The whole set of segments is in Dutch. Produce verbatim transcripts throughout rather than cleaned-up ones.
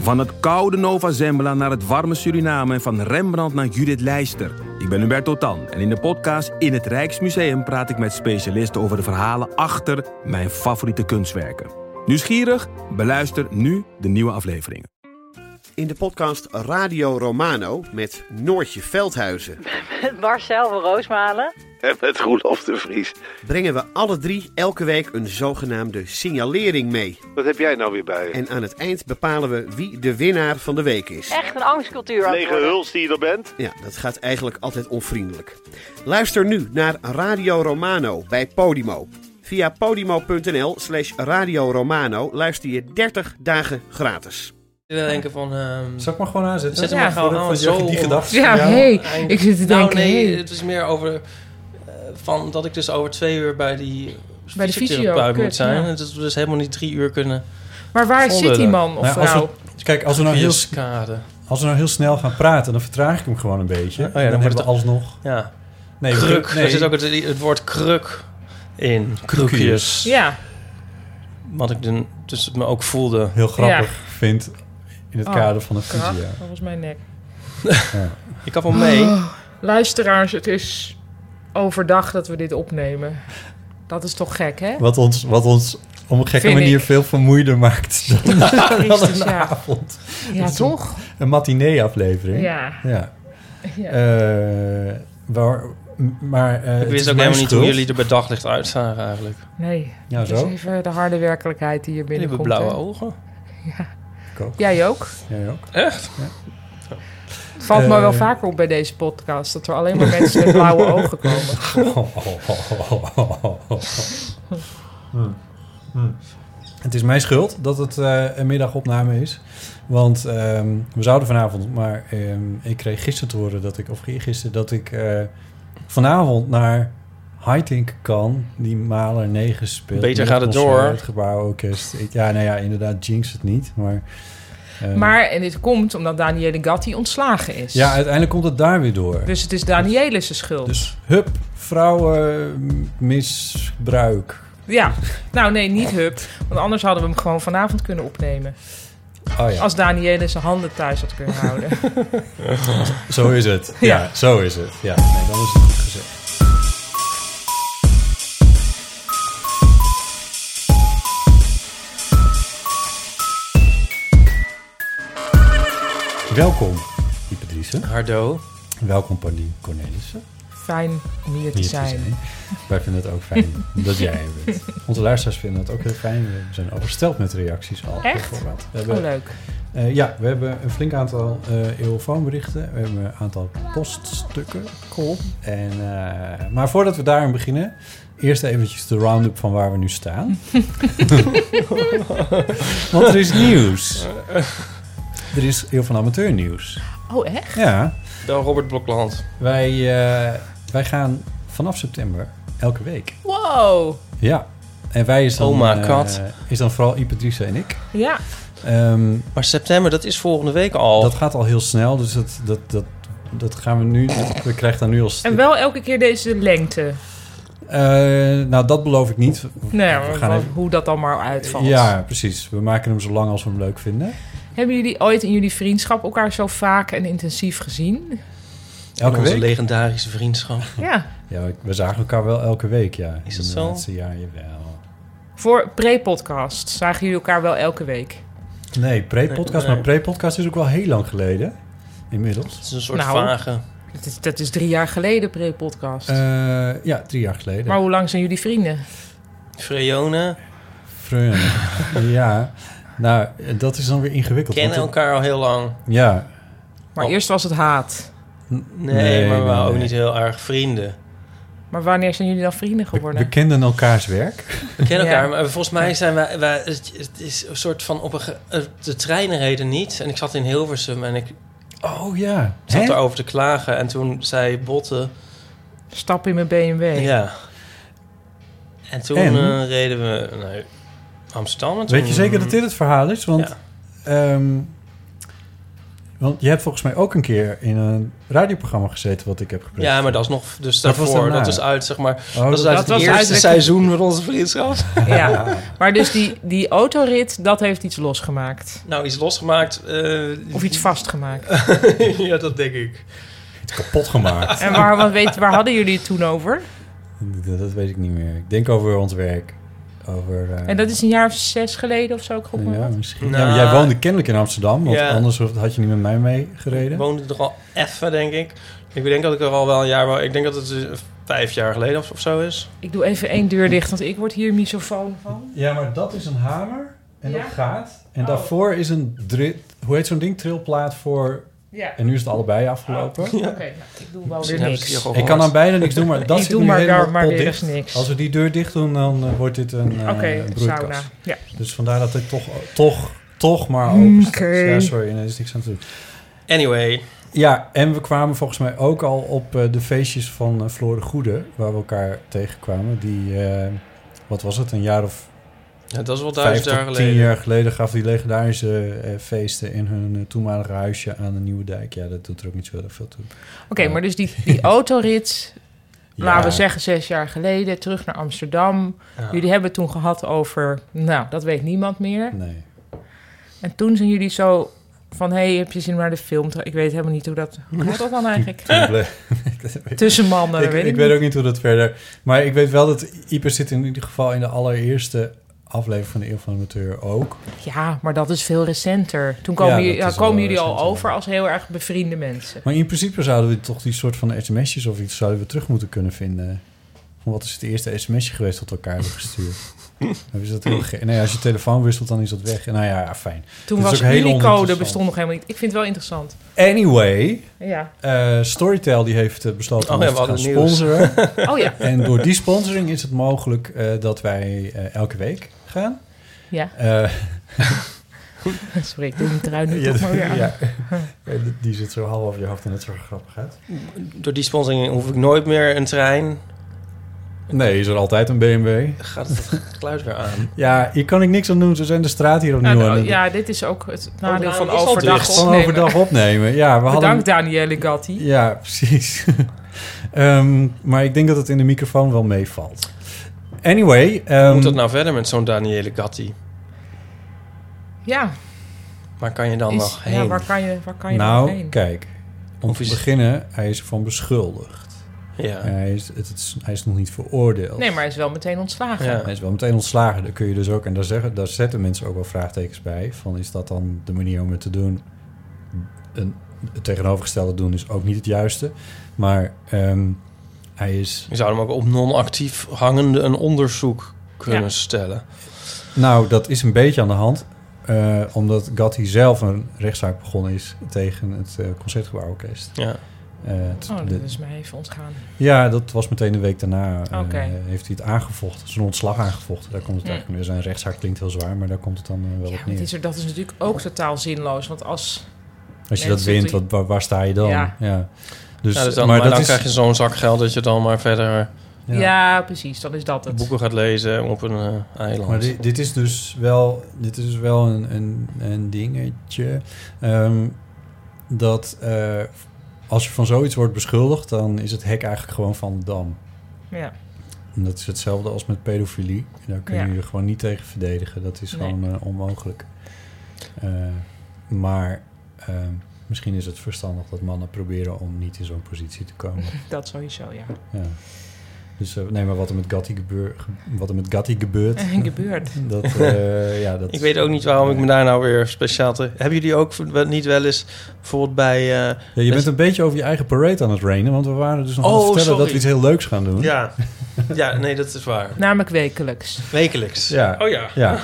Van het koude Nova Zembla naar het warme Suriname en van Rembrandt naar Judith Leister. Ik ben Hubert Totan en in de podcast In het Rijksmuseum praat ik met specialisten over de verhalen achter mijn favoriete kunstwerken. Nieuwsgierig? Beluister nu de nieuwe afleveringen. In de podcast Radio Romano met Noortje Veldhuizen. Met Marcel van Roosmalen. En met Roelof de Vries. Brengen we alle drie elke week een zogenaamde signalering mee. Wat heb jij nou weer bij je? En aan het eind bepalen we wie de winnaar van de week is. Echt een angstcultuur. Lege huls die je er bent? Ja, dat gaat eigenlijk altijd onvriendelijk. Luister nu naar Radio Romano bij Podimo. Via podimo.nl slash Radio Romano luister je dertig dagen gratis. Ik wil denken van... Um, Zal ik maar gewoon aanzetten? Zet hem ja, maar gewoon aan. Zo die gedachte. Ja, hé. Hey, ik zit te denken... Nou, nee, hey. het is meer over... Uh, van dat ik dus over twee uur bij die... Bij de fysiotherapeut moet zijn. Ja. En dat we dus helemaal niet drie uur kunnen... Maar waar volgen. Zit die man of nou, vrouw? Als we, kijk, als we, nou heel, als we nou heel snel gaan praten... dan vertraag ik hem gewoon een beetje. Oh ja, dan, dan wordt hebben het we alsnog... Ja. Nee, kruk. We, nee. Er zit ook het, het woord kruk in. Krukjes. Ja. Wat ik dan, dus me ook voelde. Heel grappig ja. vind... in het oh, kader van de fysio. Dat was mijn nek. Ja. Ik had wel mee. Oh, luisteraars, het is overdag dat we dit opnemen. Dat is toch gek, hè? Wat ons, wat ons op een gekke vind manier ik. veel vermoeider maakt dan, ja, dan een ja. avond. Ja, toch? Een, een matinee-aflevering. Ja. Ja. ja. Uh, waar, maar, uh, ik wist ook helemaal niet hoe jullie er bij daglicht uitzagen eigenlijk. Nee, ja, dat zo? is even de harde werkelijkheid die hier binnenkomt. Jullie hebben blauwe hè? ogen. Ja. Ik ook. Jij ook? Jij ook. Echt? Ja. Het valt uh, me wel vaker op bij deze podcast... dat er alleen maar mensen met blauwe ogen komen. Oh, oh, oh, oh, oh, oh. hmm. Hmm. Het is mijn schuld dat het uh, een middagopname is. Want um, we zouden vanavond... maar um, ik kreeg gisteren te horen dat ik... of gisteren dat ik uh, vanavond naar Haitink kan... die Mahler negen speelt. Beter gaat het door. Het gebouworkest. Ja, nou ja, inderdaad, jinx het niet, maar... Uh, maar, en dit komt omdat Daniele Gatti ontslagen is. Ja, uiteindelijk komt het daar weer door. Dus het is Daniele's schuld. Dus hup, vrouwenmisbruik. Ja, nou nee, niet hup. Want anders hadden we hem gewoon vanavond kunnen opnemen. Oh ja. Als Daniele zijn handen thuis had kunnen houden. Zo is het. Ja, ja, zo is het. Ja, nee, dan is het goed gezegd. Welkom, Ipe Driessen. Hardo. Welkom, Paulien Cornelissen. Fijn om hier te, hier zijn. te zijn. Wij vinden het ook fijn dat jij er bent. Onze luisteraars vinden het ook heel fijn. We zijn overstelpt met reacties al. Echt? Bijvoorbeeld. We hebben, oh, leuk. Uh, ja, we hebben een flink aantal uh, eeuwfoonberichten. We hebben een aantal poststukken. Cool. En, uh, maar voordat we daarin beginnen... eerst eventjes de round-up van waar we nu staan. Want er is nieuws. Er is heel veel amateurnieuws. Oh, echt? Ja. Bel Robert Blokland. Wij, uh, wij gaan vanaf september elke week. Wow. Ja. En wij is dan... Oh my god. Uh, is dan vooral Ipe Driessen en ik. Ja. Um, maar september, dat is volgende week al. Dat gaat al heel snel, dus dat, dat, dat, dat gaan we nu... We krijgen dan nu al... En wel elke keer deze lengte? Uh, nou, dat beloof ik niet. Nee, we gaan even... hoe dat dan maar uitvalt. Ja, precies. We maken hem zo lang als we hem leuk vinden. Hebben jullie ooit in jullie vriendschap elkaar zo vaak en intensief gezien? Elke Onze week? legendarische vriendschap. Ja. Ja, we zagen elkaar wel elke week, ja. Is dat in zo? Het laatste jaar, jawel. Voor pre-podcast zagen jullie elkaar wel elke week? Nee, pre-podcast, nee, nee. maar pre-podcast is ook wel heel lang geleden. Inmiddels. Het is een soort nou, vage... Dat is, dat is drie jaar geleden pre-podcast. Uh, ja, drie jaar geleden. Maar hoe lang zijn jullie vrienden? Freone. Freone, ja. Nou, dat is dan weer ingewikkeld. We kennen elkaar al heel lang. Ja. Maar oh. eerst was het haat. Nee, nee maar we waren nee. ook niet heel erg vrienden. Maar wanneer zijn jullie dan vrienden geworden? We, we kenden elkaars werk. We kennen elkaar, ja. maar volgens mij zijn wij... wij het, het is een soort van... op een, de treinen reden niet. En ik zat in Hilversum en ik... Oh ja. zat erover te klagen. En toen zei Botte... Stap in mijn B M W. Ja. En toen en? Uh, reden we naar Amsterdam. En Weet toen, je zeker dat dit het verhaal is? Want... Ja. Um, Want je hebt volgens mij ook een keer in een radioprogramma gezeten wat ik heb gepresenteerd. Ja, maar dat is nog... Dus Dat was daarvoor, daarna. dat is uit, zeg maar... Oh, dat is uit dat het was eerste uit de- seizoen van onze vriendschap. Ja, maar dus die, die autorit, dat heeft iets losgemaakt. Nou, iets losgemaakt. eh, Of iets vastgemaakt. ja, dat denk ik. Iets kapot gemaakt. En waar, wat weet, waar hadden jullie het toen over? dat, dat weet ik niet meer. Ik denk over ons werk. Over, uh, En dat is een jaar of zes geleden of zo, ik gok maar ja, wat. misschien. Nou, ja, maar jij woonde kennelijk in Amsterdam, want ja. anders had je niet met mij Ik meegereden. woonde er al even, denk ik. Ik denk dat ik er al wel een jaar... wo- Ik denk dat het eh, vijf jaar geleden of, of zo is. Ik doe even één deur dicht, want ik word hier misofoon van. Ja, maar dat is een hamer en Ja? dat gaat. En Oh. daarvoor is een, dri- hoe heet zo'n ding, trilplaat voor... Ja, En nu is het allebei afgelopen. oké. nou, ik doe wel Misschien weer hebben ze die niks. al Ik kan dan bijna niks doen, maar dat Ik zit doe nu maar helemaal daar maar pot weer dicht. eens niks. Als we die deur dicht doen, dan uh, wordt dit een, uh, Oké, een sauna. broeikas. Ja. Dus vandaar dat ik toch, toch, toch maar open sta. Oké. Ja, sorry, nee, er is niks aan te doen. Anyway. Ja, en we kwamen volgens mij ook al op uh, de feestjes van uh, Floor de Goede, waar we elkaar tegenkwamen. Die, uh, wat was het, een jaar of Ja, dat is wel vijf duizend jaar tot geleden. tien jaar geleden gaf die legendarische uh, feesten in hun uh, toenmalige huisje aan de Nieuwe Dijk. Ja, dat doet er ook niet zo heel veel toe. Oké, Ja. maar dus die, die autorit, Ja. laten we zeggen zes jaar geleden, terug naar Amsterdam. Ja. Jullie hebben het toen gehad over, nou, dat weet niemand meer. Nee. En toen zijn jullie zo van, hé, hey, heb je zin om naar de film te... Ik weet helemaal niet hoe dat... Hoe gaat dat dan eigenlijk? Toen ble- Tussen mannen, ik, weet ik ik weet niet. ook niet hoe dat verder... Maar ik weet wel dat Ipe zit in ieder geval in de allereerste aflevering van de Eeuw van de Amateur ook. Ja, maar dat is veel recenter. Toen komen, Ja, jullie, dat ja, is wel komen jullie al recenter, over ja. als heel erg bevriende mensen. Maar in principe zouden we toch die soort van sms'jes of iets zouden we terug moeten kunnen vinden. Van wat is het eerste sms'je geweest dat we elkaar hebben gestuurd? Dan is dat heel ge- nee, als je telefoon wisselt, dan is dat weg. Nou ja, ja fijn. Toen Dit is was ook heel Unicode, oninteressant. bestond nog helemaal niet. Ik vind het wel interessant. Anyway, Ja. uh, Storytel die heeft uh, besloten Oh om ja, ons we te gaan hadden nieuws. sponsoren. Oh ja. En door die sponsoring is het mogelijk uh, dat wij uh, elke week gaan. Ja. Uh, Sorry, ik doe mijn trui nu ja, toch maar weer aan. ja. Ja, die zit zo half over je hoofd en net zo grappig uit. Door die sponsoring hoef ik nooit meer een trein. Nee, is er altijd een B M W. Gaat het geluid weer aan? Ja, hier kan ik niks aan doen. Ze zijn de straat hier opnieuw Nou, aan nou, het ja, dit is ook het nadeel Oh, van is al overdag dicht. van opnemen. overdag opnemen. Ja, we hadden... Bedankt, Danielle Gatti. Ja, precies. um, maar ik denk dat het in de microfoon wel meevalt. Anyway. Hoe Um, moet het nou verder met zo'n Daniele Gatti? Ja, Waar kan je dan is, nog heen? ja waar kan je, waar kan je nou, nog heen? kijk. Om Of te is- beginnen, hij is ervan beschuldigd. Ja. Hij, is, het, is, hij is nog niet veroordeeld. Nee, maar hij is wel meteen ontslagen. Ja. Hij is wel meteen ontslagen. Daar kun je dus ook, en daar, zeggen, daar zetten mensen ook wel vraagtekens bij. Van is dat dan de manier om het te doen? Een, het tegenovergestelde doen is ook niet het juiste. Maar um, hij is... Je zou hem ook op non-actief hangende een onderzoek kunnen Ja. stellen. Nou, dat is een beetje aan de hand. Uh, omdat Gatti zelf een rechtszaak begonnen is tegen het uh, Concertgebouworkest. Ja. Uh, t- Oh, de- dat is mij even ontgaan. ja, dat was meteen de week daarna. Uh, Oké. heeft hij het aangevochten, zijn ontslag aangevochten. Daar komt het Ja. eigenlijk nu. Zijn rechtszaak klinkt heel zwaar, maar daar komt het dan uh, wel Ja, op want neer. is er, dat is natuurlijk ook totaal zinloos. Want als... Als je dat mensen wint, die- wat, waar, waar sta je dan? Ja. Dus, Ja, dus dan, maar, maar dat dan is, krijg je zo'n zak geld dat je dan maar verder ja. Ja. precies. Dan is dat het. boeken gaat lezen op een uh, eiland. Maar dit, dit is dus wel, dit is dus wel een, een, een dingetje. Um, dat uh, als je van zoiets wordt beschuldigd, dan is het hek eigenlijk gewoon van de dam. Ja. En dat is hetzelfde als met pedofilie. Daar kun je Ja. je gewoon niet tegen verdedigen. Dat is Nee. gewoon uh, onmogelijk. Uh, maar uh, misschien is het verstandig dat mannen proberen om niet in zo'n positie te komen. Dat sowieso, ja. Ja. Dus uh, nee, maar wat er met Gatti, gebeur, ge, wat er met Gatti gebeurt... Gebeurt. Dat, uh, ja, dat, Ik weet ook niet waarom ik me daar nou weer speciaal te... Hebben jullie ook niet wel eens bijvoorbeeld bij... Uh, ja, je bent een beetje over je eigen parade aan het rainen, want we waren dus nog Oh, aan het vertellen sorry. dat we iets heel leuks gaan doen. ja. ja, nee, dat is waar. Namelijk wekelijks. Wekelijks. Ja. Oh ja. Ja.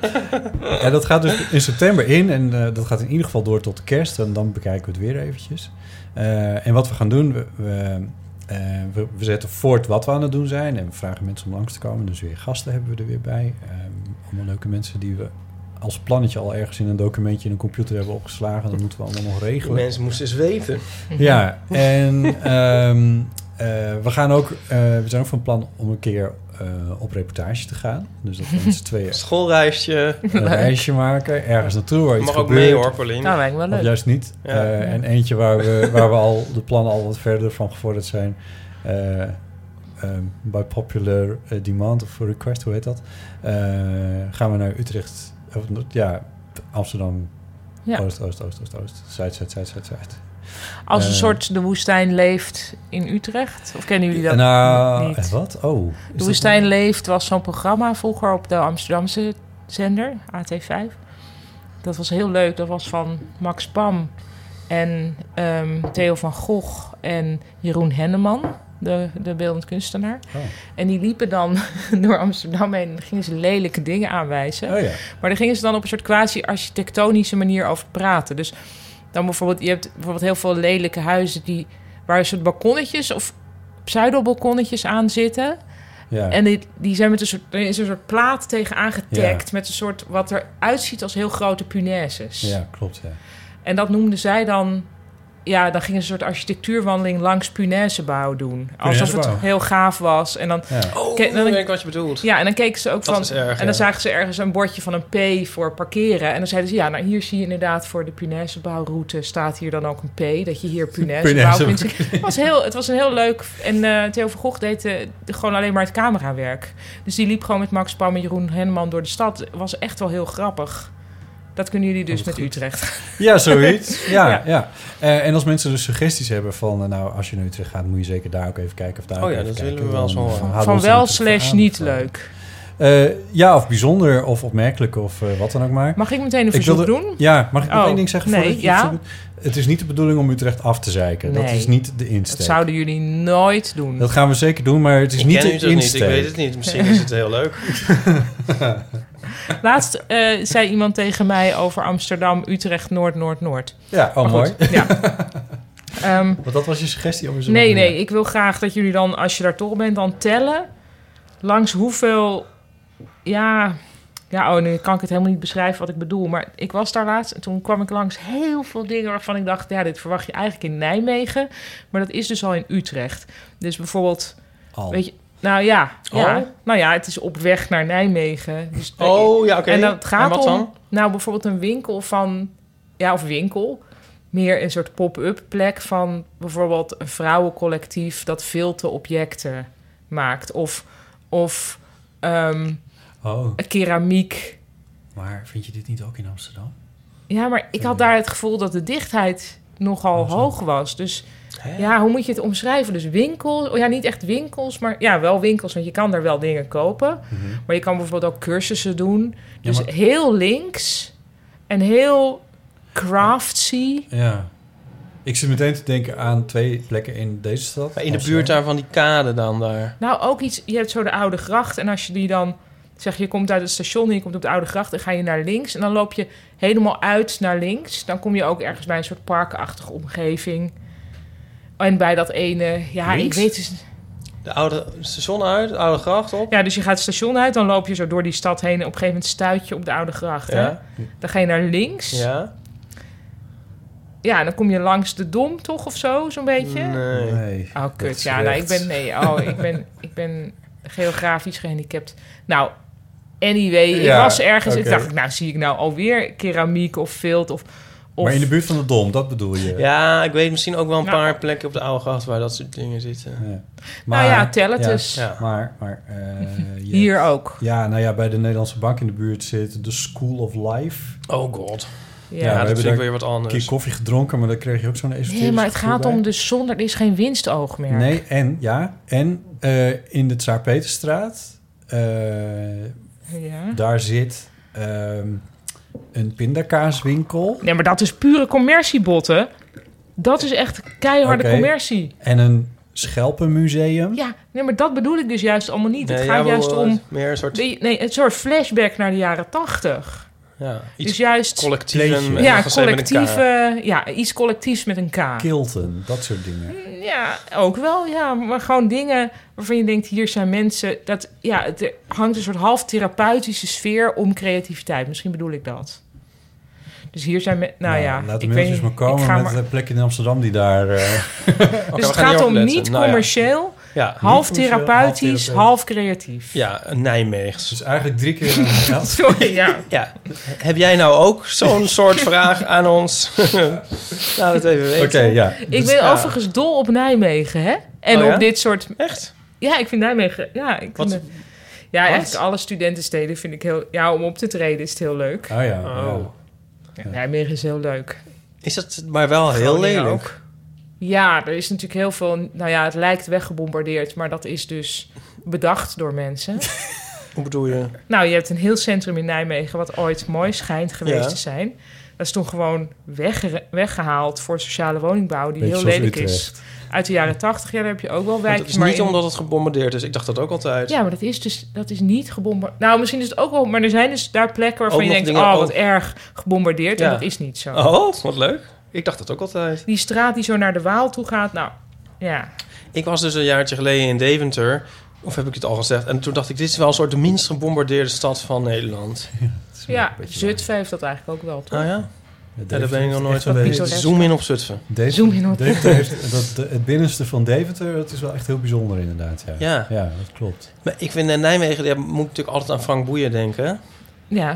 Ja, dat gaat dus in september in en uh, dat gaat in ieder geval door tot de kerst en dan bekijken we het weer eventjes. Uh, en wat we gaan doen, we, we, uh, we, we zetten voort wat we aan het doen zijn en we vragen mensen om langs te komen. Dus weer gasten hebben we er weer bij. Um, allemaal leuke mensen die we als plannetje al ergens in een documentje in een computer hebben opgeslagen. Dat moeten we allemaal nog Die regelen. mensen moesten eens weten. Ja, en um, uh, we gaan ook, uh, we zijn ook van plan om een keer uh, op reportage te gaan. Dus dat we met z'n tweeën Schoolreisje. een reisje maken. Ergens naartoe waar iets Mag ook gebeurt. mee hoor, Pauline. Nou, lijkt me wel leuk. Of juist niet. Ja. Uh, en eentje waar we, waar we al de plannen al wat verder van gevorderd zijn. Uh, um, by popular uh, demand of request, hoe heet dat? Uh, gaan we naar Utrecht. Of, ja, Amsterdam. Ja. Oost, oost, oost, oost, oost. Zuid, zuid, zuid, zuid, zuid. Als een Uh, soort de woestijn leeft in Utrecht. Of kennen jullie dat nou, niet? eh, wat? Oh. is De dat woestijn nou- leeft was zo'n programma vroeger op de Amsterdamse zender, A T vijf. Dat was heel leuk. Dat was van Max Pam en um, Theo van Gogh en Jeroen Henneman, de, de beeldend kunstenaar. Oh. En die liepen dan door Amsterdam heen en dan gingen ze lelijke dingen aanwijzen. Oh ja. Maar daar gingen ze dan op een soort quasi-architectonische manier over praten. Dus dan bijvoorbeeld, je hebt bijvoorbeeld heel veel lelijke huizen die, waar een soort balkonnetjes of pseudo-balkonnetjes aan zitten. Ja. En die, die zijn met een soort, er is een soort plaat tegen aangetagd Ja. met een soort, wat eruit ziet als heel grote punaises. ja, klopt, ja. En dat noemden zij dan, ja, dan gingen ze een soort architectuurwandeling langs punaisebouw doen. Alsof het Punaisebouw. heel gaaf was. En dan, ja. Oh, Ke- dan- dan weet ik wat je bedoelt. ja, en dan keken ze ook Dat van, is erg, en dan ja. zagen ze ergens een bordje van een P voor parkeren. En dan zeiden ze, ja, nou hier zie je inderdaad voor de punaisebouwroute staat hier dan ook een P, dat je hier punaisebouw kunt zien. Het was, heel, het was een heel leuk, en uh, Theo van Gogh deed uh, de, gewoon alleen maar het camerawerk. Dus die liep gewoon met Max Pam en Jeroen Henneman door de stad. Het was echt wel heel grappig. Dat kunnen jullie dus Oh, met goed. Utrecht. Ja, zoiets. Ja, ja. Ja. Uh, en als mensen dus suggesties hebben van... Uh, nou, als je naar Utrecht gaat, moet je zeker daar ook even kijken. Of daar Oh ook ja, even dat kijken. willen we wel eens Dan, horen. uh, houden Van we ons wel er natuurlijk slash aan. niet Uh, leuk. Uh, ja, of bijzonder, of opmerkelijk, of uh, wat dan ook maar. Mag ik meteen een Ik verzoek wilde- doen? Ja, mag ik nog Oh, één ding zeggen? nee, voordat je ja. het zo doet? Het is niet de bedoeling om Utrecht af te zeiken. Dat Nee. is niet de insteek. Dat zouden jullie nooit doen. Dat gaan we zeker doen, maar het is Ik niet ken de u toch niet, insteek. ik weet het niet. Misschien is het heel leuk. Laatst uh, zei iemand tegen mij over Amsterdam, Utrecht, Noord, Noord, Noord. Ja, oh Maar mooi. goed, ja. Um, Want dat was je suggestie over zo. nee, nee, ik wil graag dat jullie dan, als je daar toch bent, dan tellen langs hoeveel... Ja, ja, oh, nu kan ik het helemaal niet beschrijven wat ik bedoel. Maar ik was daar laatst en toen kwam ik langs heel veel dingen waarvan ik dacht... ja, dit verwacht je eigenlijk in Nijmegen. Maar dat is dus al in Utrecht. Dus bijvoorbeeld, Al. weet je... Nou ja, ja, Oh. nou ja, het is op weg naar Nijmegen. Dus Oh, ja, oké. En dat gaat En wat om, dan? nou bijvoorbeeld een winkel van, ja, of winkel, meer een soort pop-up plek van bijvoorbeeld een vrouwencollectief dat filterobjecten maakt. Of, of um, Oh, keramiek. maar vind je dit niet ook in Amsterdam? Ja, maar ik had daar het gevoel dat de dichtheid nogal Oh, zo. hoog was. Dus Hè? ja, hoe moet je het omschrijven? Dus winkels, oh ja, niet echt winkels, maar ja, wel winkels, want je kan daar wel dingen kopen. Mm-hmm. Maar je kan bijvoorbeeld ook cursussen doen. Ja, Dus maar- heel links en heel craftsy. Ja. Ik zit meteen te denken aan twee plekken in deze stad. Maar in de Amsterdam. buurt daar van die kade dan daar. Nou, ook iets, je hebt zo de Oude Gracht. En als je die dan, zeg je komt uit het station en je komt op de Oude Gracht, dan ga je naar links. En dan loop je helemaal uit naar links. Dan kom je ook ergens bij een soort parkachtige omgeving. En bij dat ene, ja, Links? ik weet dus... De oude station uit, de oude gracht op. Ja, dus je gaat het station uit, dan loop je zo door die stad heen. En op een gegeven moment stuit je op de Oude Gracht. Hè? Ja. Dan ga je naar links. Ja. Ja? en dan kom je langs de Dom toch of zo, zo'n beetje. Nee. Nee. Oh, dat kut. is Ja, nou, ik rechts. ben... Nee, oh, ik ben, ik ben geografisch gehandicapt. Nou, anyway, ik Ja, was ergens... Ik oké. dacht, nou, zie ik nou alweer keramiek of vilt of... of Maar in de buurt van de Dom, dat bedoel je? Ja, ik weet misschien ook wel een Nou. paar plekken op de oude gracht waar dat soort dingen zitten. Ja. nou ja, tel het ja, eens. Ja. Maar, maar eh, je- Hier ook. Ja, nou ja, bij de Nederlandse Bank in de buurt zit de School of Life. Oh god. Ja. Ja, we dat hebben is daar natuurlijk weer wat Een anders. keer koffie gedronken, maar dan kreeg je ook zo'n esoterische Nee, maar het gevoel gaat bij. om de zonder... Er is geen winstoogmerk. Nee, en ja, en eh, in de Tsaar-Peterstraat, eh, Ja. daar zit ehm, een pindakaaswinkel Nee, maar dat is pure commerciebotten. Dat is echt keiharde Oké. commercie. en een schelpenmuseum. Ja, nee, maar dat bedoel ik dus juist allemaal niet. Nee, het ja, gaat wel, juist eh, om... meer een soort Nee, nee, een soort flashback naar de jaren tachtig. ja, iets Dus juist... collectief Kleedje. en Ja, nog eens even met een K. collectieve... Ja, iets collectiefs met een K. Kilten, dat soort dingen. Ja, ook wel, ja. Maar gewoon dingen waarvan je denkt... hier zijn mensen... Dat, ja, het er hangt een soort half therapeutische sfeer om creativiteit. Misschien bedoel ik dat. Dus hier zijn... Me- nou, nou ja, laat de ik mensen weet maar niet, komen ik ga met maar... de plek in Amsterdam die daar... Uh... Okay, dus het gaat om niet nou, commercieel, ja. Ja, niet half commercieel, therapeutisch, half, half creatief. Ja, Nijmeegs. Dus eigenlijk drie keer aan geld. Sorry, ja. ja. Heb jij nou ook zo'n soort vraag aan ons? Laat het even weten. Oké, okay, ja. Ik dus, ben ja. overigens dol op Nijmegen, hè? En oh, ja? op dit soort... Echt? Ja, ik vind Nijmegen... Ja, ik vind... Wat? Ja, Wat? eigenlijk alle studentensteden vind ik heel... Ja, om op te treden is het heel leuk. Oh ja. Oh. Ja, Nijmegen is heel leuk. Is dat maar wel heel Groningen lelijk? Ook. Ja, er is natuurlijk heel veel... Nou ja, het lijkt weggebombardeerd, maar dat is dus bedacht door mensen. Hoe bedoel je? Nou, je hebt een heel centrum in Nijmegen wat ooit mooi schijnt geweest Ja. te zijn. Dat is toen gewoon wegge- weggehaald voor sociale woningbouw, die Beetje heel zoals lelijk Utrecht. is. Uit de jaren tachtig, ja, daar heb je ook wel Want wijken. het is maar niet in- omdat het gebombardeerd is. Ik dacht dat ook altijd. Ja, maar dat is dus dat is niet gebombardeerd. Nou, misschien is het ook wel... Maar er zijn dus daar plekken waarvan Ook je nog denkt... dingen oh, wat ook- erg gebombardeerd. Ja. En dat is niet zo. Oh, wat leuk. Ik dacht dat ook altijd. Die straat die zo naar de Waal toe gaat, nou, ja. Ik was dus een jaartje geleden in Deventer. Of heb ik het al gezegd? En toen dacht ik, dit is wel een soort de minst gebombardeerde stad van Nederland. Ja, Zutphen heeft dat eigenlijk ook wel, toch? Ah ja? Ja, daar ben ik nog nooit echt wel geweest. Zoom in op Zutphen. Deventer, Zoom in op- Deventer heeft, dat, de- het binnenste van Deventer, dat is wel echt heel bijzonder inderdaad. Ja, Ja. ja dat klopt. Maar ik vind in Nijmegen, daar moet ik natuurlijk altijd aan Frank Boeien denken. Ja,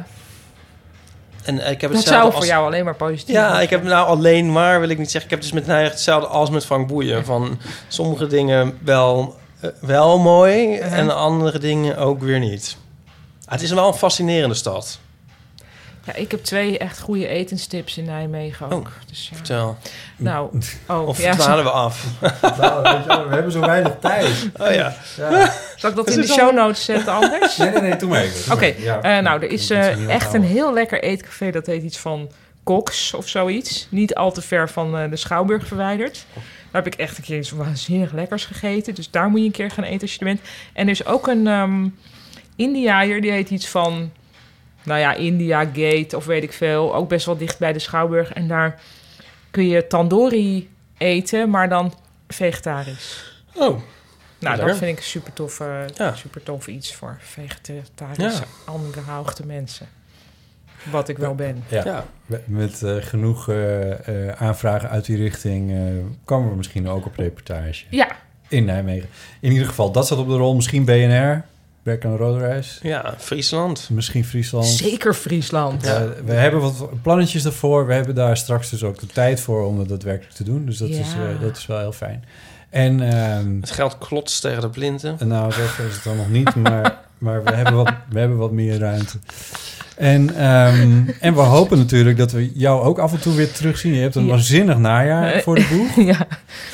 En ik heb dat hetzelfde zou voor als... jou alleen maar positief Ja, zijn. ik heb nou alleen maar, wil ik niet zeggen... Ik heb dus met Nijmegen hetzelfde als met Frank Boeien. Van sommige dingen wel, uh, wel mooi Uh-huh. en andere dingen ook weer niet. Ah, het is wel een fascinerende stad. Ja, ik heb twee echt goede etenstips in Nijmegen ook. Oh, dus, ja. Vertel. Nou, oh, Of ja, dwalen we af? Nou, weet je wel, we hebben zo weinig tijd. Oh ja. Ja. zal ik dat Is in de het show al- notes zetten anders? Nee, nee, nee, doe maar even. Oké, Ja. eh, nou, er is Dat eh, we niet echt een onthouden. heel lekker eetcafé. Dat heet iets van Cox of zoiets. Niet al te ver van eh, de Schouwburg verwijderd. Daar heb ik echt een keer iets waanzinnig lekkers gegeten. Dus daar moet je een keer gaan eten als je er bent. En er is ook een um, Indiaër, die heet iets van... Nou ja, India Gate of weet ik veel. Ook best wel dicht bij de Schouwburg. En daar kun je tandoori eten, maar dan vegetarisch. Oh, Nou, lekker. dat vind ik een super tof, uh, Ja. super tof iets voor vegetarische, Ja. aangehoogde mensen. Wat ik wel ben. Ja, ja. met uh, genoeg uh, uh, aanvragen uit die richting uh, komen we misschien ook op reportage. Ja. In Nijmegen. In ieder geval, dat staat op de rol. Misschien B N R, Werk aan de Roderijs. Ja, Friesland. Misschien Friesland. Zeker Friesland. Ja. Uh, we hebben wat plannetjes daarvoor. We hebben daar straks dus ook de tijd voor om dat daadwerkelijk te doen. Dus dat, Ja. is, uh, dat is wel heel fijn. En, um, het geld klotst tegen de plinten. Nou, zo is het dan nog niet, maar, maar we, hebben wat, we hebben wat meer ruimte. En, um, en we hopen natuurlijk dat we jou ook af en toe weer terugzien. Je hebt een Ja. waanzinnig najaar voor de boeg. Ja.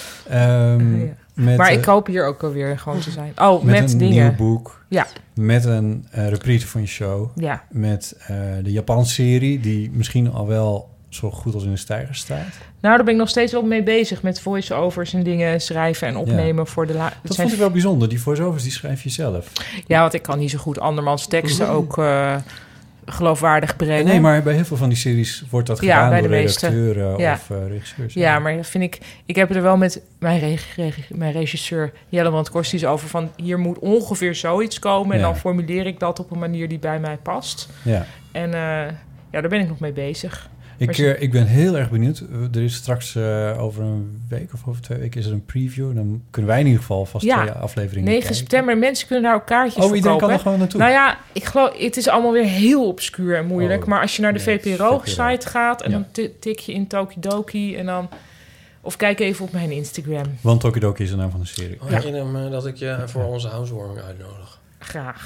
Um, Ja. met, maar uh, ik hoop hier ook wel weer gewoon te zijn. Oh, met, met, een dingen. nieuw boek. Ja. Met een uh, reprise van je show. Ja. Met uh, de Japan-serie, die misschien al wel zo goed als in de stijger staat. Nou, daar ben ik nog steeds wel mee bezig. Met voice-overs en dingen schrijven en opnemen Ja. voor de... La- Dat zijn... vond ik wel bijzonder. Die voice-overs, die schrijf je zelf. Ja, want ik kan niet zo goed andermans teksten ook uh, geloofwaardig brengen. Nee, maar bij heel veel van die series wordt dat ja, gedaan bij door de meeste. redacteuren ja. of uh, regisseurs. Ja, maar dat vind ik... Ik heb er wel met mijn, reg, reg, mijn regisseur Jellebrand Kosties over van... hier moet ongeveer zoiets komen. En Ja. dan formuleer ik dat op een manier die bij mij past. Ja. En uh, ja, daar ben ik nog mee bezig. Ik, uh, ik ben heel erg benieuwd. Er is straks uh, over een week of over twee weken is er een preview. Dan kunnen wij in ieder geval vast ja, twee afleveringen negen kijken. september. Mensen kunnen daar ook kaartjes Oh, voor iedereen kopen. kan er gewoon naartoe? Nou ja, ik geloof, het is allemaal weer heel obscuur en moeilijk. Oh, maar als je naar de ja, V P R O-site V P R O. gaat... en Ja. dan t- tik je in Tokidoki en dan... Of kijk even op mijn Instagram. Want Tokidoki is de naam van de serie. Oh, herinner me dat ik je voor onze housewarming uitnodig. Graag.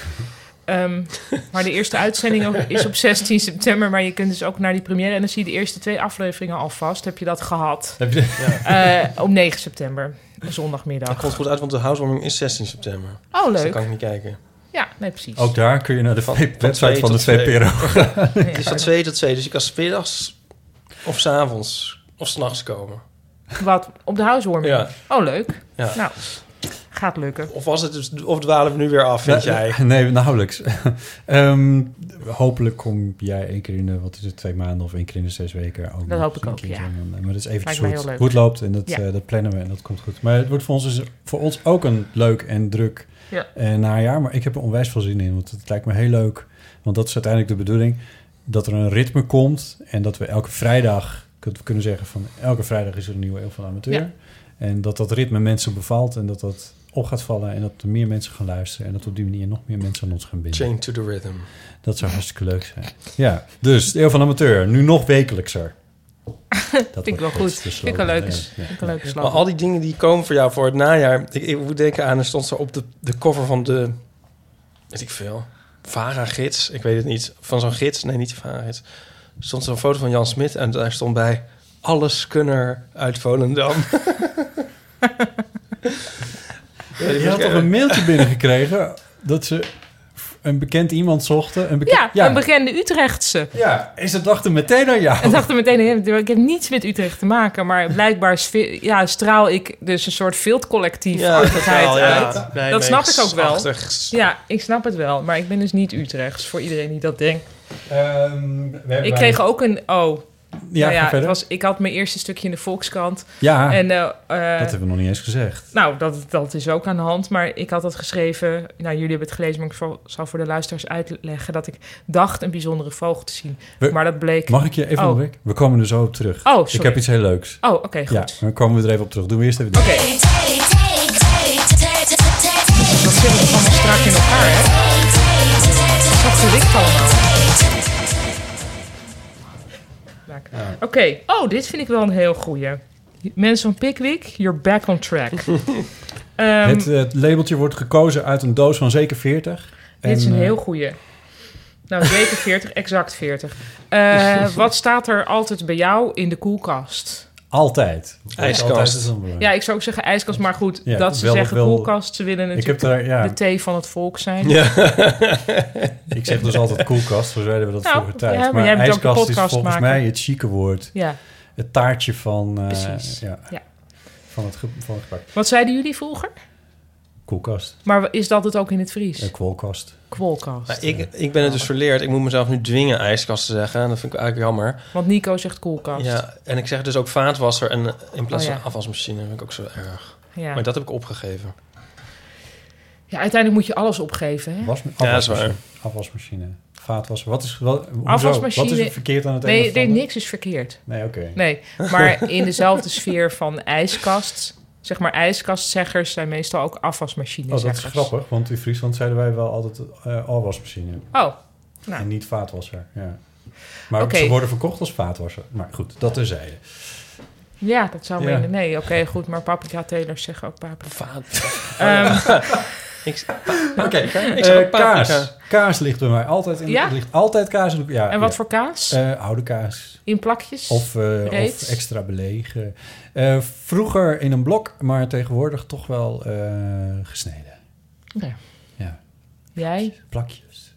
um, maar de eerste uitzending is op zestien september. Maar je kunt dus ook naar die première. En dan zie je de eerste twee afleveringen alvast. Heb je dat gehad? Heb je? Ja. Uh, op negen september. Zondagmiddag. Dat komt goed uit, want de housewarming is zestien september. Oh, leuk. Dus dan kan ik niet kijken. Ja, nee, precies. Ook daar kun je naar de van, website van de V P R O gaan. Het is van twee tot twee. Dus je kan 's middags of 's avonds of 's nachts komen. Wat? Op de housewarming? Ja. Oh, leuk. Ja. Nou, gaat lukken. Of, was het dus, of dwalen we nu weer af, vind ja, jij? Nee, nauwelijks. um, hopelijk kom jij één keer in de, wat is het, twee maanden of één keer in de zes weken. Ook dat hoop ik ook, ja. Maar dat is eventjes hoe hoe, hoe het loopt en dat, ja. uh, dat plannen we en dat komt goed. Maar het wordt voor ons, dus, voor ons ook een leuk en druk ja. uh, najaar. Maar ik heb er onwijs veel zin in, want het lijkt me heel leuk. Want dat is uiteindelijk de bedoeling. dat er een ritme komt en dat we elke vrijdag kunnen zeggen van elke vrijdag is er een nieuwe Eeuw van de Amateur. Ja. En dat dat ritme mensen bevalt en dat dat op gaat vallen en dat er meer mensen gaan luisteren en dat op die manier nog meer mensen aan ons gaan binden. Chain to the rhythm. Dat zou hartstikke leuk zijn. Ja, dus de Eeuw van de Amateur, nu nog wekelijkser. Dat vind ik wel goed. Vind ik een leuke, ja, ja. Vind ik een leuke slag. Maar al die dingen die komen voor jou voor het najaar, ik, ik moet denken aan, er stond zo op de, de cover van de, weet ik veel, Vara-gids, ik weet het niet, van zo'n gids, nee niet de Vara-gids, er stond zo'n foto van Jan Smit en daar stond bij Alleskunner uit Volendam. Ja, je had toch een mailtje binnengekregen dat ze een bekend iemand zochten. Een beke- ja, ja, een bekende Utrechtse. Ja, en ze dachten meteen aan jou. En dachten meteen, ik heb niets met Utrecht te maken, maar blijkbaar sfe- ja, straal ik dus een soort viltcollectief-achtigheid ja, uit. Ja, nee, dat snap ik ook wel. Ja, ik snap het wel, maar ik ben dus niet Utrechts, voor iedereen die dat denkt. Um, ik kreeg ook een... Oh, Ja, nou ja, verder. het was, ik had mijn eerste stukje in de Volkskrant. Ja, en, uh, uh, dat hebben we nog niet eens gezegd. Nou, dat, dat is ook aan de hand. Maar ik had dat geschreven. Nou, jullie hebben het gelezen, maar ik zal, zal voor de luisteraars uitleggen dat ik dacht een bijzondere vogel te zien. We, maar dat bleek... Mag ik je even oh. op? We komen er zo op terug. Oh, sorry. Ik heb iets heel leuks. Oh, oké, okay, goed. Ja, dan komen we er even op terug. Doen we eerst even dit. Oké. Okay. Dat zit het allemaal strak in elkaar, hè? Wat gericht allemaal. Ja. Oké. Okay. Oh, dit vind ik wel een heel goeie. Mensen van Pickwick, you're back on track. um, het, het labeltje wordt gekozen uit een doos van zeker veertig. Dit en, is een uh, heel goeie. Nou, zeker veertig, exact veertig. Uh, wat staat er altijd bij jou in de koelkast? Altijd. IJskast. Altijd ja, ik zou ook zeggen ijskast, maar goed, ja, dat ze wel, zeggen wel, koelkast, ze willen natuurlijk daar, ja. de thee van het volk zijn. Ja. Ik zeg dus altijd koelkast, zo zeiden we dat nou, vroeger tijd. Ja, maar, maar jij ijskast is volgens maken. mij het chique woord. Ja. Het taartje van, uh, ja, ja. van het, ge- van het gebak. Wat zeiden jullie vroeger? Koelkast. Maar is dat het ook in het Fries? Uh, kwolkast. Kwolkast. Nou, ik, ik ben het dus verleerd. Ik moet mezelf nu dwingen ijskast te zeggen. Dat vind ik eigenlijk jammer. Want Nico zegt koelkast. Ja, en ik zeg dus ook vaatwasser en in plaats oh, ja. van afwasmachine. Dat vind ik ook zo erg. Ja. Maar dat heb ik opgegeven. Ja, uiteindelijk moet je alles opgeven, hè? Was, ja, dat is waar. Afwasmachine. Vaatwasser. Wat is, wat, afwasmachine. Wat is er verkeerd aan het nee, een nee, niks is verkeerd. Nee, oké. Okay. Nee, maar in dezelfde sfeer van ijskast... Zeg maar, ijskastzeggers zijn meestal ook afwasmachinezeggers. Oh, dat is grappig, want in Friesland zeiden wij wel altijd uh, afwasmachine. Oh, nou. En niet vaatwasser, ja. Maar okay. Ze worden verkocht als vaatwasser. Maar goed, dat terzijde. Ja, dat zou ja. menen. Nee, oké, okay, goed. Maar paprika-telers zeggen ook paprika. Vaat. um, Oké, okay. uh, kaas. Kaas ligt bij mij altijd in. Ja? Er ligt altijd kaas in. Ja, en wat ja. voor kaas? Uh, oude kaas. In plakjes? Of, uh, of extra belegen. Uh, vroeger in een blok, maar tegenwoordig toch wel uh, gesneden. Ja. ja. Jij? Plakjes.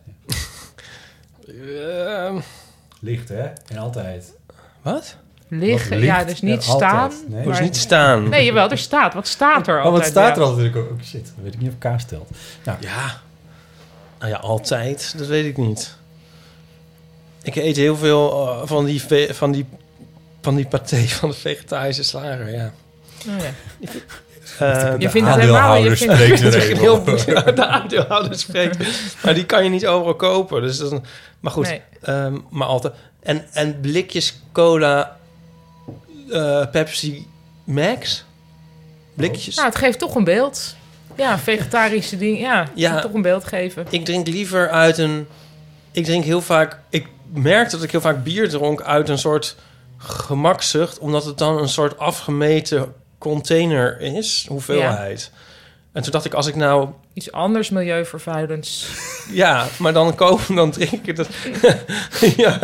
Ja. Uh, Licht, hè? En altijd. Wat? Liggen, ja, dus niet staan. Nee. Dus niet staan. Nee, jawel, er staat. Wat staat er oh, altijd? Wat staat er altijd? Oh, shit, dat weet ik niet of kaas telt. Nou. Ja. Nou ja, altijd. Dat weet ik niet. Ik eet heel veel uh, van die ve- van die van die paté van de vegetarische slager, ja. Oh, ja. Uh, je vindt het helemaal... Je vindt het heel de aandeelhouder spreekt. Maar die kan je niet overal kopen. Dus dat is een, maar goed, nee. um, maar altijd. En, en blikjes cola, uh, Pepsi Max. Blikjes. Nou, het geeft toch een beeld. Ja, vegetarische ding. Ja, ja, toch een beeld geven. Ik drink liever uit een... Ik drink heel vaak... Ik merk dat ik heel vaak bier dronk uit een soort gemakzucht, omdat het dan een soort afgemeten container is, hoeveelheid. Ja. En toen dacht ik, als ik nou... Iets anders milieuvervuilends. Ja, maar dan kopen, dan drink ik dat. ja.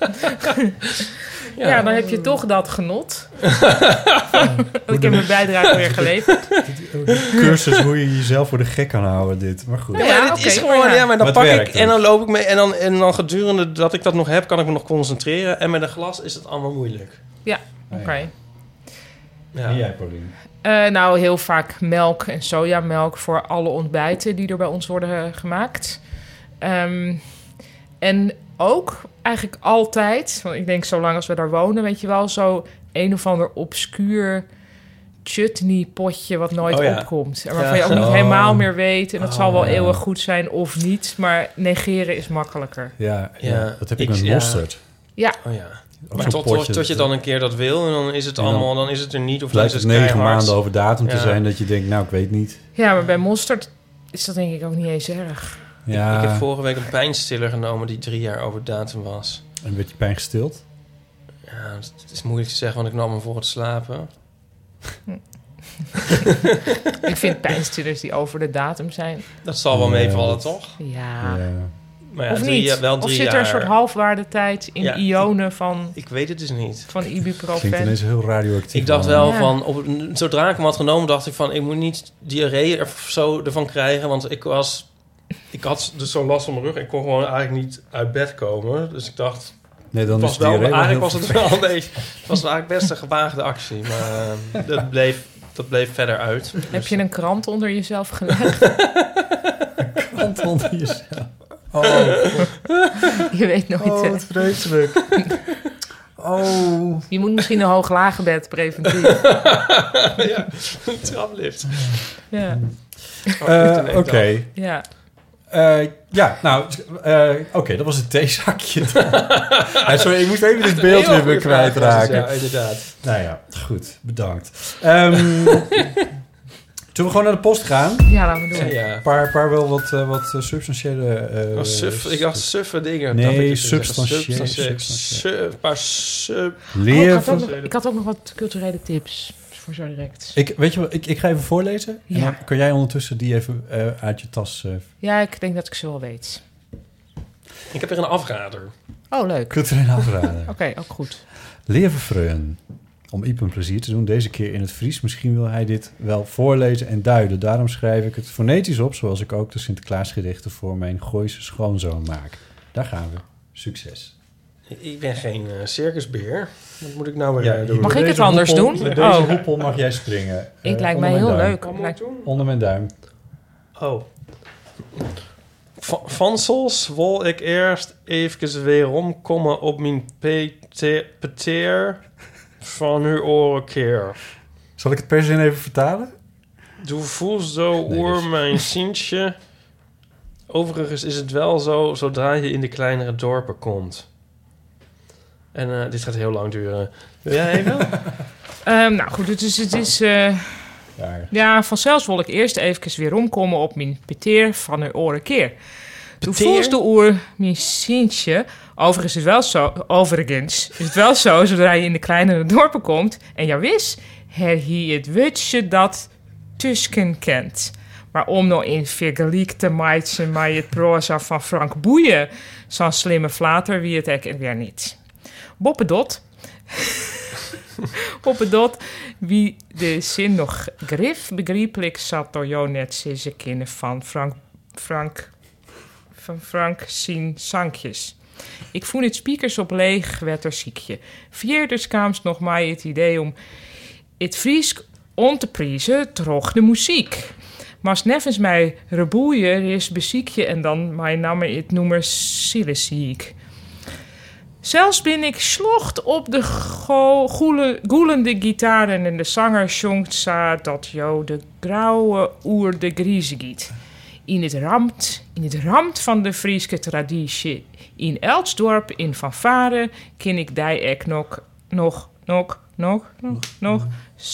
Ja. ja, dan heb je toch dat genot. Ik heb mijn bijdrage weer geleverd. Cursus hoe je jezelf voor de gek kan houden, dit. Maar goed. Ja, maar ja, dit okay, is gewoon, ja, maar dan maar pak ik en dan loop ik mee en dan, en dan gedurende dat ik dat nog heb, kan ik me nog concentreren. En met een glas is het allemaal moeilijk. Ja, oké. Okay. Ja. En jij, Pauline? Uh, nou, heel vaak melk en sojamelk voor alle ontbijten die er bij ons worden gemaakt. Um, en ook eigenlijk altijd, want ik denk zolang als we daar wonen, weet je wel, zo een of ander obscuur chutney potje wat nooit Oh ja. opkomt. En waarvan Ja. je ook niet Oh. helemaal meer weet. En dat Oh, zal wel ja. eeuwig goed zijn of niet. Maar negeren is makkelijker. Ja, ja. Ja, dat heb ik, ik- met ja. mosterd. Ja, Oh ja. Ook Maar zo'n tot, potje tot, tot je dat- dan een keer dat wil en dan is het En dan allemaal, dan is het er niet. Of dan is Blijkt het het negen keihard. maanden over datum te Ja. zijn dat je denkt, nou, ik weet niet. ja, maar bij mosterd is dat denk ik ook niet eens erg. Ja, Ik heb vorige week een pijnstiller genomen die drie jaar over datum was. en werd je pijn gestild? Ja, het is moeilijk te zeggen, want ik nam hem voor het slapen. Ik vind pijnstillers die over de datum zijn. Dat zal wel Ja, meevallen, dat- toch? Ja. Ja. Maar ja, of drie, niet? wel drie of zit er jaar. een soort halfwaardetijd in Ja, de ionen van, Ik weet het dus niet. van Klinkt ibuprofen? ineens heel radioactief. Ik dacht allemaal. wel Ja. van, op, zodra ik hem had genomen, dacht ik van, ik moet niet diarree of zo ervan krijgen, want ik was, ik had dus zo last van mijn rug. Ik kon gewoon eigenlijk niet uit bed komen, dus ik dacht, Nee, dan het is was het wel, diarree eigenlijk heel was het wel een beetje, het was eigenlijk best een gewaagde actie, maar eh, dat bleef, dat bleef verder uit. Heb Dus- je een krant onder jezelf gelegd? kant onder jezelf. Oh, Je weet nooit. oh hè. wat vreselijk. Oh. Je moet misschien een hoog-lage bed preventief. ja, een traplift. Ja, Eh, Oké. ja. Eh, ja, nou, eh, oké, dat was het theezakje. Ja, sorry, ik moest even dit beeld weer weer kwijtraken. Ja, inderdaad. Nou ja, goed, bedankt. Ehm, zullen we gewoon naar de post gaan? ja, laten we Ja, doen. ja. Een paar, paar wel wat, eh, wat eh, substantiële... eh, Oh, suf, ik dacht suffe dingen. Nee, dacht ik dat je zeggen. substantieel- Substantieel. substantieel. Su- Een paar sub... Oh, ik, had ook leven. nog, ik had ook nog wat culturele tips voor zo direct. Ik, weet je wat, ik, ik ga even voorlezen. En Ja. dan kan jij ondertussen die even eh, uit je tas... eh Ja, ik denk dat ik ze wel weet. Ik heb er een afrader. Oh, leuk. cultureel afraden. Oké, ook goed. Leverfreun. Om Iep een plezier te doen, deze keer in het Fries. Misschien wil hij dit wel voorlezen en duiden. Daarom schrijf ik het fonetisch op, zoals ik ook de Sinterklaasgedichten voor mijn Gooise schoonzoon maak. Daar gaan we. Succes. Ik ben geen uh, circusbeer. Wat moet ik nou weer uh, doen? Mag ik het deze anders hoepel- doen? Met deze Oh. hoepel mag jij springen. Ik Eh, lijkt onder mij mijn heel duim. leuk. Wat moet ik Lijkt- doen? Onder mijn duim. Oh. Va- Vansels wil ik eerst even weerom komen op mijn pete- peteer van uw oren keer. Zal ik het per zin even vertalen? Doe voel zo Nee, oor dus- mijn Sientje. Overigens is het wel zo, zodra je in de kleinere dorpen komt. En eh, dit gaat heel lang duren. Wil jij even? Ehm, nou goed, dus het is... eh, Daar. ja, vanzelfs wil ik eerst even weer omkomen op mijn peteer van een oren keer. Toen Peteer? voels de oer mijn Sintje. Overigens is het wel zo, overigens is het wel zo, zodra je in de kleinere dorpen komt. En ja wist, her hier het wutje dat Tusken kent. Maar om nou in vergelijk te maken met het proza van Frank Boeien, zo'n slimme flater wie het ek en weer niet. Boppedot. Boppedot, wie de zin nog grif begrijpelijk zat door jou net ze kennen van Frank, Frank, van Frank zien zankjes. Ik voel het speakers op leeg, werd er ziekje. Vierders kwam nog mij het idee om het Fries om te prijzen terug de muziek. Maar nevens mij reboeien is beziekje en dan mijn naam het noemer zieleziek. Zelfs ben ik slocht op de go- goele- goelende gitaren en de zanger zongt sa dat jou de grauwe oer de griezen giet. In het ramt, in het ramt van de Frieske traditie. In Elsdorp, in Fanfare, ken ik die ek nog, nog, nog, nog, nog, nog,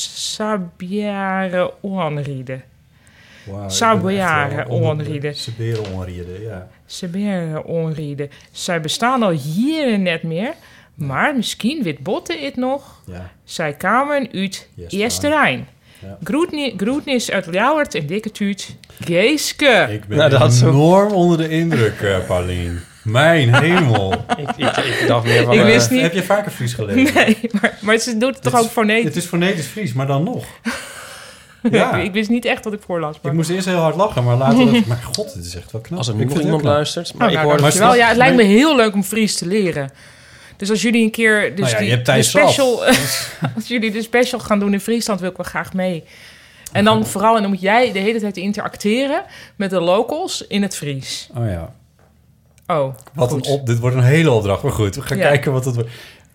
Sabiare onrieden. Wow, Saberen onrieden. Saberen onrieden, ja. Sabiare onrieden. Zij bestaan al jaren net meer, maar misschien weet Botte het nog. ja. Zij kwamen uit Eerste Eerste Rijn. Ja. Groetni- Groetnis uit Ljouwert en dikke tuut. Geeske. Ik ben Nou, dat zo- enorm onder de indruk, uh, Paulien. Mijn hemel. ik, ik, ik dacht meer van... Ik eh, wist niet- Heb je vaker Fries gelezen? Nee, maar, maar ze doet het toch Het is- ook fonetisch? Het is fonetisch Fries, maar dan nog. Ja. ik, ik wist niet echt wat ik voorlas. Maar... Ik moest eerst heel hard lachen, maar later dacht ik... Maar god, dit is echt wel knap. Als er Ik nu vind nog het iemand heel knap. luistert. Maar Nou, ik nou, hoorde... dankjewel. Maar Ja, het lijkt me nee. heel leuk om Fries te leren. Dus als jullie een keer... Dus Nou ja, die, je hebt de tijd zat. special, als jullie de special gaan doen in Friesland, wil ik wel graag mee. En dan vooral, en dan moet jij de hele tijd interacteren met de locals in het Fries. Oh ja. Oh, Wat goed. een op, dit wordt een hele opdracht, maar goed. We gaan Ja. kijken wat het wordt.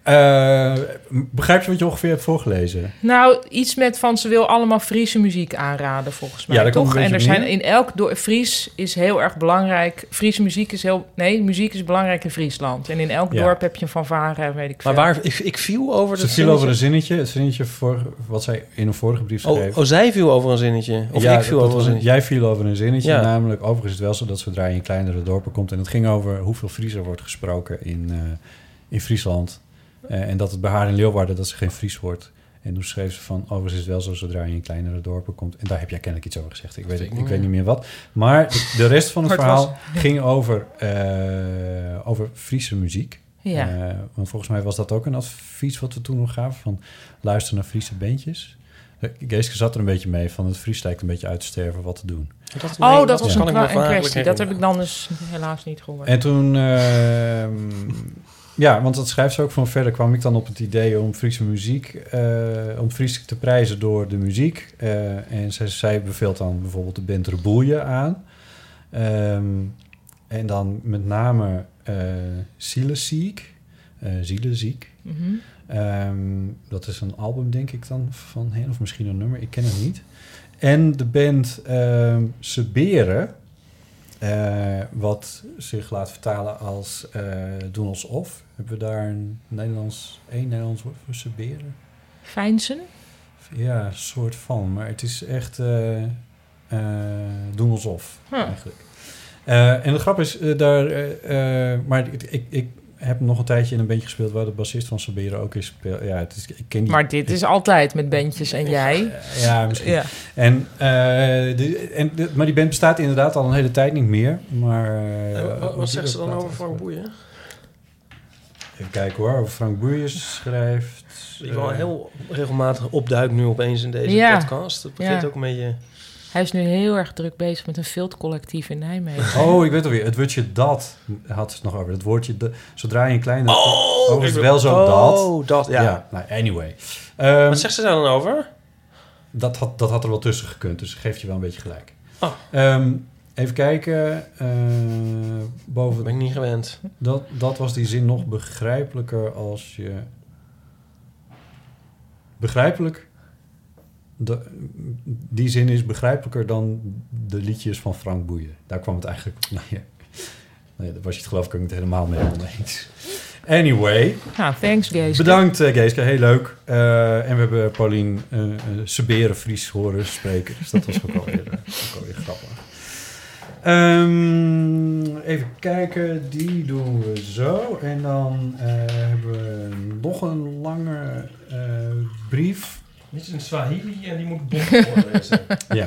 Uh, begrijp je wat je ongeveer hebt voorgelezen? Nou, iets met van ze wil allemaal Friese muziek aanraden, volgens mij. Ja, toch? En er zijn meer. in elk do- Fries is heel erg belangrijk. Friese muziek is heel... Nee, muziek is belangrijk in Friesland. En in elk ja. dorp heb je een fanfare, weet ik veel. Maar waar... Ik, ik viel over... Ze viel over een zinnetje. Het zinnetje voor wat zij in een vorige brief schreef. Oh, oh zij viel over een zinnetje? Of ja, ik viel dat, over een zinnetje? Jij viel over een zinnetje. Ja. Namelijk, overigens is het wel zo dat zodra je in kleinere dorpen komt... en het ging over hoeveel Fries er wordt gesproken in, uh, in Friesland... Uh, en dat het bij haar in Leeuwarden dat ze geen Fries wordt. En toen schreef ze van, overigens is het wel zo zodra je in kleinere dorpen komt. En daar heb jij kennelijk iets over gezegd. Ik weet, ik, ik weet niet meer wat. Maar de, de rest van het verhaal was... ging over, uh, over Friese muziek. Ja. Uh, want volgens mij was dat ook een advies wat we toen nog gaven. Van luister naar Friese bandjes. Uh, Geeske zat er een beetje mee van het Fries lijkt een beetje uit te sterven. Wat te doen. Dat, oh, nee, dat was ja. een, een kwestie. Dat heb ik dan dus helaas niet gehoord. En toen... Uh, Ja, want dat schrijft ze ook van verder. Kwam ik dan op het idee om Friese muziek, uh, om Fries te prijzen door de muziek. Uh, en zij, zij beveelt dan bijvoorbeeld de band Reboelje aan. Um, en dan met name uh, Zieleziek. Uh, Zieleziek. Mm-hmm. Um, dat is een album, denk ik dan, van hen. Of misschien een nummer, ik ken het niet. En de band uh, Seberen. Uh, wat zich laat vertalen als uh, doen ons of. Hebben we daar een Nederlands, één Nederlands woord voor seberen? Fijnsen? Ja, soort van. Maar het is echt uh, uh, doen ons of, huh. eigenlijk. Uh, en de grap is, uh, daar, uh, uh, maar ik, ik, ik heb nog een tijdje in een bandje gespeeld waar de bassist van Saberen ook is. Ja, het is, ik ken die, maar dit is altijd met bandjes en jij. Uh, ja, misschien. Ja. En, uh, de, en de, maar die band bestaat inderdaad al een hele tijd niet meer. Maar, uh, uh, wat wat zegt ze dan over Frank Boeien? Even kijken hoor, over Frank Boeien schrijft... Die wel uh, heel regelmatig opduikt nu opeens in deze ja. podcast. Dat begint ja. ook een beetje... Hij is nu heel erg druk bezig met een filtcollectief in Nijmegen. Oh, ik weet alweer. Het woordje dat had het nog over. Het woordje de, zodra je een kleine... Oh, oh is het wel zo oh, dat. Oh, dat, ja. ja nou, anyway. Um, Wat zegt ze daar dan over? Dat had, dat had er wel tussen gekund, dus geef je wel een beetje gelijk. Oh. Um, even kijken. Uh, boven, ben ik niet gewend. Dat, dat was die zin nog begrijpelijker als je... Begrijpelijk... De, die zin is begrijpelijker dan de liedjes van Frank Boeien. Daar kwam het eigenlijk... Nou ja, nee, daar was je het geloof ik ook niet helemaal mee oneens. Anyway. Nou, thanks Geeske. Bedankt uh, Geeske, heel leuk. Uh, en we hebben Paulien uh, uh, Seberen Fries horen spreken. Dus dat was ook alweer, uh, ook alweer grappig. Um, even kijken, die doen we zo. En dan uh, hebben we nog een lange uh, brief... Dit is een Swahili en die moet Botte voorlezen. Ja.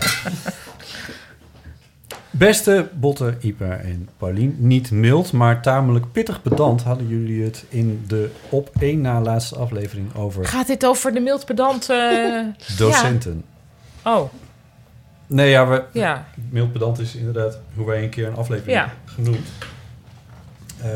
Beste Botte, Ipa en Paulien. Niet mild, maar tamelijk pittig pedant hadden jullie het in de op één na laatste aflevering over... Gaat dit over de mild pedant... Uh... docenten. Ja. Oh. Nee, ja, we, ja. mild pedant is inderdaad hoe wij een keer een aflevering ja. genoemd. Uh,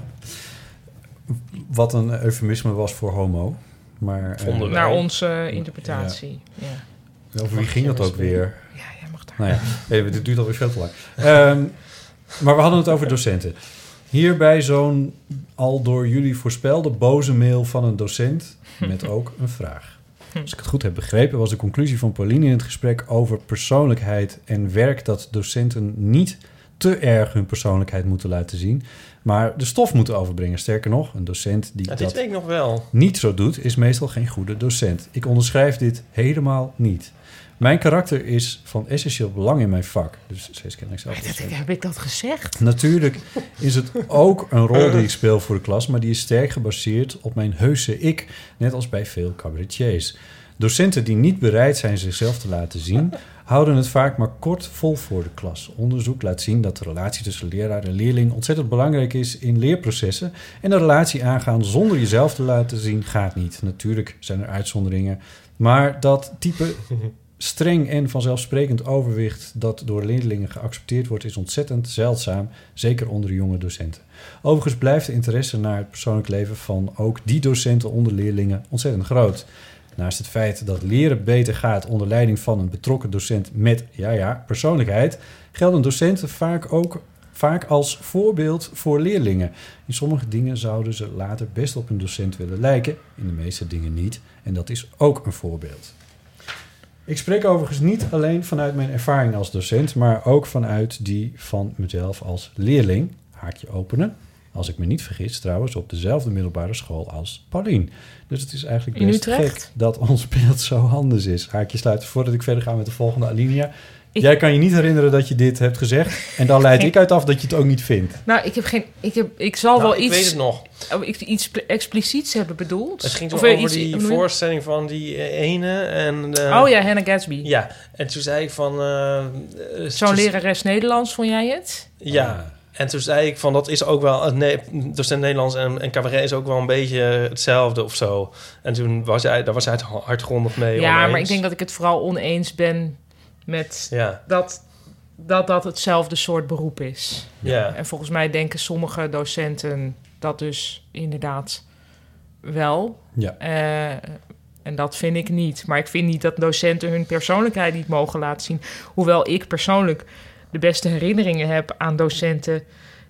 wat een eufemisme was voor homo. Maar, Vonden uh, naar onze uh, interpretatie. Ja. Ja. Over wie ging dat ook weer? Ja, jij mag daar. Nou ja, hey, dit duurt alweer veel te lang. Um, maar we hadden het over docenten. Hierbij zo'n al door jullie voorspelde boze mail van een docent met ook een vraag. Als ik het goed heb begrepen, was de conclusie van Pauline in het gesprek over persoonlijkheid en werk dat docenten niet te erg hun persoonlijkheid moeten laten zien, maar de stof moeten overbrengen. Sterker nog, een docent die ja, dit dat weet ik nog wel. niet zo doet, is meestal geen goede docent. Ik onderschrijf dit helemaal niet. Mijn karakter is van essentieel belang in mijn vak. Dus steeds ken ik zelf. Dat, heb ik dat gezegd? Natuurlijk is het ook een rol die ik speel voor de klas, maar die is sterk gebaseerd op mijn heuse ik, net als bij veel cabaretiers. Docenten die niet bereid zijn zichzelf te laten zien, houden het vaak maar kort vol voor de klas. Onderzoek laat zien dat de relatie tussen leraar en leerling ontzettend belangrijk is in leerprocessen. En de relatie aangaan zonder jezelf te laten zien gaat niet. Natuurlijk zijn er uitzonderingen, maar dat type streng en vanzelfsprekend overwicht dat door leerlingen geaccepteerd wordt is ontzettend zeldzaam, zeker onder jonge docenten. Overigens blijft de interesse naar het persoonlijk leven van ook die docenten onder leerlingen ontzettend groot. Naast het feit dat leren beter gaat onder leiding van een betrokken docent met, ja ja, persoonlijkheid, gelden docenten vaak ook vaak als voorbeeld voor leerlingen. In sommige dingen zouden ze later best op een docent willen lijken, in de meeste dingen niet. En dat is ook een voorbeeld. Ik spreek overigens niet alleen vanuit mijn ervaring als docent, maar ook vanuit die van mezelf als leerling. Haakje openen. Als ik me niet vergis, trouwens, op dezelfde middelbare school als Paulien. Dus het is eigenlijk In best Utrecht? gek dat ons beeld zo anders is. Haakje sluiten voordat ik verder ga met de volgende alinea. Ik- Jij kan je niet herinneren dat je dit hebt gezegd. En dan leid Geen- ik uit af dat je het ook niet vindt. Nou, ik heb geen... Ik, heb, ik zal Nou, wel ik iets... weet het nog. oh, iets- iets expliciets hebben bedoeld. Het ging toen Of, eh, over iets- die hoe noem je- voorstelling van die eh, ene. En, eh, Oh ja, Hannah Gatsby. Ja, en toen zei ik van... eh, eh, Zo'n toen- lerares Nederlands, vond jij het? Ja, en toen zei ik van dat is ook wel... het ne- docent Nederlands en, en cabaret is ook wel een beetje hetzelfde of zo. En toen was hij, daar was hij het hardgrondig mee Ja, oneens. maar ik denk dat ik het vooral oneens ben met Ja, dat, dat dat hetzelfde soort beroep is. ja. En volgens mij denken sommige docenten dat dus inderdaad wel. Ja. Eh, en dat vind ik niet. Maar ik vind niet dat docenten hun persoonlijkheid niet mogen laten zien. Hoewel ik persoonlijk de beste herinneringen heb aan docenten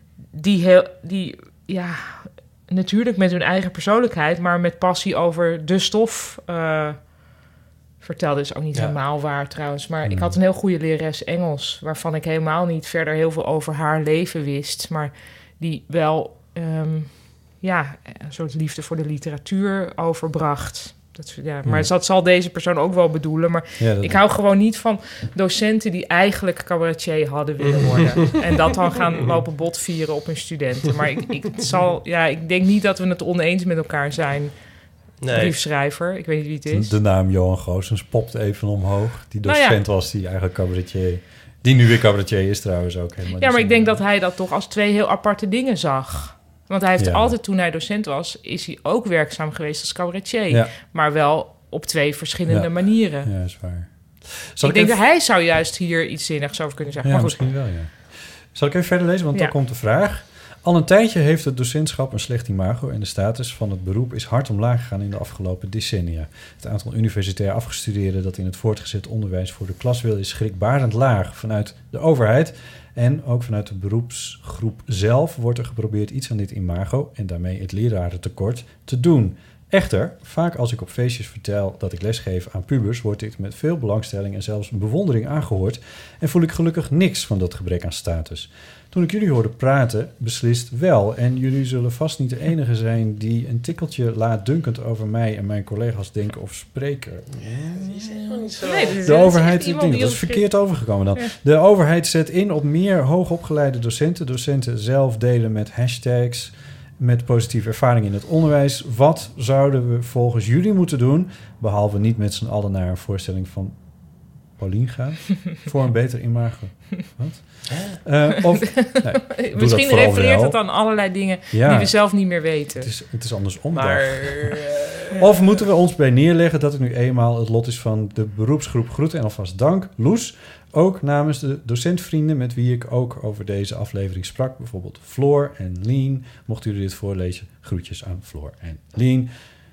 die heel, die ja, natuurlijk met hun eigen persoonlijkheid, maar met passie over de stof uh, vertelde. Is ook niet Ja. helemaal waar trouwens. Maar Hmm. ik had een heel goede lerares Engels, waarvan ik helemaal niet verder heel veel over haar leven wist, maar die wel um, ja, een soort liefde voor de literatuur overbracht. Dat, ja, maar Ja. dat zal deze persoon ook wel bedoelen. Maar Ja, dat- ik hou gewoon niet van docenten die eigenlijk cabaretier hadden willen worden. En dat dan gaan lopen botvieren op hun studenten. Maar ik, ik, zal, ja, ik denk niet dat we het oneens met elkaar zijn. Nee. Briefschrijver, ik weet niet wie het is. De naam Johan Goossens popt even omhoog. Die Nou docent ja. was die eigenlijk cabaretier. Die nu weer cabaretier is trouwens ook helemaal. Ja, maar ik denk dat hij dat toch als twee heel aparte dingen zag. Want hij heeft Ja. altijd, toen hij docent was, is hij ook werkzaam geweest als cabaretier. Ja. Maar wel op twee verschillende Ja. manieren. Ja, is waar. Zal ik denk even- dat hij zou juist hier iets zinnigs over kunnen zeggen. Ja, maar goed. misschien wel, ja. Zal ik even verder lezen, want Ja. dan komt de vraag. Al een tijdje heeft het docentschap een slecht imago en de status van het beroep is hard omlaag gegaan in de afgelopen decennia. Het aantal universitair afgestudeerden dat in het voortgezet onderwijs voor de klas wil is schrikbarend laag. Vanuit de overheid en ook vanuit de beroepsgroep zelf wordt er geprobeerd iets aan dit imago en daarmee het lerarentekort te doen. Echter, vaak als ik op feestjes vertel dat ik lesgeef aan pubers, wordt dit met veel belangstelling en zelfs bewondering aangehoord en voel ik gelukkig niks van dat gebrek aan status. Toen ik jullie hoorde praten, beslist wel. En jullie zullen vast niet de enige zijn die een tikkeltje laatdunkend over mij en mijn collega's denken of spreken. Die is helemaal niet zo. Nee, dit is- De dit is overheid, echt ik iemand denk, die dat is ons- verkeerd overgekomen dan. Ja. De overheid zet in op meer hoogopgeleide docenten. Docenten zelf delen met hashtags, met positieve ervaring in het onderwijs. Wat zouden we volgens jullie moeten doen, behalve niet met z'n allen naar een voorstelling van Paulien gaan, voor een beter imago? Wat? Uh, of, nee, doe dat Misschien vooral refereert wel. het aan allerlei dingen Ja. die we zelf niet meer weten. Het is, het is andersom. Maar... dag. eh, Of moeten we ons bij neerleggen dat het nu eenmaal het lot is van de beroepsgroep Groeten en alvast dank, Loes. Ook namens de docentvrienden met wie ik ook over deze aflevering sprak. Bijvoorbeeld Floor en Lien. Mochten jullie dit voorlezen, groetjes aan Floor en Lien.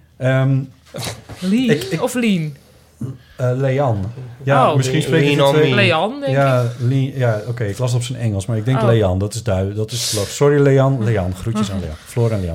Um, Lien ik- ik- of Lien? uh, Lean. Ja, Oh. misschien spreek Lean ik het on twee... me. Lean, denk ik. Ja, Lien, ja oké, ik las het op zijn Engels, maar ik denk Oh. Lean, dat is duidelijk. Dat is geloof. Sorry Lean, Lean, groetjes aan Lean. Floor en Lean.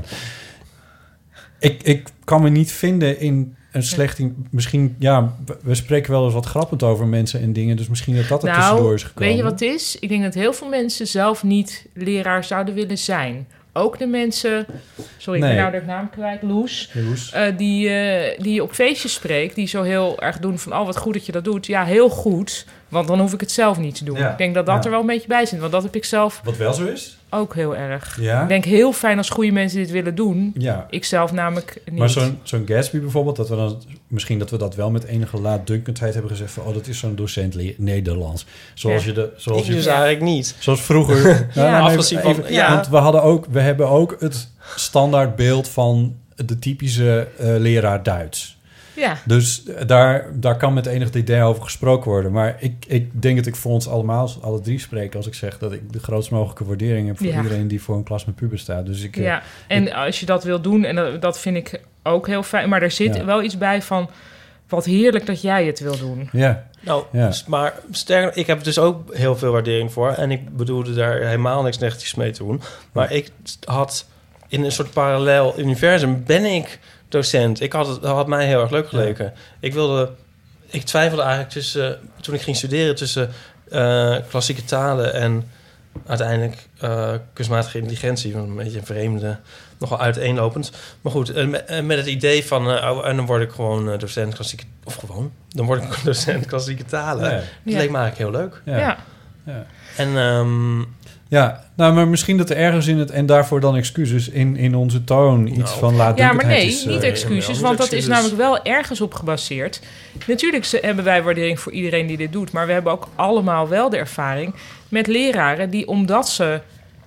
Ik, ik kan me niet vinden in een slecht... Misschien, ja, we- we spreken wel eens wat grappend over mensen en dingen, dus misschien dat dat er tussendoor Nou, is gekomen. weet je wat het is? Ik denk dat heel veel mensen zelf niet leraar zouden willen zijn. Ook de mensen... Sorry, ik Nee. ben nou de naam kwijt. Loes. Ja, Loes. eh, die, eh, die je op feestjes spreekt, die zo heel erg doen van... oh, wat goed dat je dat doet. Ja, heel goed, want dan hoef ik het zelf niet te doen. Ja. Ik denk dat dat Ja. er wel een beetje bij zit, want dat heb ik zelf Wat wel zo is? ook heel erg. Ja. Ik denk heel fijn als goede mensen dit willen doen. Ja. Ik zelf namelijk niet. Maar zo'n zo'n Gatsby bijvoorbeeld, dat we dan misschien dat we dat wel met enige laatdunkendheid hebben gezegd van, oh, dat is zo'n docent le- Nederlands. Zoals Ja. je de, zoals ik je, dus eigenlijk niet. zoals vroeger. Nou, nou, nee, afgezien van- even- ja. Want we hadden ook, we hebben ook het standaardbeeld van de typische eh, leraar Duits. Ja. Dus daar, daar kan met enig idee over gesproken worden. Maar ik, ik denk dat ik voor ons allemaal, alle drie spreek, als ik zeg dat ik de grootst mogelijke waardering heb voor Ja. iedereen die voor een klas met pubers staat. Dus ik, eh, Ja, en als je dat wil doen, en dat, dat vind ik ook heel fijn... maar er zit Ja. wel iets bij van... wat heerlijk dat jij het wil doen. ja. Nou, Ja. maar sterker, ik heb dus ook heel veel waardering voor. En ik bedoelde daar helemaal niks negatiefs mee te doen. Maar ik had in een soort parallel universum ben ik docent. Ik had het dat had mij heel erg leuk geleken. Ja. Ik wilde, ik twijfelde eigenlijk tussen toen ik ging studeren tussen uh, klassieke talen en uiteindelijk uh, kunstmatige intelligentie, een beetje een vreemde, nogal uiteenlopend. Maar goed, uh, met, uh, met het idee van uh, oh, en dan word ik gewoon uh, docent klassieke, of gewoon, dan word ik docent klassieke talen. Ja. Dat ja. leek me eigenlijk heel leuk. Ja. ja. ja. En um, ja, nou, maar misschien dat er ergens in het en daarvoor dan excuses in, in onze toon iets nou, van laat ja, maar nee, is, niet uh, excuses, want dat is namelijk wel ergens op gebaseerd. Natuurlijk hebben wij waardering voor iedereen die dit doet, maar we hebben ook allemaal wel de ervaring met leraren die, omdat ze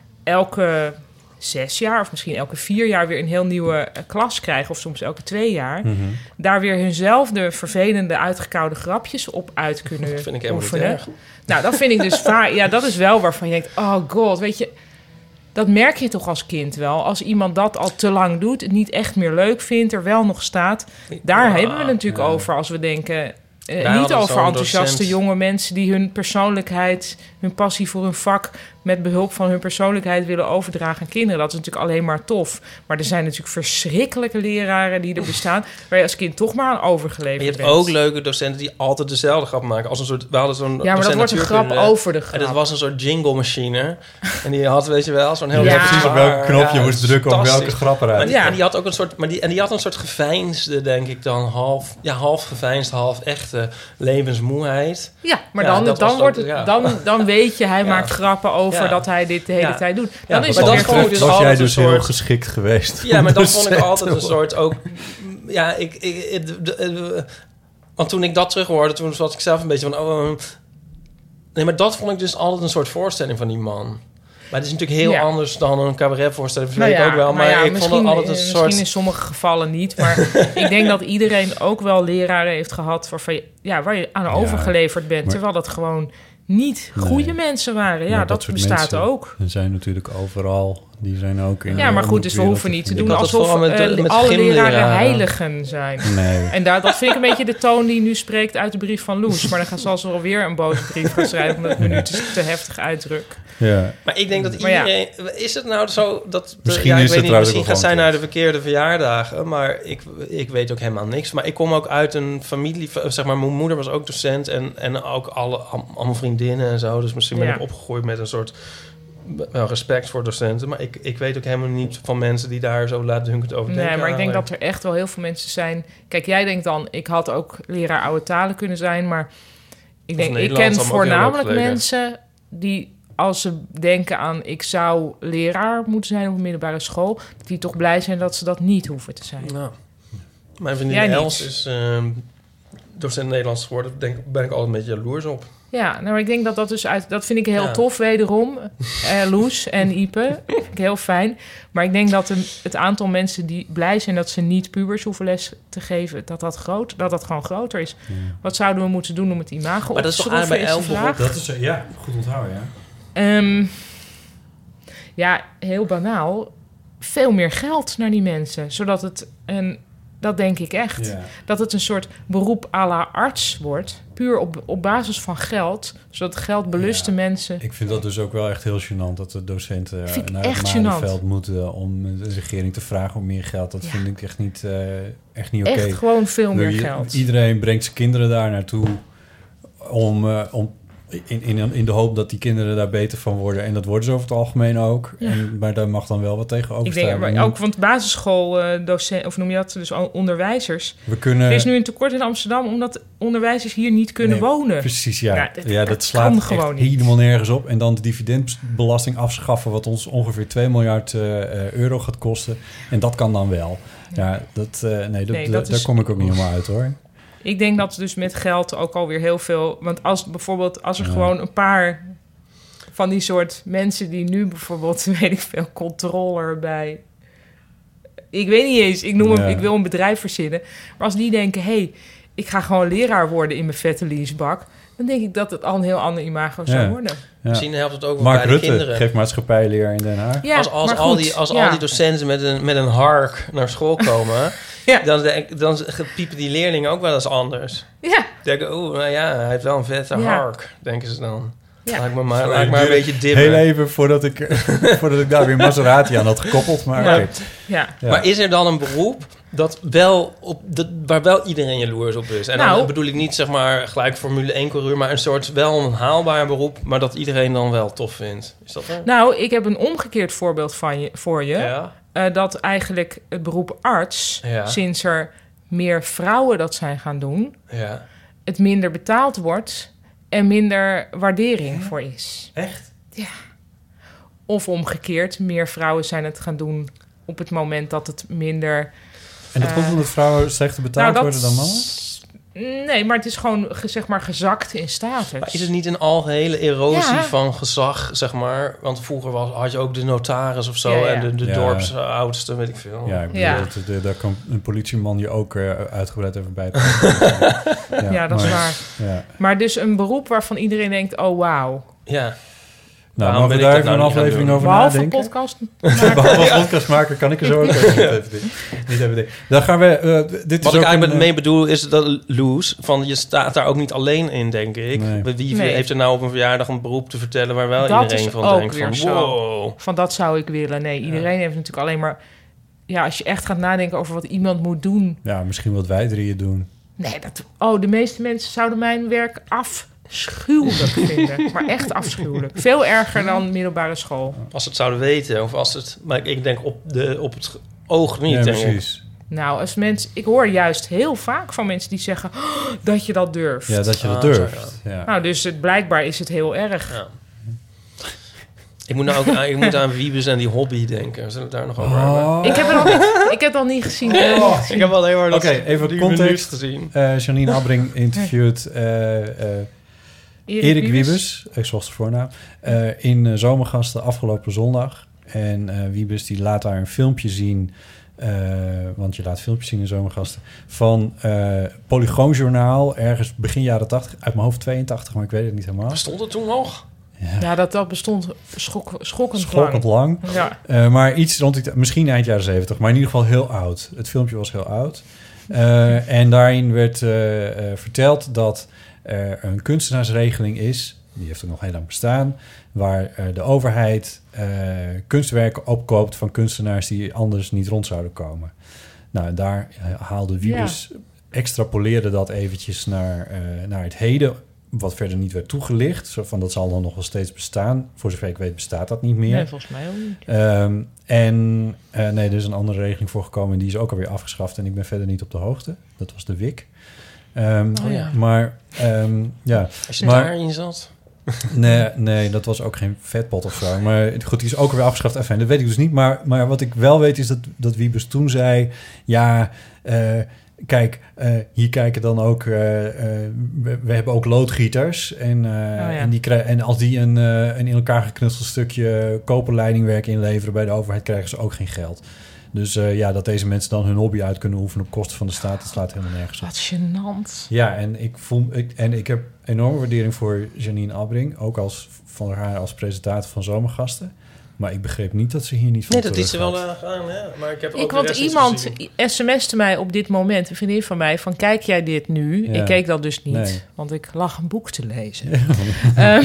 elke zes jaar of misschien elke vier jaar weer een heel nieuwe klas krijgen, of soms elke twee jaar, mm-hmm. daar weer hunzelfde vervelende uitgekoude grapjes op uit kunnen dat vind ik helemaal oefenen. Niet erg. Nou, dat vind ik dus vaak. Ja, dat is wel waarvan je denkt, oh god, weet je, dat merk je toch als kind wel. Als iemand dat al te lang doet, het niet echt meer leuk vindt, er wel nog staat. Daar ja, hebben we het natuurlijk ja. over als we denken, Uh, niet over enthousiaste docent. jonge mensen die hun persoonlijkheid, hun passie voor hun vak met behulp van hun persoonlijkheid willen overdragen aan kinderen. Dat is natuurlijk alleen maar tof. Maar er zijn natuurlijk verschrikkelijke leraren die er bestaan, waar je als kind toch maar aan overgeleverd bent. Je hebt ook leuke docenten die altijd dezelfde grap maken. Als een soort, we hadden zo'n ja, maar dat wordt een grap over de grap. En dat was een soort jingle machine. En die had, weet je wel, zo'n heel... Ja, ja precies op welke knop je ja, moest drukken om welke grap eruit. Maar die, ja. En die had ook een soort, maar die, en die had een soort geveinsde, denk ik dan, half, ja, half geveinsd, half echte levensmoeheid. Ja, maar ja, dan, dan, wordt het, ja. dan, dan weet je, hij ja. maakt grappen over ja. dat hij dit de hele ja. tijd doet. Dan ja, is maar het dat vond ik dus was jij dus soort... heel geschikt geweest. Ja, maar dat vond ik altijd een soort ook... Ja, ik... ik, ik de, de, de, want toen ik dat terug hoorde, toen was ik zelf een beetje van... Oh, nee, maar dat vond ik dus altijd een soort voorstelling van die man. Maar het is natuurlijk heel ja. anders dan een cabaretvoorstelling. Dat nou weet ja, ik ook wel. Maar ja, ik vond het altijd een misschien soort... Misschien in sommige gevallen niet. Maar ik denk dat iedereen ook wel leraren heeft gehad... waarvan je, ja, waar je aan ja, overgeleverd bent. Maar, terwijl dat gewoon niet goede nee, mensen waren. Ja, dat, dat bestaat ook. Er zijn natuurlijk overal... Die zijn ook in... Ja, maar goed, dus we hoeven niet te doen alsof met, uh, met alle leraren heiligen zijn. Nee. En daar, dat vind ik een beetje de toon die nu spreekt uit de brief van Loes. Maar dan zal ze alweer een boze brief gaan schrijven... omdat ik me nu te, te heftig uitdruk. Ja. Maar ik denk dat iedereen... Ja. Is het nou zo dat... De, misschien ja, ik is weet het niet, misschien gaat zij keer. naar de verkeerde verjaardagen. Maar ik, ik weet ook helemaal niks. Maar ik kom ook uit een familie... Zeg maar, mijn moeder was ook docent... en, en ook alle, allemaal vriendinnen en zo. Dus misschien ben ja. ik opgegroeid met een soort... Wel respect voor docenten, maar ik, ik weet ook helemaal niet van mensen die daar zo laten hun het over denken. Nee, maar ik denk dat er echt wel heel veel mensen zijn. Kijk, jij denkt dan, ik had ook leraar oude talen kunnen zijn, maar ik denk, ik ken voornamelijk mensen die, als ze denken aan, ik zou leraar moeten zijn op een middelbare school, dat die toch blij zijn dat ze dat niet hoeven te zijn. Nou, mijn vriendin Els is uh, docent Nederlands geworden. Daar ben ik altijd een beetje jaloers op. Ja, nou, ik denk dat dat dus uit... Dat vind ik heel ja. tof, wederom. Uh, Loes en Ipe. Vind ik heel fijn. Maar ik denk dat een, het aantal mensen die blij zijn... dat ze niet pubers hoeven les te geven... dat dat, groot, dat, dat gewoon groter is. Ja. Wat zouden we moeten doen om het imago op te schroeven? Maar dat is toch aan bij elk Dat is, ja, goed onthouden, ja. Um, ja, heel banaal. Veel meer geld naar die mensen. Zodat het een... Dat denk ik echt. Ja. Dat het een soort beroep à la arts wordt. Puur op, op basis van geld. Zodat geld beluste ja, mensen... Ik vind dat dus ook wel echt heel gênant... dat de docenten naar het Malieveld moeten... om de regering te vragen om meer geld. Dat ja. vind ik echt niet, uh, echt niet oké. Okay. Echt gewoon veel meer je, geld. Iedereen brengt zijn kinderen daar naartoe... om... Uh, om In, in, in de hoop dat die kinderen daar beter van worden. En dat worden ze over het algemeen ook. Ja. En, maar daar mag dan wel wat tegenover staan. Ik denk, maar ook, want basisschool uh, docent, of noem je dat, dus onderwijzers. We kunnen... Er is nu een tekort in Amsterdam, omdat onderwijzers hier niet kunnen nee, wonen. Precies, ja. Ja, dat, ja, dat, dat slaat gewoon echt helemaal nergens op. En dan de dividendbelasting afschaffen, wat ons ongeveer twee miljard uh, euro gaat kosten. En dat kan dan wel. Ja, ja dat, uh, nee, dat, nee, dat daar is... kom ik ook niet helemaal uit, hoor. Ik denk dat dus met geld ook alweer heel veel... Want als bijvoorbeeld, als er ja. gewoon een paar van die soort mensen... die nu bijvoorbeeld, weet ik veel, controller bij... Ik weet niet eens, ik, noem ja. hem, ik wil een bedrijf verzinnen. Maar als die denken, hé, hey, ik ga gewoon leraar worden in mijn vette leasebak... dan denk ik dat het al een heel ander imago ja. zou worden. Ja. Misschien helpt het ook wel Mark bij Rutte de kinderen. geeft maatschappijleer in Den Haag. Ja, als als, al, die, als ja. al die docenten met een, met een hark naar school komen... Ja. Dan, denk, dan piepen die leerlingen ook wel eens anders. Ja. Denken, oeh, nou ja, hij heeft wel een vette Ja. hark, denken ze dan. Ja. Laat ik me maar, laat ik maar een beetje dimmen. Heel even voordat ik, voordat ik daar weer Maserati aan had gekoppeld. Maar, Ja. okay. Ja. Ja. Maar is er dan een beroep dat wel op, dat, waar wel iedereen jaloers op is? En Nou. dan bedoel ik niet zeg maar gelijk Formule één coureur, maar een soort wel een haalbaar beroep, maar dat iedereen dan wel tof vindt. Is dat er? Nou, ik heb een omgekeerd voorbeeld van je, voor je. Ja. Uh, dat eigenlijk het beroep arts, Ja. sinds er meer vrouwen dat zijn gaan doen, Ja. het minder betaald wordt en minder waardering voor is. Echt? Ja. Of omgekeerd, meer vrouwen zijn het gaan doen op het moment dat het minder... En dat Uh, komt omdat vrouwen slechter betaald nou, dat- worden dan mannen? Nee, maar het is gewoon ge- zeg maar gezakt in status. Maar is het niet een algehele erosie Ja. van gezag, zeg maar? Want vroeger was, had je ook de notaris of zo Ja, ja. en de, de Ja. dorpsoudste, weet ik veel. Ja, ik bedoel, Ja. dat- de- daar kan een politieman je ook uh, uitgebreid even bij. ja, Ja, dat is waar. Ja. Maar dus een beroep waarvan iedereen denkt, oh wauw. Ja. Nou, Waarom mogen we ben daar ik even dat een nou niet aflevering gaan over Behalve nadenken? podcast. Behalve podcastmaker kan ik er zo ook over niet even denken. Niet even denken. Dan gaan we... Uh, dit Wat is ik ook eigenlijk een, mee bedoel is dat Loes, van je staat daar ook niet alleen in, denk ik. Nee. Wie Nee. heeft er nou op een verjaardag een beroep te vertellen waar wel Dat iedereen is van ook denkt weer van zo. wow. Van dat zou ik willen. Nee, iedereen heeft natuurlijk alleen maar... Ja, als je echt gaat nadenken over wat iemand moet doen... Ja, misschien wat wij drieën doen. Nee, dat... Oh, de meeste mensen zouden mijn werk afschuwelijk vinden. Maar echt afschuwelijk. Veel erger dan middelbare school. Als ze het zouden weten of als het, maar ik, ik denk op de op het oog niet. Ja, denk ik. precies. Nou, als mensen... Ik hoor juist heel vaak van mensen die zeggen... "Oh, dat je dat durft. Ja, dat je dat Ah, durft. Ja. Nou, dus het, blijkbaar is het heel erg. Ja. Ik moet nou ook aan, ik moet aan Wiebes en die hobby denken. Zullen we het daar nog over hebben? Oh. Ik heb het al niet, ik heb het al niet gezien. Ik heb het al niet gezien. Ik heb al heel hard Oké, even die context. minuut gezien. Uh, Janine Abbring interviewt uh, uh, Erik Wiebes, ik zocht zijn voornaam, uh, in uh, Zomergasten afgelopen zondag. En uh, Wiebes die laat daar een filmpje zien, uh, want je laat filmpjes zien in Zomergasten, van uh, Polygoonjournaal, ergens begin jaren tachtig, uit mijn hoofd tweeëntachtig, maar ik weet het niet helemaal. Bestond het toen nog? Ja, Ja, dat, dat bestond schok, schokkend, schokkend lang. lang. Ja. Uh, maar iets rond die, misschien eind jaren zeventig, maar in ieder geval heel oud. Het filmpje was heel oud. Uh, en daarin werd uh, uh, verteld dat er een kunstenaarsregeling is, die heeft ook nog heel lang bestaan, waar uh, de overheid uh, kunstwerken opkoopt van kunstenaars die anders niet rond zouden komen. Nou, daar uh, haalde Wiebes, ja. extrapoleerde dat eventjes naar, uh, naar het heden, wat verder niet werd toegelicht. Zo van, dat zal dan nog wel steeds bestaan. Voor zover ik weet bestaat dat niet meer. Nee, volgens mij ook niet. Um, en uh, nee, er is een andere regeling voor gekomen en die is ook alweer afgeschaft en ik ben verder niet op de hoogte. Dat was de W I C. Um, oh, ja. Maar um, ja. Als je maar, daarin zat? Nee, nee, dat was ook geen vetpot of zo. Maar goed, die is ook weer afgeschaft. Enfin, dat weet ik dus niet. Maar, maar wat ik wel weet is dat, dat Wiebes toen zei, ja, uh, kijk, uh, hier kijken dan ook... Uh, uh, we, we hebben ook loodgieters. En, uh, oh, ja. en, die krijgen, en als die een, uh, een in elkaar geknutseld stukje koperleidingwerk inleveren bij de overheid, krijgen ze ook geen geld. Dus uh, ja, dat deze mensen dan hun hobby uit kunnen oefenen op kosten van de staat, dat slaat helemaal nergens op. Wat gênant. Ja, en ik, voel, ik, en ik heb enorme waardering voor Janine Abbring, ook als, van haar als presentator van Zomergasten. Maar ik begreep niet dat ze hier niet van Nee, dat terug is ze wel had. uh, gedaan, hè? Maar ik heb ook Ik, de want rest niet iemand gezien. sms'te mij op dit moment, een vriendin van mij, van kijk jij dit nu? Ja. Ik keek dat dus niet, Nee. want ik lag een boek te lezen. um,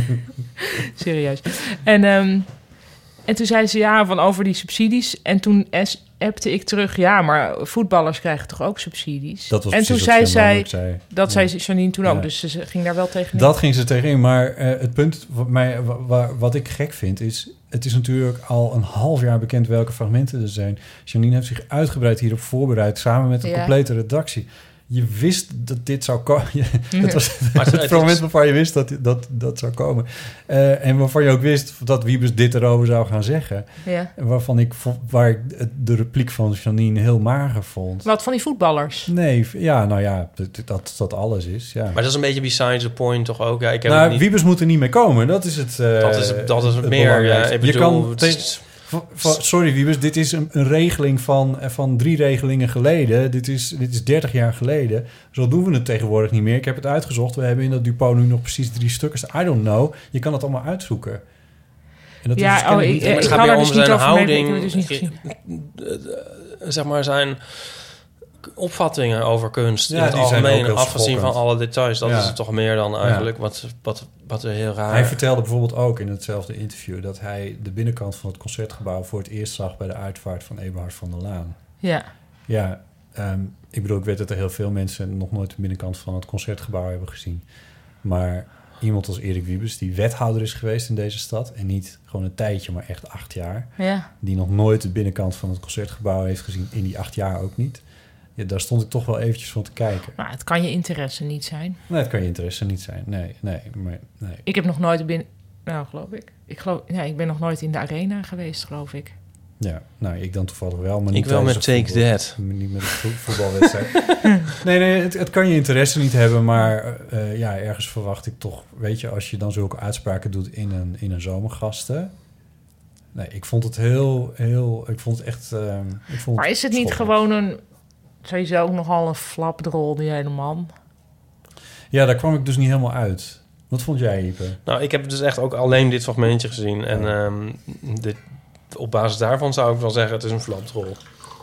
serieus. En, um, en toen zei ze ja, van over die subsidies. En toen s- appte ik terug, ja, maar voetballers krijgen toch ook subsidies? Dat was en toen precies zei wat zij, ook zei. dat Ja. zei Janine toen ook, Ja. dus ze ging daar wel tegenin. Dat ging ze tegenin, maar uh, het punt wat, mij, wa- wat ik gek vind is, het is natuurlijk al een half jaar bekend welke fragmenten er zijn. Janine heeft zich uitgebreid hierop voorbereid, samen met een Ja. complete redactie. Je wist dat dit zou komen. Het was Maar het, het moment is- waarvan je wist dat dat, dat zou komen. Uh, en waarvan je ook wist dat Wiebes dit erover zou gaan zeggen. Ja. En waarvan ik, vo- waar ik het- de repliek van Janine heel mager vond. Wat van die voetballers? Nee, ja, nou ja, dat dat, dat alles is, ja. Maar dat is een beetje besides the point toch ook? Ja, ik heb Nou, het niet... Wiebes moet er niet mee komen. Dat is het. Uh, Dat is, dat is het het meer. Ja, belangrijkste. ik je bedoel, kan het te- is- v- v- sorry, Wiebes, dit is een, een regeling van, van drie regelingen geleden. Dit is, dit is dertig jaar geleden. Zo doen we het tegenwoordig niet meer. Ik heb het uitgezocht. We hebben in dat Dupont nu nog precies drie stukken. I don't know. Je kan het allemaal uitzoeken. En dat is Ja, dus kennelijk oh, niet- ik- Maar het ik gaat kan meer er om dus niet zijn over mee- ik houding. heb het dus niet gezien. eh, zeg maar zijn opvattingen over kunst Ja, in het die zijn ook algemeen, heel afgezien van schokkend. alle details. Dat Ja. is het toch meer dan eigenlijk ja. wat, wat, wat er heel raar... Hij vertelde bijvoorbeeld ook in hetzelfde interview dat hij de binnenkant van het Concertgebouw voor het eerst zag bij de uitvaart van Eberhard van der Laan. Ja. Ja, um, ik bedoel, ik weet dat er heel veel mensen nog nooit de binnenkant van het Concertgebouw hebben gezien. Maar iemand als Erik Wiebes, die wethouder is geweest in deze stad, en niet gewoon een tijdje, maar echt acht jaar, ja. die nog nooit de binnenkant van het Concertgebouw heeft gezien, in die acht jaar ook niet. Ja, daar stond ik toch wel eventjes van te kijken. Maar het kan je interesse niet zijn. Nee, het kan je interesse niet zijn. Nee, nee, maar nee. Ik heb nog nooit binnen... Nou, geloof ik. Ik, geloof, ja, ik ben nog nooit in de arena geweest, geloof ik. Ja, nou, ik dan toevallig wel. Maar niet ik wel met Take voetbal, That. Niet met een voetbalwedstrijd. nee, nee, het, het kan je interesse niet hebben, maar uh, ja, ergens verwacht ik toch, weet je, als je dan zulke uitspraken doet in een, in een zomergasten. Nee, ik vond het heel, heel, ik vond het echt... Uh, ik vond maar is het niet schoppend. gewoon een, sowieso ook nogal een flapdrol, die hele man? Ja, daar kwam ik dus niet helemaal uit. Wat vond jij, Ipe? Nou, ik heb dus echt ook alleen dit fragmentje gezien. En um, dit, op basis daarvan zou ik wel zeggen, het is een flapdrol.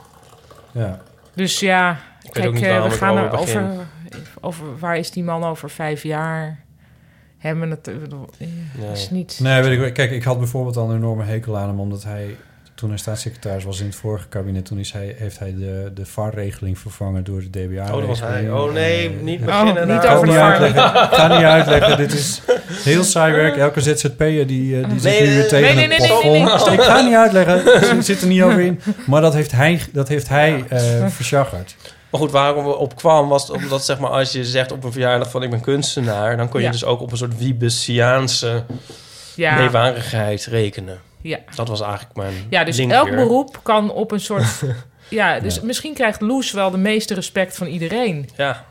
Ja. Dus ja, ik kijk, weet ook niet uh, we ik gaan over er over, over... Waar is die man over vijf jaar? Hebben het... Uh, nee. Is niet... Nee, weet ik, kijk, ik had bijvoorbeeld al een enorme hekel aan hem, omdat hij... Toen hij staatssecretaris was in het vorige kabinet, toen is hij, heeft hij de, de V A R-regeling vervangen door de D B A-regeling. Oh, dat was hij. Oh nee, niet oh, beginnen. Niet nou. over de V A R. Ik ga niet uitleggen. Dit is heel saai werk. Elke Z Z P'er die, die zit nee, nu weer tegen nee, nee, het nee, nee, plafond. nee, nee. Ik ga niet uitleggen. Ik zit er niet over in. Maar dat heeft hij, dat heeft hij uh, versjaggerd. Maar goed, waarom we op kwam was omdat, zeg maar, als je zegt op een verjaardag van ik ben kunstenaar, dan kon je ja. dus ook op een soort Wiebesiaanse ja. meewarigheid rekenen. Ja. Dat was eigenlijk mijn Ja, dus link elk weer. beroep kan op een soort... ja, dus Ja. misschien krijgt Loes wel de meeste respect van iedereen. Ja.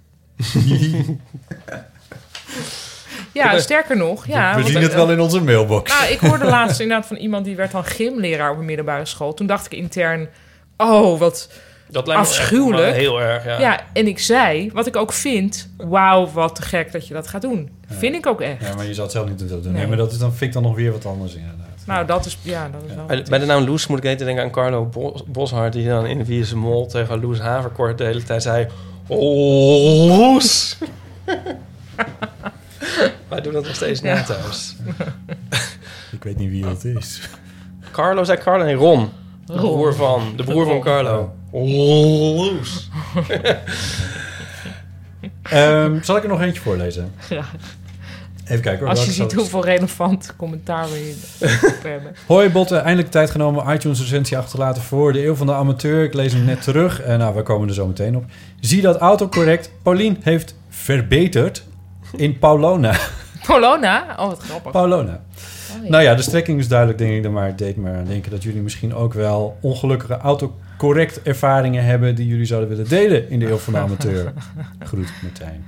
Ja, sterker nog. Ja, We want, zien het uh, wel in onze mailbox. Nou, ik hoorde laatst inderdaad van iemand die werd dan gymleraar op een middelbare school. Toen dacht ik intern, oh, wat Dat lijkt me afschuwelijk. echt, heel erg, ja. Ja, en ik zei, wat ik ook vind, wauw, wat te gek dat je dat gaat doen. Ja. Vind ik ook echt. Ja, maar je zou het zelf niet doen. Nee, Nee. maar dat is dan, vind ik dan nog weer wat anders inderdaad. Nou, dat is, ja, dat is Ja. wel... Bij de, bij de naam Loes moet ik even denken aan Carlo Bos, Boshart, die dan in Wie is de Mol tegen Loes Haverkort de hele tijd zei... Oh, Loes! Wij doen dat nog steeds Ja. na thuis. Ik weet niet wie dat is. Carlo zei Carlo, nee, Ron. De Ron. broer van, de broer van Ron. Carlo. Oh, Loes! um, zal ik er nog eentje voorlezen? Graag. Even kijken hoor. Als je welke ziet zal ik- hoeveel relevant commentaar we hier hebben. Hoi Botte, eindelijk tijd genomen iTunes recensie achterlaten voor de Eeuw van de Amateur. Ik lees hem net terug. En nou, we komen er zo meteen op. Zie dat autocorrect Paulien heeft verbeterd in Paulona. Polona? Oh, wat grappig. Paulona. Oh, ja. Nou ja, de strekking is duidelijk, denk ik. Maar het deed me aan denken dat jullie misschien ook wel ongelukkige autocorrect ervaringen hebben die jullie zouden willen delen in de Eeuw van de Amateur. Groet, Martijn.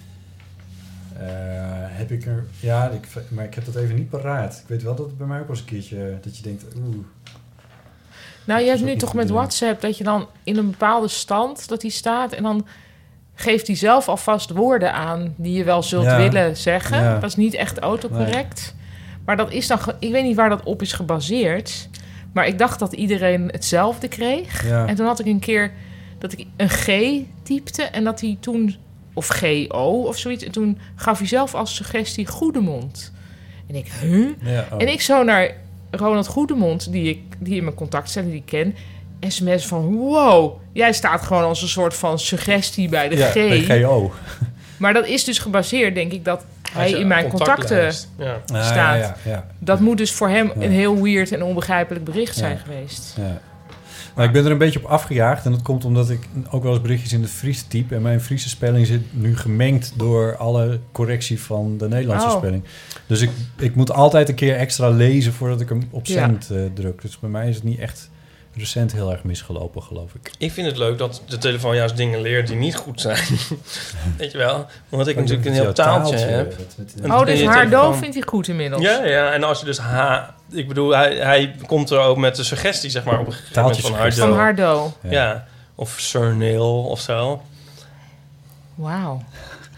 Uh, heb ik er... Ja, ik, maar ik heb dat even niet paraat. Ik weet wel dat het bij mij ook wel eens een keertje... Dat je denkt, oeh... Nou, je hebt ook nu niet toch te met doen. WhatsApp dat je dan in een bepaalde stand dat die staat en dan geeft hij zelf alvast woorden aan die je wel zult Ja. willen zeggen. Ja. Dat is niet echt autocorrect. Maar dat is dan... ge- Ik weet niet waar dat op is gebaseerd. Maar ik dacht dat iedereen hetzelfde kreeg. Ja. En toen had ik een keer dat ik een G typte en dat hij toen... Of G O of zoiets. En toen gaf hij zelf als suggestie Goedemond. En ik, huh? Ja, oh. En ik zo naar Ronald Goedemond, die ik die in mijn contact staat, die ik ken. sms van, wow, jij staat gewoon als een soort van suggestie bij de ja, G. bij G O. Maar dat is dus gebaseerd, denk ik, dat hij Als je in mijn contacten... contactlijst, Ja. Ah, staat. Ja, ja, ja. Dat moet dus voor hem Ja. een heel weird en onbegrijpelijk bericht Ja. zijn geweest. Ja. Maar ik ben er een beetje op afgejaagd. En dat komt omdat ik ook wel eens berichtjes in het Fries type. En mijn Friese spelling zit nu gemengd door alle correctie van de Nederlandse Oh. spelling. Dus ik, ik moet altijd een keer extra lezen voordat ik hem op Ja. zend uh, druk. Dus bij mij is het niet echt recent heel erg misgelopen, geloof ik. Ik vind het leuk dat de telefoon juist dingen leert die niet goed zijn. Weet je wel? Omdat ik natuurlijk een heel Jouw taaltje, heb. dat- dat- En Oh, dan dus je haar telefoon- doof vindt hij goed inmiddels. Ja, ja, en als je dus H... Ik bedoel, hij, hij komt er ook met de suggestie, zeg maar, op een gegeven moment van Taaltjesuggestie. Hardo. Van haar do. Ja. Ja. Of Surnil of zo. Wauw.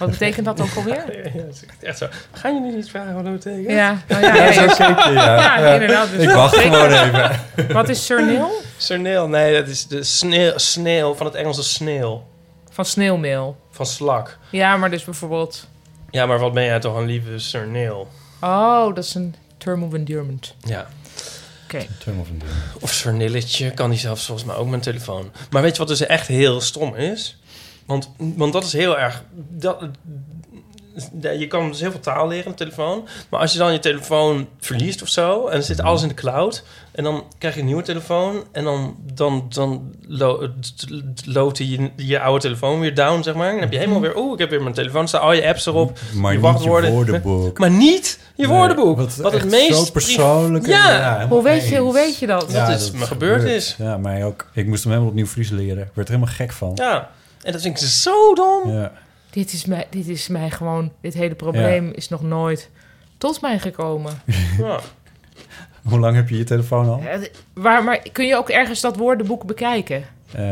Wat betekent dat ook alweer? Ja, ja, dat is echt zo. Gaan jullie niet vragen wat dat betekent? Ja, nou ja, Ja, ja, zo ja. keek je, ja. Ja, Ja. inderdaad. Dus Ik wat wacht betekent- gewoon even. Wat is surneel? Surneel, nee, dat is de sneeuw, sneeuw van het Engelse sneeuw. Van sneeuwmeel. Van slak. Ja, maar dus bijvoorbeeld... Ja, maar wat ben jij toch een lieve surneel? Oh, dat is een term of endearment. Ja. Oké. Term of endearment. Of surnilletje, kan die zelfs volgens mij ook met een telefoon. Maar weet je wat dus echt heel stom is? Want, want dat is heel erg... Dat, ja, je kan dus heel veel taal leren op de telefoon. Maar als je dan je telefoon verliest of zo... en er zit alles in de cloud... en dan krijg je een nieuwe telefoon... en dan, dan, dan lo, loopt je, je oude telefoon weer down, zeg maar. En dan heb je helemaal weer... oeh, ik heb weer mijn telefoon. Er staan al je apps erop. Maar je niet je wachtwoorden. woordenboek. Maar niet je Nee, woordenboek. wat Wat, het echt meest... zo persoonlijk. Ja. helemaal Hoe weet, je, eens. hoe weet je dat? Ja, is me gebeurd is. Ja, mij ook. Ik moest hem helemaal opnieuw Fries leren. Ik werd er helemaal gek van. Ja, en dat vind ik zo dom. Ja. Dit is mij, dit is mij gewoon... Dit hele probleem is nog nooit tot mij gekomen. Ja. Hoe lang heb je je telefoon al? Eh, Waar, maar kun je ook ergens dat woordenboek bekijken? Uh,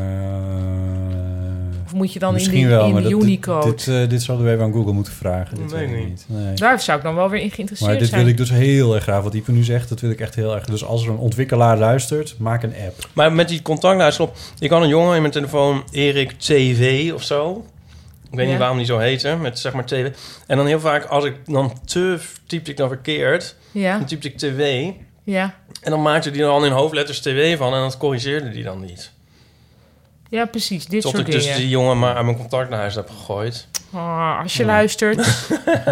Of moet je dan in misschien de, wel, in maar de dat, Unicode? Dit, dit, uh, dit zouden we even aan Google moeten vragen. Dit Nee, weet ik niet. niet. Nee. Daar zou ik dan wel weer in geïnteresseerd Maar dit zijn. wil ik dus heel erg graag. Wat Ipe nu zegt, dat wil ik echt heel erg. Dus als er een ontwikkelaar luistert, maak een app. Maar met die contactlijst op... Ik had een jongen in mijn telefoon, Erik T V of zo. Ik weet Ja. niet waarom die zo heette, met zeg maar T V. En dan heel vaak, als ik dan te... typte ik dan verkeerd. Ja, Dan typte ik T V. ja. En dan maakte die er dan in hoofdletters T V van. En dat corrigeerde die dan niet. Ja, precies. Dit Tot soort ik dus dingen. die jongen maar aan mijn contactlijst heb gegooid. Ah, als je luistert.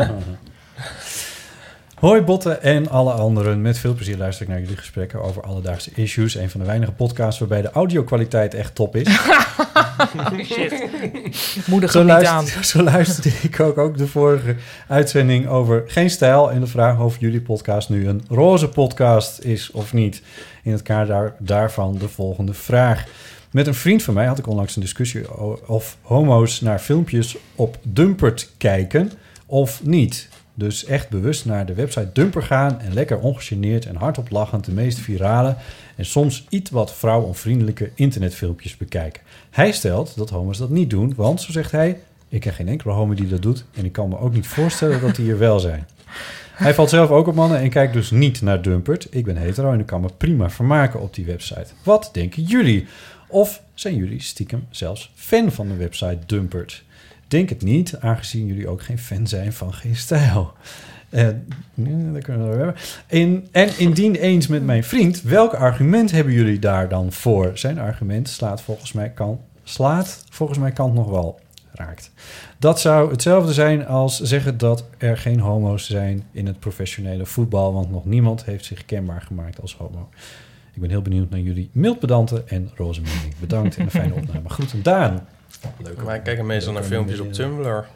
Hoi Botten en alle anderen. Met veel plezier luister ik naar jullie gesprekken over alledaagse issues. Een van de weinige podcasts waarbij de audio-kwaliteit echt top is. Shit. Moedig Zo, hem niet aan. luister, zo luisterde ik ook, ook de vorige uitzending over Geen Stijl... en de vraag of jullie podcast nu een roze podcast is of niet. In het kader daar, daarvan de volgende vraag. Met een vriend van mij had ik onlangs een discussie... o- of homo's naar filmpjes op Dumpert kijken of niet. Dus echt bewust naar de website Dumper gaan... en lekker ongegeneerd en hardop lachend de meest virale... en soms iets wat vrouwonvriendelijke internetfilmpjes bekijken. Hij stelt dat homo's dat niet doen, want, zo zegt hij... ik ken geen enkele homo die dat doet... en ik kan me ook niet voorstellen dat die er wel zijn. Hij valt zelf ook op mannen en kijkt dus niet naar Dumpert. Ik ben hetero en ik kan me prima vermaken op die website. Wat denken jullie? Of zijn jullie stiekem zelfs fan van de website Dumpert? Denk het niet, aangezien jullie ook geen fan zijn van Geen Stijl. Uh, dat kunnen we hebben. In, en indien eens met mijn vriend, welk argument hebben jullie daar dan voor? Zijn argument slaat volgens mij kan, slaat volgens mij kant nog wel raakt. Dat zou hetzelfde zijn als zeggen dat er geen homo's zijn in het professionele voetbal, want nog niemand heeft zich kenbaar gemaakt als homo. Ik ben heel benieuwd naar jullie mild pedante en roze mening. Bedankt en een fijne opname. Groeten, Daan. Leuk. Maar ik kijk meestal naar filmpjes op Tumblr.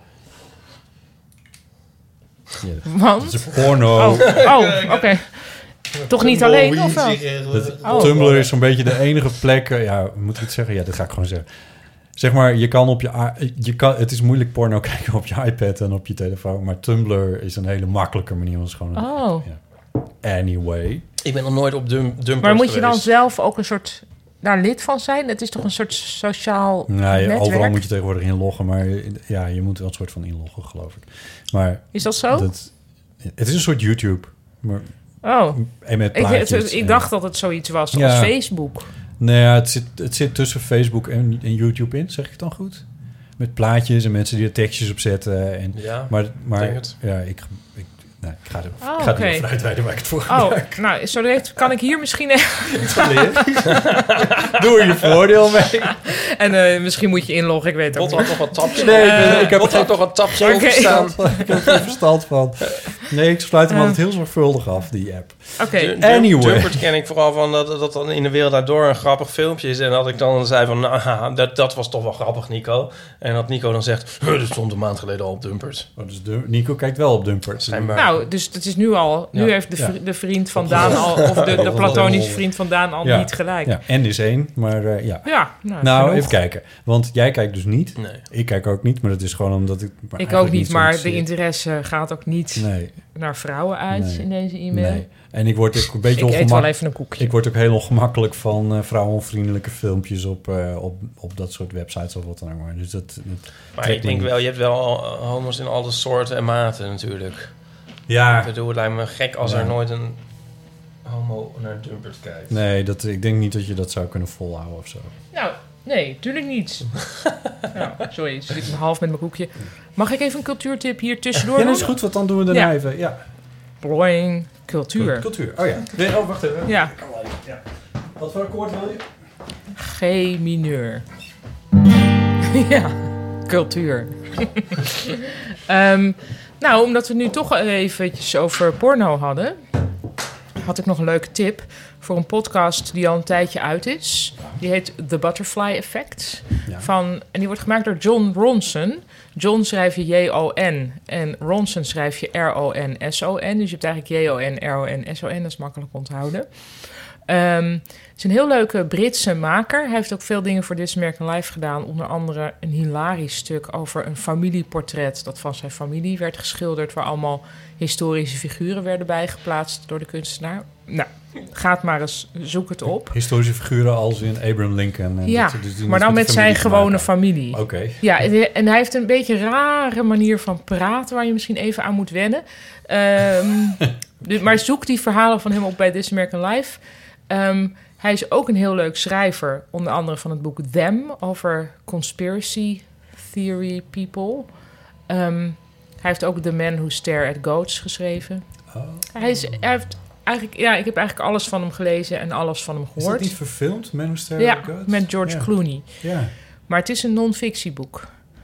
Ja, Want? dat is porno. Oh, oh oké. Toch niet alleen, of wel? Dat, Oh. Tumblr is zo'n beetje de enige plek... uh, ja, moet ik het zeggen? Ja, dat ga ik gewoon zeggen. Zeg maar, je kan op je... i- je kan, het is moeilijk porno kijken op je iPad en op je telefoon... maar Tumblr is een hele makkelijke manier. Want het is gewoon een, Oh. ja. Anyway. Ik ben nog nooit op Dum Dumpert Maar moet je dan geweest. zelf ook een soort... daar lid van zijn? Het is toch een soort sociaal Nou, je- netwerk? overal moet je tegenwoordig inloggen... maar ja, je moet wel een soort van inloggen, geloof ik. Maar Is dat zo? dat, het is een soort YouTube. Maar, Oh. en met Ik, plaatjes. het- ik en- dacht dat het zoiets was als Ja. Facebook. Nou ja, het zit, het zit tussen Facebook en, en YouTube in, zeg ik het dan goed? Met plaatjes en mensen die er tekstjes op zetten. En, Ja, maar maar denk het. ja, ik, ik, nou, ik ga er, Oh, ik ga er oké. niet over uitweiden waar ik het voor Oh, gebruik. nou, zo direct kan ik hier misschien... Doe er je voordeel mee. en uh, misschien moet je inloggen, ik weet het ook Bot niet. had nog wat tapjes. Nee, ik, Uh, ben- ik heb Bot er had nog wat tapjes Oké. overstaan. ik heb er geen verstand van. Nee, ik sluit hem Uh. altijd heel zorgvuldig af, die app. Oké. Dum- Anyway. Dumpert ken ik vooral van dat dat dan in de wereld daardoor een grappig filmpje is. En dat ik dan zei van, nou, haha, dat, dat was toch wel grappig, Nico. En dat Nico dan zegt, "Huh, dat stond een maand geleden al op Dumpert. Oh, dus de, Nico kijkt wel op Dumpert. Schijnbaar. Nou, dus het is nu al... Nu Ja. heeft de, Ja. vri- de vriend van Daan al... of de, de platonische vriend van Daan al Ja. niet gelijk. Ja, Ja, N is één, maar uh, ja. nou, Nou, genoeg. even kijken. Want jij kijkt dus niet. Nee. Ik kijk ook niet, maar dat is gewoon omdat ik... Ik ook niet, maar zoiets de zie. interesse gaat ook niet. Nee, naar vrouwen uit Nee. in deze e-mail. Nee. En ik word ook een beetje Ik eet ongemak- wel even een koekje. Ik word ook heel ongemakkelijk van uh, vrouwenvriendelijke filmpjes op, uh, op, op dat soort websites of wat dan ook maar. Dus dat, dat Maar trekt ik me denk niet. wel, je hebt wel uh, homo's in alle soorten en maten natuurlijk. Ja. Ik bedoel, het lijkt me gek als Ja. er nooit een homo naar Dumpert kijkt. Nee, dat, ik denk niet dat je dat zou kunnen volhouden of zo. Nou, nee, tuurlijk niet. nou, sorry, ik zit half met mijn koekje. Mag ik even een cultuurtip hier tussendoor Ja, doen? dat is goed, want dan doen we daarna Ja. even. Ja. Boing, cultuur. Cultuur, oh ja. Nee, oh, wacht even. Ja. ja. Wat voor akkoord wil je? G mineur. ja, cultuur. um, nou, omdat we nu toch eventjes over porno hadden, had ik nog een leuke tip voor een podcast die al een tijdje uit is. Die heet The Butterfly Effect. Ja. Van, en die wordt gemaakt door John Ronson. John schrijf je J O N en Ronson schrijf je R O N S O N. Dus je hebt eigenlijk J O N, R O N, S O N. Dat is makkelijk onthouden. Um, het is een heel leuke Britse maker. Hij heeft ook veel dingen voor This American Life gedaan. Onder andere een hilarisch stuk over een familieportret dat van zijn familie werd geschilderd, waar allemaal historische figuren werden bijgeplaatst door de kunstenaar. Nou, gaat maar eens, zoek het op. Historische figuren als in Abraham Lincoln. En Ja, dat, dus die maar niets dan de met zijn familie te gewone maken familie. hebben. Oké. Ja, en en hij heeft een beetje een rare manier van praten waar je misschien even aan moet wennen. Um, dus, maar zoek die verhalen van hem op bij This American Life. Um, hij is ook een heel leuk schrijver, onder andere van het boek Them, over conspiracy theory people. Um, hij heeft ook The Man Who Stare at Goats geschreven. Oh. Hij, is, hij heeft eigenlijk, ja, ik heb eigenlijk alles van hem gelezen en alles van hem Is gehoord. dat niet verfilmd, Man Who Stare Ja, at Goats? met George Ja. Clooney. Ja. Maar het is een non-fictieboek.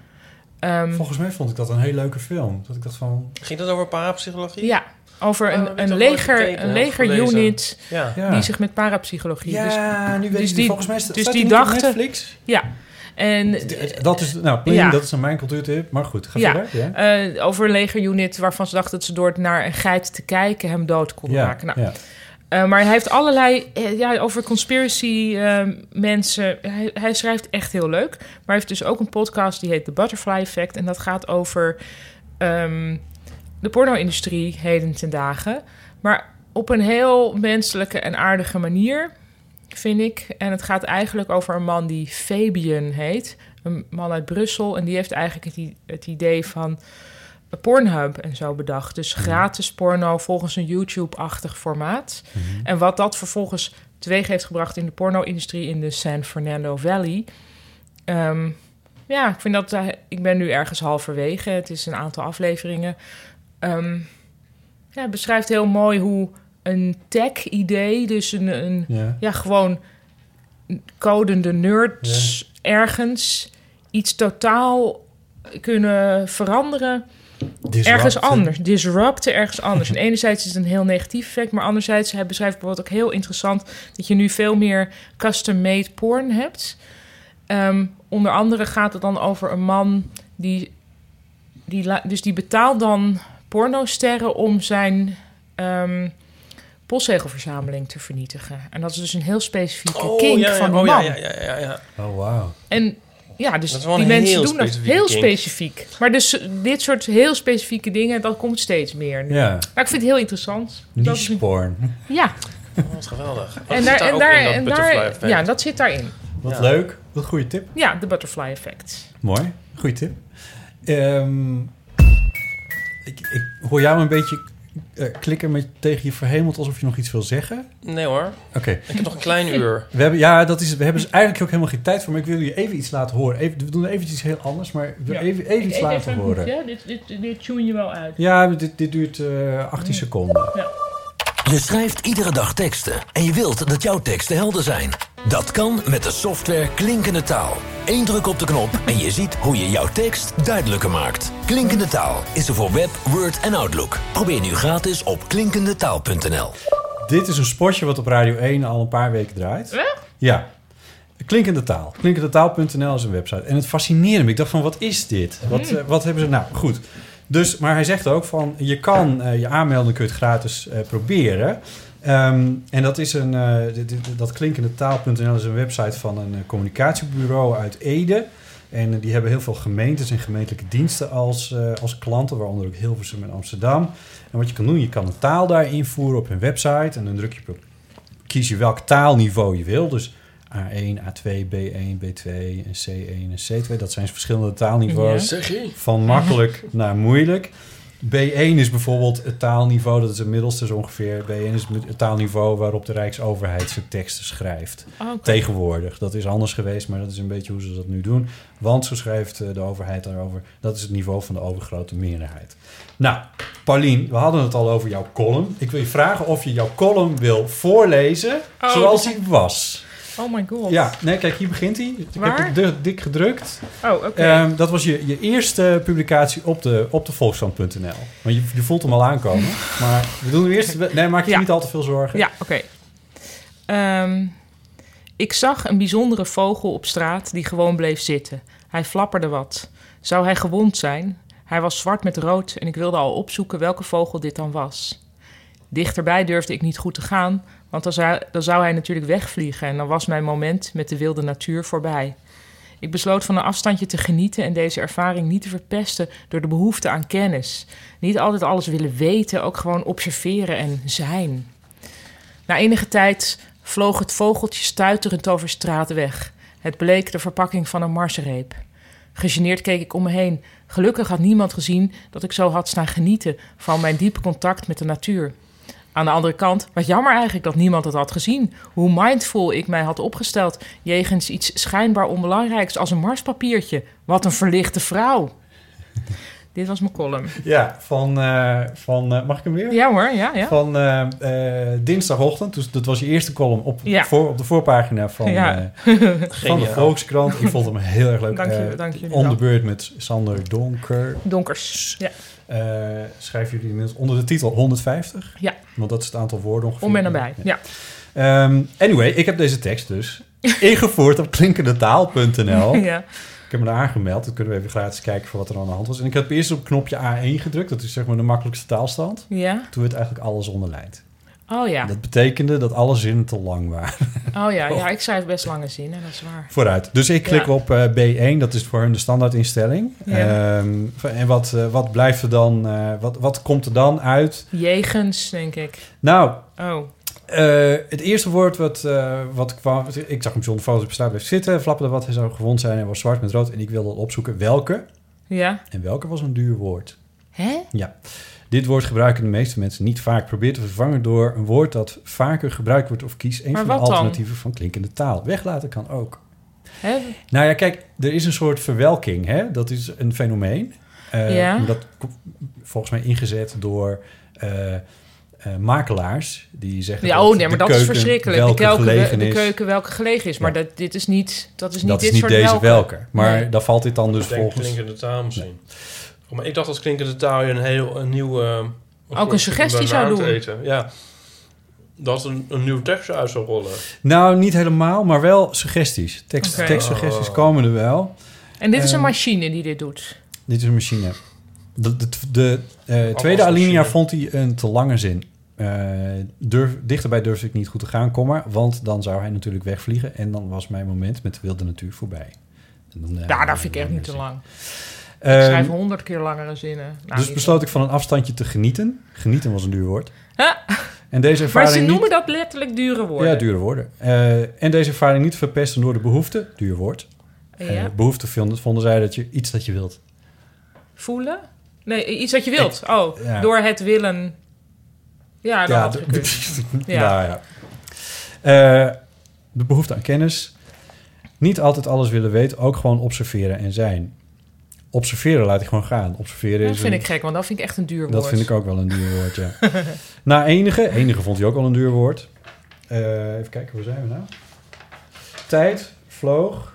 Um, Volgens mij vond ik dat een heel leuke film. Dat ik dacht van... Ging dat over parapsychologie? Ja, over Oh, een, dat heb ik een toch nooit leger, gekeken een of legerunit gelezen. Ja. Ja. die zich met parapsychologie... Ja, dus, nu weet dus ik die- volgens mij staat dus staat die die niet op dachten- Netflix. Ja, en... Dat is, nou, Pling, Ja. dat is dan mijn cultuurtip. Maar goed, ga Ja, verder. Ja, uh, over een legerunit waarvan ze dachten dat ze door het naar een geit te kijken hem dood konden ja, maken. Nou, ja. uh, maar hij heeft allerlei... Uh, ja, over conspiracy uh, mensen... Hij, hij schrijft echt heel leuk. Maar hij heeft dus ook een podcast die heet The Butterfly Effect. En dat gaat over um, de porno-industrie heden ten dagen. Maar op een heel menselijke en aardige manier, vind ik. En het gaat eigenlijk over een man die Fabian heet. Een man uit Brussel. En die heeft eigenlijk het, het idee van Pornhub en zo bedacht. Dus gratis porno volgens een YouTube-achtig formaat. Mm-hmm. En wat dat vervolgens teweeg heeft gebracht in de porno-industrie in de San Fernando Valley. Um, ja, ik vind dat... Uh, ik ben nu ergens halverwege. Het is een aantal afleveringen. Um, ja, het beschrijft heel mooi hoe een tech-idee, dus een, een Ja. ja, gewoon codende nerds ergens iets totaal kunnen veranderen. Disrupten. Ergens anders. Disrupten ergens anders. En enerzijds is het een heel negatief effect, maar anderzijds, hij beschrijft bijvoorbeeld ook heel interessant dat je nu veel meer custom-made porn hebt. Um, onder andere gaat het dan over een man die, die, la- dus die betaalt dan pornosterren om zijn um, postzegelverzameling te vernietigen. En dat is dus een heel specifieke Oh, kink ja, ja. van die Oh, man. ja, ja, ja, ja. Oh, wauw. En ja, dus Dat is wel die een mensen heel doen dat specifieke heel kink. specifiek. Maar dus uh, dit soort heel specifieke dingen, dat komt steeds meer nu. Ja. Maar ik vind het heel interessant. Dat is Niche een- porn. Ja, Oh, wat geweldig. Oh, en dat daar, zit en ook daar, in, dat en butterfly daar, effect. ja, dat zit daarin. Wat Ja. leuk. Wat een goede tip. Ja, de butterfly effect. Mooi. Goeie tip. Um, ik, ik hoor jou een beetje uh, klikken met, tegen je verhemeld alsof je nog iets wil zeggen. Nee hoor, Oké. ik heb nog een klein uur. We hebben, ja, dat is, we hebben dus eigenlijk ook helemaal geen tijd voor, maar ik wil je even iets laten horen. Even, we doen even iets heel anders, maar ik wil Ja. even, even iets laten horen. Dit, dit, dit tune je wel uit. Ja, dit, dit duurt uh, achttien seconden. Je schrijft iedere dag teksten en je wilt dat jouw teksten helder zijn. Dat kan met de software Klinkende Taal. Eén druk op de knop en je ziet hoe je jouw tekst duidelijker maakt. Klinkende Taal is er voor Web, Word en Outlook. Probeer nu gratis op klinkendetaal punt n l. Dit is een spotje wat op Radio één al een paar weken draait. Echt? Ja. Klinkende Taal. klinkendetaal punt n l is een website. En het fascineerde me. Ik dacht van, wat is dit? Wat, uh, wat hebben ze... Nou, goed. Dus, maar hij zegt ook van, je kan uh, je aanmelden, kun je het gratis uh, proberen. Um, en dat is een, uh, dit, dit, dat klinkendetaal punt n l is een website van een uh, communicatiebureau uit Ede. En uh, die hebben heel veel gemeentes en gemeentelijke diensten als, uh, als klanten, waaronder ook Hilversum en Amsterdam. En wat je kan doen, je kan een taal daar invoeren op hun website. En dan druk je op, kies je welk taalniveau je wil. Dus A één, A twee, B één, B twee en C één en C twee. Dat zijn verschillende taalniveaus. Ja. Van makkelijk naar moeilijk. B één is bijvoorbeeld het taalniveau, dat is het middelste zo ongeveer. B één is het taalniveau waarop de Rijksoverheid zijn teksten schrijft. Okay. Tegenwoordig. Dat is anders geweest, maar dat is een beetje hoe ze dat nu doen. Want zo schrijft de overheid daarover. Dat is het niveau van de overgrote meerderheid. Nou, Paulien, we hadden het al over jouw column. Ik wil je vragen of je jouw column wil voorlezen oh, zoals dat... hij was. Oh my god. Ja, nee, kijk, hier begint hij. Ik Waar? heb het dik gedrukt. Oh, oké. Okay. Um, dat was je, je eerste publicatie op de, op de Volkskrant punt n l. Want je, je voelt hem al aankomen. Maar we doen nu eerst... Nee, maak je ja. niet al te veel zorgen. Ja, oké. Okay. Um, ik zag een bijzondere vogel op straat die gewoon bleef zitten. Hij flapperde wat. Zou hij gewond zijn? Hij was zwart met rood en ik wilde al opzoeken welke vogel dit dan was. Dichterbij durfde ik niet goed te gaan, want dan zou, dan zou hij natuurlijk wegvliegen en dan was mijn moment met de wilde natuur voorbij. Ik besloot van een afstandje te genieten en deze ervaring niet te verpesten door de behoefte aan kennis. Niet altijd alles willen weten, ook gewoon observeren en zijn. Na enige tijd vloog het vogeltje stuiterend over straten weg. Het bleek de verpakking van een marsreep. Gegeneerd keek ik om me heen. Gelukkig had niemand gezien dat ik zo had staan genieten van mijn diepe contact met de natuur. Aan de andere kant, wat jammer eigenlijk dat niemand het had gezien. Hoe mindful ik mij had opgesteld jegens iets schijnbaar onbelangrijks als een marspapiertje. Wat een verlichte vrouw. Dit was mijn column. Ja, van... Uh, van uh, mag ik hem weer? Ja hoor, ja. ja. Van uh, uh, dinsdagochtend. Dus dat was je eerste column op, ja. voor, op de voorpagina van, ja. uh, van de Volkskrant. Ik vond hem heel erg leuk. Dank je, uh, dank je On the Beurt met Sander Donker. Donkers, ja. Uh, schrijven jullie inmiddels onder de titel honderdvijftig? Ja. Want dat is het aantal woorden ongeveer. Om en nabij, ja. ja. Um, anyway, ik heb deze tekst dus ingevoerd op klinkendetaal punt n l. Ja. Ik heb me daar aangemeld. Dan kunnen we even gratis kijken voor wat er aan de hand was. En ik heb eerst op knopje A één gedrukt. Dat is zeg maar de makkelijkste taalstand. Ja. Toen werd eigenlijk alles onderlijnd. Oh ja. Dat betekende dat alle zinnen te lang waren. Oh ja, ja, ik schrijf best lange zinnen, dat is waar. Vooruit. Dus ik klik ja. op uh, B één, dat is voor hun de standaardinstelling. Ja. Um, en wat, uh, wat blijft er dan, uh, wat, wat komt er dan uit? Jegens, denk ik. Nou, oh. uh, het eerste woord wat, uh, wat kwam, ik zag hem zonder foto's op straat blijven zitten, flapperde wat, hij zou gewond zijn en was zwart met rood. En ik wilde opzoeken welke. Ja. En welke was een duur woord. Hè? Ja. Dit woord gebruiken de meeste mensen niet vaak. Probeer te vervangen door een woord dat vaker gebruikt wordt of kies een maar van de alternatieven dan? van klinkende taal. Weglaten kan ook. Hè? Nou ja, kijk, er is een soort verwelking. Hè? Dat is een fenomeen. Uh, ja. Dat volgens mij ingezet door uh, uh, makelaars die zeggen. Ja, dat oh nee, maar dat is verschrikkelijk. De keuken, de keuken welke gelegen is. Maar ja. dat, dit is niet, dat is niet dat dit is niet soort deze welke. welke. Maar nee. dan valt dit dan dus ik denk volgens. Klinkende taal misschien. Nee. Oh, maar ik dacht dat klinkende taal je een heel een nieuwe. Uh, Ook een suggestie zou doen. Eten. Ja. Dat een, een nieuwe tekst uit zou rollen. Nou, niet helemaal, maar wel suggesties. Tekst, okay. Tekstsuggesties oh. komen er wel. En dit is een machine die dit doet? Dit is een machine. De, de, de uh, tweede alinea vond hij een te lange zin. Uh, durf, dichterbij durfde ik niet goed te gaan, komma, want dan zou hij natuurlijk wegvliegen en dan was mijn moment met de wilde natuur voorbij. En dan, uh, ja, dat vind ik echt niet te lang. Ik schrijf honderd keer langere zinnen. Nou, dus besloot ik van een afstandje te genieten. Genieten was een duur woord. Ha. En deze ervaring maar ze noemen niet... dat letterlijk dure woorden. Ja, dure woorden. Uh, en deze ervaring niet verpesten door de behoefte. Duur woord. Ja. Uh, behoefte vonden, vonden zij dat je iets dat je wilt. Voelen? Nee, iets dat je wilt. Ik, oh, ja. Door het willen. Ja, dat ja, had de, ja. Nou, ja. Uh, de behoefte aan kennis. Niet altijd alles willen weten. Ook gewoon observeren en zijn. Observeren laat ik gewoon gaan. Observeren dat is vind een, ik gek, want dat vind ik echt een duur woord. Dat vind ik ook wel een duur woord, ja. Na enige, enige vond hij ook al een duur woord. Uh, even kijken, waar zijn we nou? Tijd, vloog.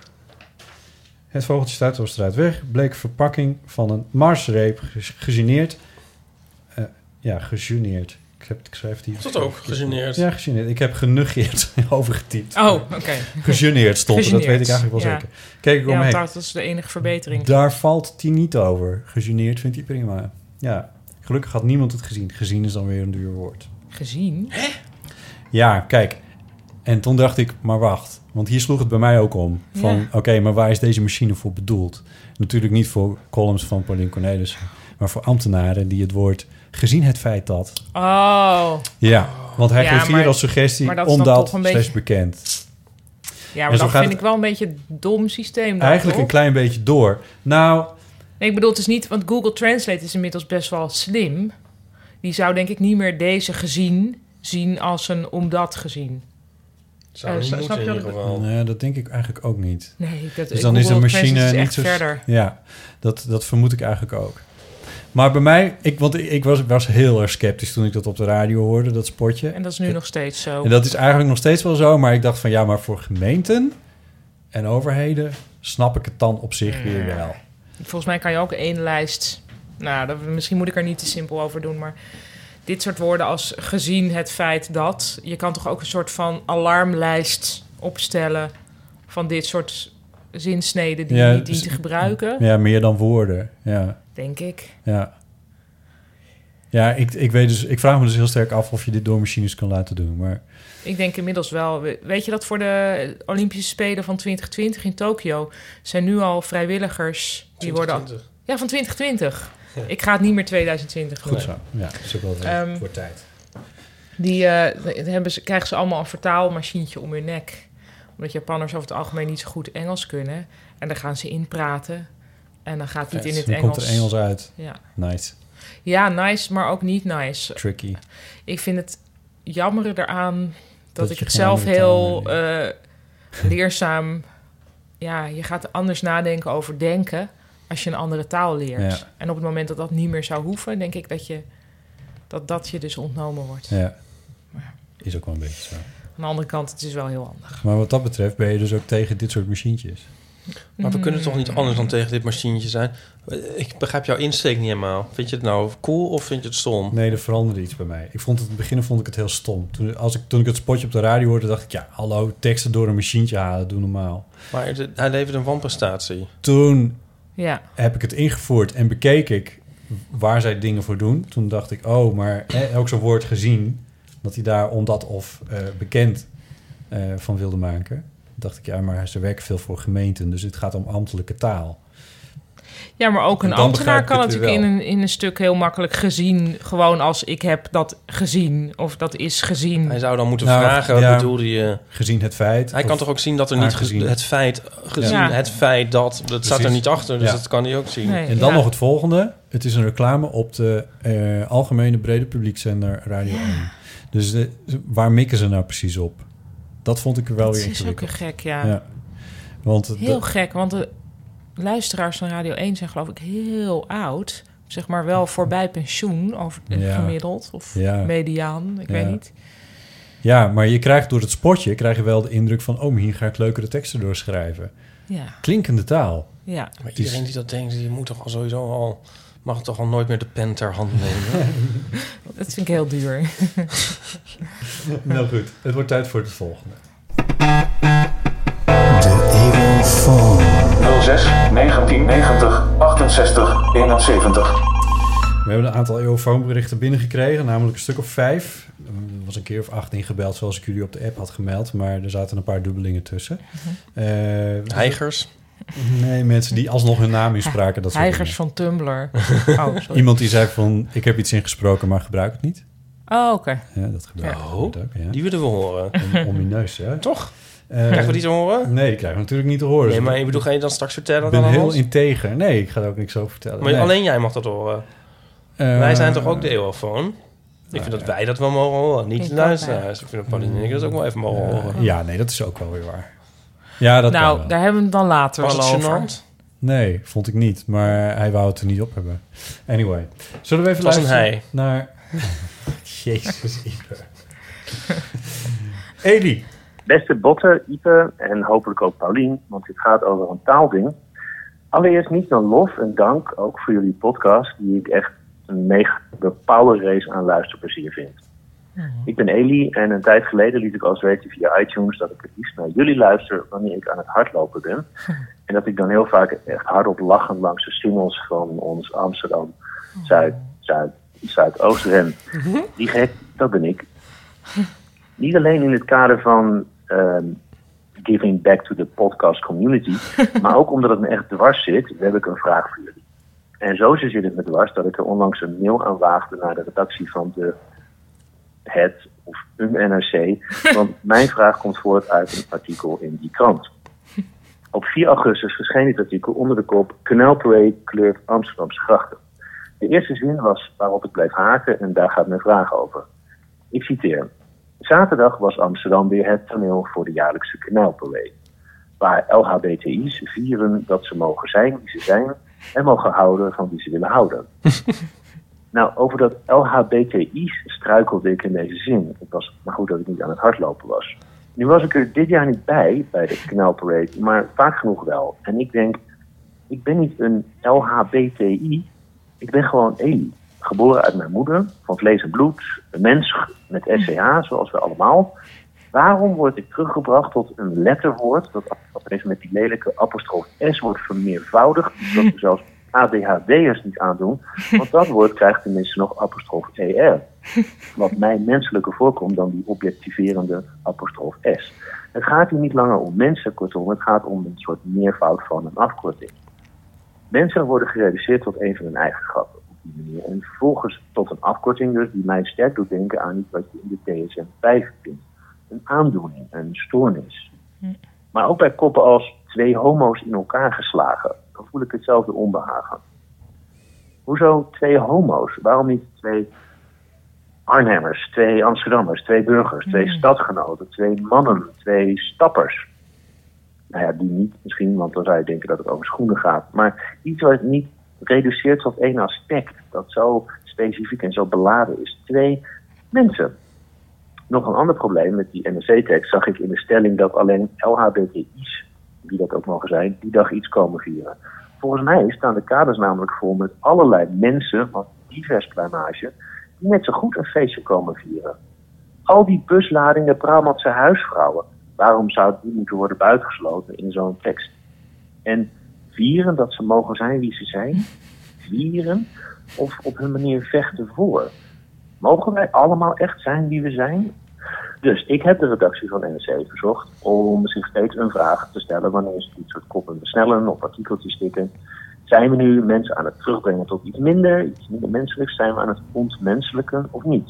Het vogeltje stuitte was eruit weg. Bleek verpakking van een marsreep, gegeneerd. Uh, ja, gegeneerd. Ik, heb, ik schrijf die... Is dat ook, gegeneerd? Ja, gegeneerd. Ik heb genegeerd overgetypt. Oh, oké. Okay. Gegeneerd stond er, dat weet ik eigenlijk wel ja. zeker. Kijk ik om ja, me heen. dat is de enige verbetering. Daar valt hij niet over. Gegeneerd vindt hij prima. Ja, gelukkig had niemand het gezien. Gezien is dan weer een duur woord. Gezien? Hè? Ja, kijk. En toen dacht ik, maar wacht. Want hier sloeg het bij mij ook om. Van, ja. oké, okay, maar waar is deze machine voor bedoeld? Natuurlijk niet voor columns van Paulien Cornelissen. Maar voor ambtenaren die het woord... gezien het feit dat... Oh. Ja, want hij ja, geeft hier maar, als suggestie... dat omdat slechts beetje... bekend. Ja, maar dat vind het... ik wel een beetje een dom systeem. Dan, eigenlijk toch? een klein beetje door. Nou... Nee, ik bedoel, het is niet... Want Google Translate is inmiddels best wel slim. Die zou denk ik niet meer deze gezien... zien als een omdat gezien. Zou uh, snap je in ieder geval. Nee, dat denk ik eigenlijk ook niet. Nee, dat, dus dan is de machine is niet zo verder. Ja, dat, dat vermoed ik eigenlijk ook. Maar bij mij, ik, want ik was, was heel erg sceptisch toen ik dat op de radio hoorde, dat spotje. En dat is nu en, nog steeds zo. En dat is eigenlijk nog steeds wel zo, maar ik dacht van ja, maar voor gemeenten en overheden snap ik het dan op zich ja. weer wel. Volgens mij kan je ook één lijst... Nou, dat, misschien moet ik er niet te simpel over doen, maar... Dit soort woorden als gezien het feit dat... Je kan toch ook een soort van alarmlijst opstellen... van dit soort zinsneden die ja, je niet dient te gebruiken. Ja, meer dan woorden, ja. Denk ik. Ja, ja ik, ik, weet dus, ik vraag me dus heel sterk af of je dit door machines kan laten doen, maar... Ik denk inmiddels wel. Weet je dat voor de Olympische Spelen van twintig twintig in Tokio... zijn nu al vrijwilligers... die worden al, ja, van twintig twintig... Ja. Ik ga het niet meer twintig twintig doen. Goed zo. Ja, dat is ook wel weer um, voor tijd. Die uh, hebben ze, krijgen ze allemaal een vertaalmachientje om hun nek. Omdat Japanners over het algemeen niet zo goed Engels kunnen. En dan gaan ze inpraten. En dan gaat het niet in het dan Engels. komt er Engels uit. Ja. Nice. Ja, nice, maar ook niet nice. Tricky. Ik vind het jammer eraan dat, dat ik het zelf heel uh, leerzaam... Ja, je gaat anders nadenken over denken... als je een andere taal leert. Ja. En op het moment dat dat niet meer zou hoeven... denk ik dat je dat, dat je dus ontnomen wordt. Ja, maar, is ook wel een beetje zo. Aan de andere kant, het is wel heel handig. Maar wat dat betreft ben je dus ook tegen dit soort machientjes. Maar we mm. kunnen toch niet anders dan tegen dit machientje zijn? Ik begrijp jouw insteek niet helemaal. Vind je het nou cool of vind je het stom? Nee, er veranderde iets bij mij. Ik vond het, in het begin vond ik het heel stom. Toen, als ik, toen ik het spotje op de radio hoorde, dacht ik... ja, hallo, teksten door een machientje halen, doe normaal. Maar het, hij levert een wanprestatie. Toen... Ja. Heb ik het ingevoerd en bekeek ik waar zij dingen voor doen. Toen dacht ik, oh, maar eh, ook zo'n woord gezien... dat hij daar omdat of uh, bekend uh, van wilde maken. Toen dacht ik, ja, maar ze werken veel voor gemeenten... dus het gaat om ambtelijke taal. Ja, maar ook een ambtenaar kan natuurlijk in een, in een stuk heel makkelijk gezien... gewoon als ik heb dat gezien of dat is gezien. Hij zou dan moeten nou, vragen, wat ja, bedoelde je? Gezien het feit. Hij kan toch ook zien dat er niet gezien het feit... gezien ja. het feit dat... dat Precies. Staat er niet achter, dus ja. dat kan hij ook zien. Nee, en dan ja. nog het volgende. Het is een reclame op de uh, algemene brede publiekzender Radio ja. één. Dus de, waar mikken ze nou precies op? Dat vond ik er wel dat weer ingewikkeld. Dat is ook een gek, ja. ja. Want heel de, gek, want... De, luisteraars van Radio één zijn geloof ik heel oud. Zeg maar wel voorbij pensioen, over, ja. gemiddeld. Of ja. mediaan, ik ja. weet niet. Ja, maar je krijgt door het spotje... krijg je wel de indruk van... oh, hier ga ik leukere teksten doorschrijven. Ja. Klinkende taal. Ja. Maar iedereen die dat denkt... die moet toch al sowieso al... mag toch al nooit meer de pen ter hand nemen? Dat vind ik heel duur. Nou goed, het wordt tijd voor het volgende. De Eeuwenfoon. nul zes negentien negentig achtenzestig eenenzeventig. We hebben een aantal eeuwenfoonberichten binnengekregen, namelijk een stuk of vijf. Er was een keer of acht ingebeld, zoals ik jullie op de app had gemeld, maar er zaten een paar dubbelingen tussen. Uh-huh. Uh, Heigers? Nee, mensen die alsnog hun naam inspraken. Dat Heigers van Tumblr. Oh, Iemand die zei van, ik heb iets ingesproken, maar gebruik het niet. Oh, oké. Okay. Ja, dat gebruik ik oh, ook. Ja. Die willen we horen. Omineus, hè? Toch? Uh, krijgen we die te horen? Nee, die krijgen we natuurlijk niet te horen. Nee, maar ik bedoel, ga je dan straks vertellen? Ik ben dan heel ons? integer. Nee, ik ga er ook niks over vertellen. Maar nee. alleen jij mag dat horen. Uh, wij zijn toch ook de eeuwenfoon? Ik vind uh, dat wij dat wel mogen horen. Niet de luisteraars. Ik vind dat Pauline en ik dat ook wel even mogen uh, horen. Ja, nee, dat is ook wel weer waar. Ja, dat nou, daar hebben we het dan later Was wel het over. Gênant? Nee, vond ik niet. Maar hij wou het er niet op hebben. Anyway. Zullen we even het was luisteren een hij. naar... Jezus, Ipe. Elie. Beste Botte, Ipe en hopelijk ook Paulien, want dit gaat over een taalding. Allereerst niet een lof en dank, ook voor jullie podcast, die ik echt een mega power race aan luisterplezier vind. Mm-hmm. Ik ben Elie en een tijd geleden liet ik al weten via iTunes dat ik het liefst naar jullie luister wanneer ik aan het hardlopen ben. En dat ik dan heel vaak echt hardop lachend langs de singels van ons Amsterdam Zuid, Zuid, Zuidoost ren. Die gek, dat ben ik. Niet alleen in het kader van um, giving back to the podcast community, maar ook omdat het me echt dwars zit, heb ik een vraag voor jullie. En zo zit het me dwars dat ik er onlangs een mail aan waagde naar de redactie van de Het of een N R C, want mijn vraag komt voort uit een artikel in die krant. Op vier augustus verscheen dit artikel onder de kop Canal Parade kleurt Amsterdamse grachten. De eerste zin was waarop ik bleef haken en daar gaat mijn vraag over. Ik citeer. Zaterdag was Amsterdam weer het toneel voor de jaarlijkse Canal Parade, waar L H B T I's vieren dat ze mogen zijn wie ze zijn en mogen houden van wie ze willen houden. Nou, over dat L H B T I's struikelde ik in deze zin. Het was maar goed dat ik niet aan het hardlopen was. Nu was ik er dit jaar niet bij, bij de Canal Parade, maar vaak genoeg wel. En ik denk, ik ben niet een L H B T I, ik ben gewoon Eli. Geboren uit mijn moeder, van vlees en bloed, een mens met S C H, zoals we allemaal. Waarom word ik teruggebracht tot een letterwoord dat even met die lelijke apostrof S wordt vermeervoudigd, dat we zelfs A D H D'ers niet aandoen, want dat woord krijgt tenminste nog apostrof E R. Wat mij menselijker voorkomt dan die objectiverende apostrof S. Het gaat hier niet langer om mensen, kortom, het gaat om een soort meervoud van een afkorting. Mensen worden gereduceerd tot een van hun eigenschappen op die manier. En vervolgens tot een afkorting dus die mij sterk doet denken aan iets wat je in de D S M vijf vindt. Een aandoening, een stoornis. Maar ook bij koppen als twee homo's in elkaar geslagen, dan voel ik hetzelfde onbehagen. Hoezo twee homo's? Waarom niet twee Arnhemmers, twee Amsterdammers, twee burgers, twee mm. stadgenoten, twee mannen, twee stappers? Nou ja, die niet misschien, want dan zou je denken dat het over schoenen gaat. Maar iets wat niet reduceert tot één aspect, dat zo specifiek en zo beladen is. Twee mensen. Nog een ander probleem met die N R C-tekst zag ik in de stelling dat alleen L H B T I's, wie dat ook mogen zijn, die dag iets komen vieren. Volgens mij staan de kaders namelijk vol met allerlei mensen van divers pluimage die net zo goed een feestje komen vieren. Al die busladingen Brabantse huisvrouwen, waarom zou die moeten worden buitengesloten in zo'n tekst? En vieren dat ze mogen zijn wie ze zijn? Vieren of op hun manier vechten voor? Mogen wij allemaal echt zijn wie we zijn? Dus ik heb de redactie van N R C verzocht om zich steeds een vraag te stellen wanneer ze dit soort koppen besnellen of artikeltjes stikken. Zijn we nu mensen aan het terugbrengen tot iets minder, iets minder menselijks? Zijn we aan het ontmenselijken of niet?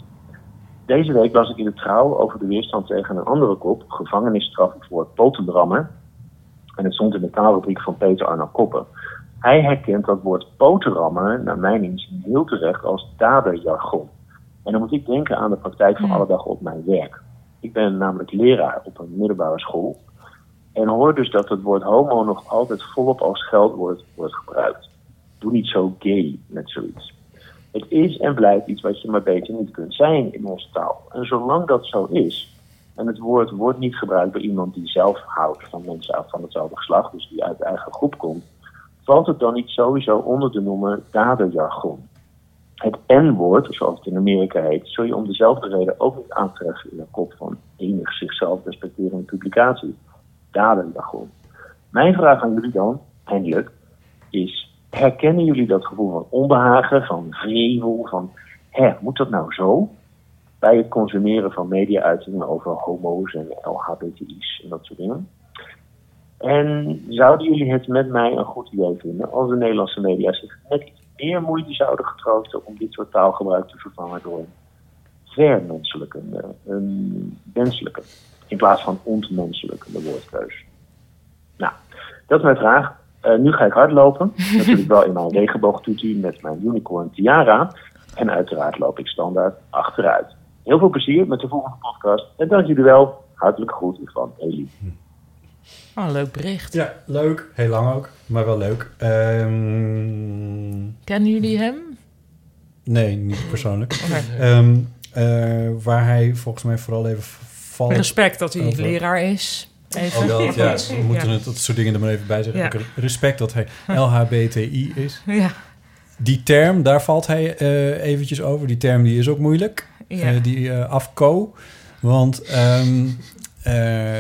Deze week las ik in de Trouw over de weerstand tegen een andere kop, gevangenisstraffen voor potendrammen. En het stond in de taalrubriek van Peter Arno Koppen. Hij herkent dat woord potenrammen, naar mijn inzien, heel terecht als daderjargon. En dan moet ik denken aan de praktijk van alle dag op mijn werk. Ik ben namelijk leraar op een middelbare school. En hoor dus dat het woord homo nog altijd volop als scheldwoord wordt gebruikt. Doe niet zo gay met zoiets. Het is en blijft iets wat je maar beter niet kunt zijn in onze taal. En zolang dat zo is, en het woord wordt niet gebruikt door iemand die zelf houdt van mensen van hetzelfde geslacht, dus die uit de eigen groep komt, valt het dan niet sowieso onder de noemer daderjargon. Het N-woord, zoals het in Amerika heet, zul je om dezelfde reden ook niet aantreffen in een kop van enig zichzelf respecterende publicatie. Daderjargon. Mijn vraag aan jullie dan, eindelijk, is: herkennen jullie dat gevoel van onbehagen, van vrevel, van hè, moet dat nou zo? Bij het consumeren van media-uitingen over homo's en L H B T I's en dat soort dingen. En zouden jullie het met mij een goed idee vinden als de Nederlandse media zich net iets meer moeite zouden getroosten om dit soort taalgebruik te vervangen door een vermenselijkende, een menselijke, in plaats van ontmenselijkende woordkeus? Nou, dat is mijn vraag. Uh, nu ga ik hardlopen. Natuurlijk wel in mijn regenboogtutu met mijn unicorn tiara. En uiteraard loop ik standaard achteruit. Heel veel plezier met de volgende podcast. En dank jullie wel. Hartelijk groeten van Elie. Oh, een leuk bericht. Ja, leuk. Heel lang ook, maar wel leuk. Um... Kennen jullie hem? Nee, niet persoonlijk. Okay. Um, uh, waar hij volgens mij vooral even valt... Respect dat hij over... leraar is. Even. Oh, dat, ja, we moeten ja. het, dat soort dingen er maar even bij zeggen. Ja. Respect dat hij L H B T I is. Ja. Die term, daar valt hij uh, eventjes over. Die term die is ook moeilijk. Ja. Uh, die uh, afko. Want um, uh,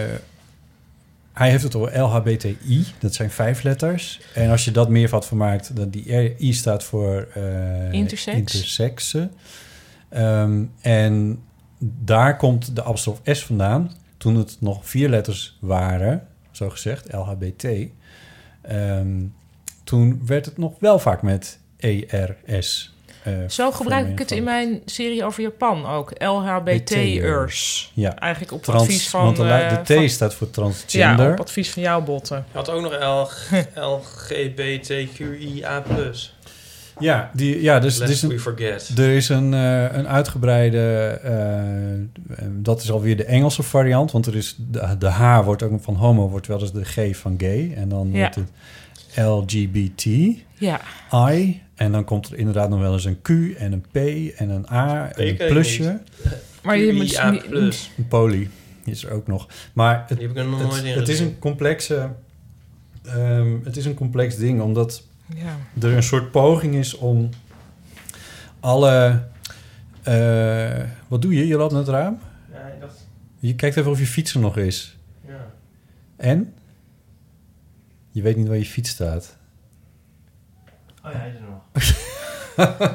hij heeft het over L H B T I. Dat zijn vijf letters. En als je dat meervat van maakt, dan die I staat voor uh, Intersex. intersexe. Um, en daar komt de apostrof S vandaan. Toen het nog vier letters waren, zo gezegd, L H B T. Um, toen werd het nog wel vaak met E R S. Uh, Zo gebruik ik het in mijn serie over Japan ook. L H B T'ers. Ja. Eigenlijk op Trans, advies van... Want de, uh, de T van, staat voor transgender. Ja, op advies van jou, Botten. Je had ook nog L G B T Q I A plus. Ja, die, ja dus, Lest dus een, we forget. er is een, uh, een uitgebreide... Uh, dat is alweer de Engelse variant. Want er is de, de H wordt ook van homo, wordt wel eens de G van gay. En dan ja. wordt het L G B T. Ja. I. En dan komt er inderdaad nog wel eens een Q en een P en een A en een plusje. Maar je moet plus. Een poly is er ook nog. Maar het, Die heb ik er nog het, nooit in het is gezien. een complexe... Um, het is een complex ding, omdat ja. er een soort poging is om alle... Uh, wat doe je? Je loopt naar het raam? Ja, dat... Je kijkt even of je fiets er nog is. Ja. En? Je weet niet waar je fiets staat. Oh ja, hij is er nog.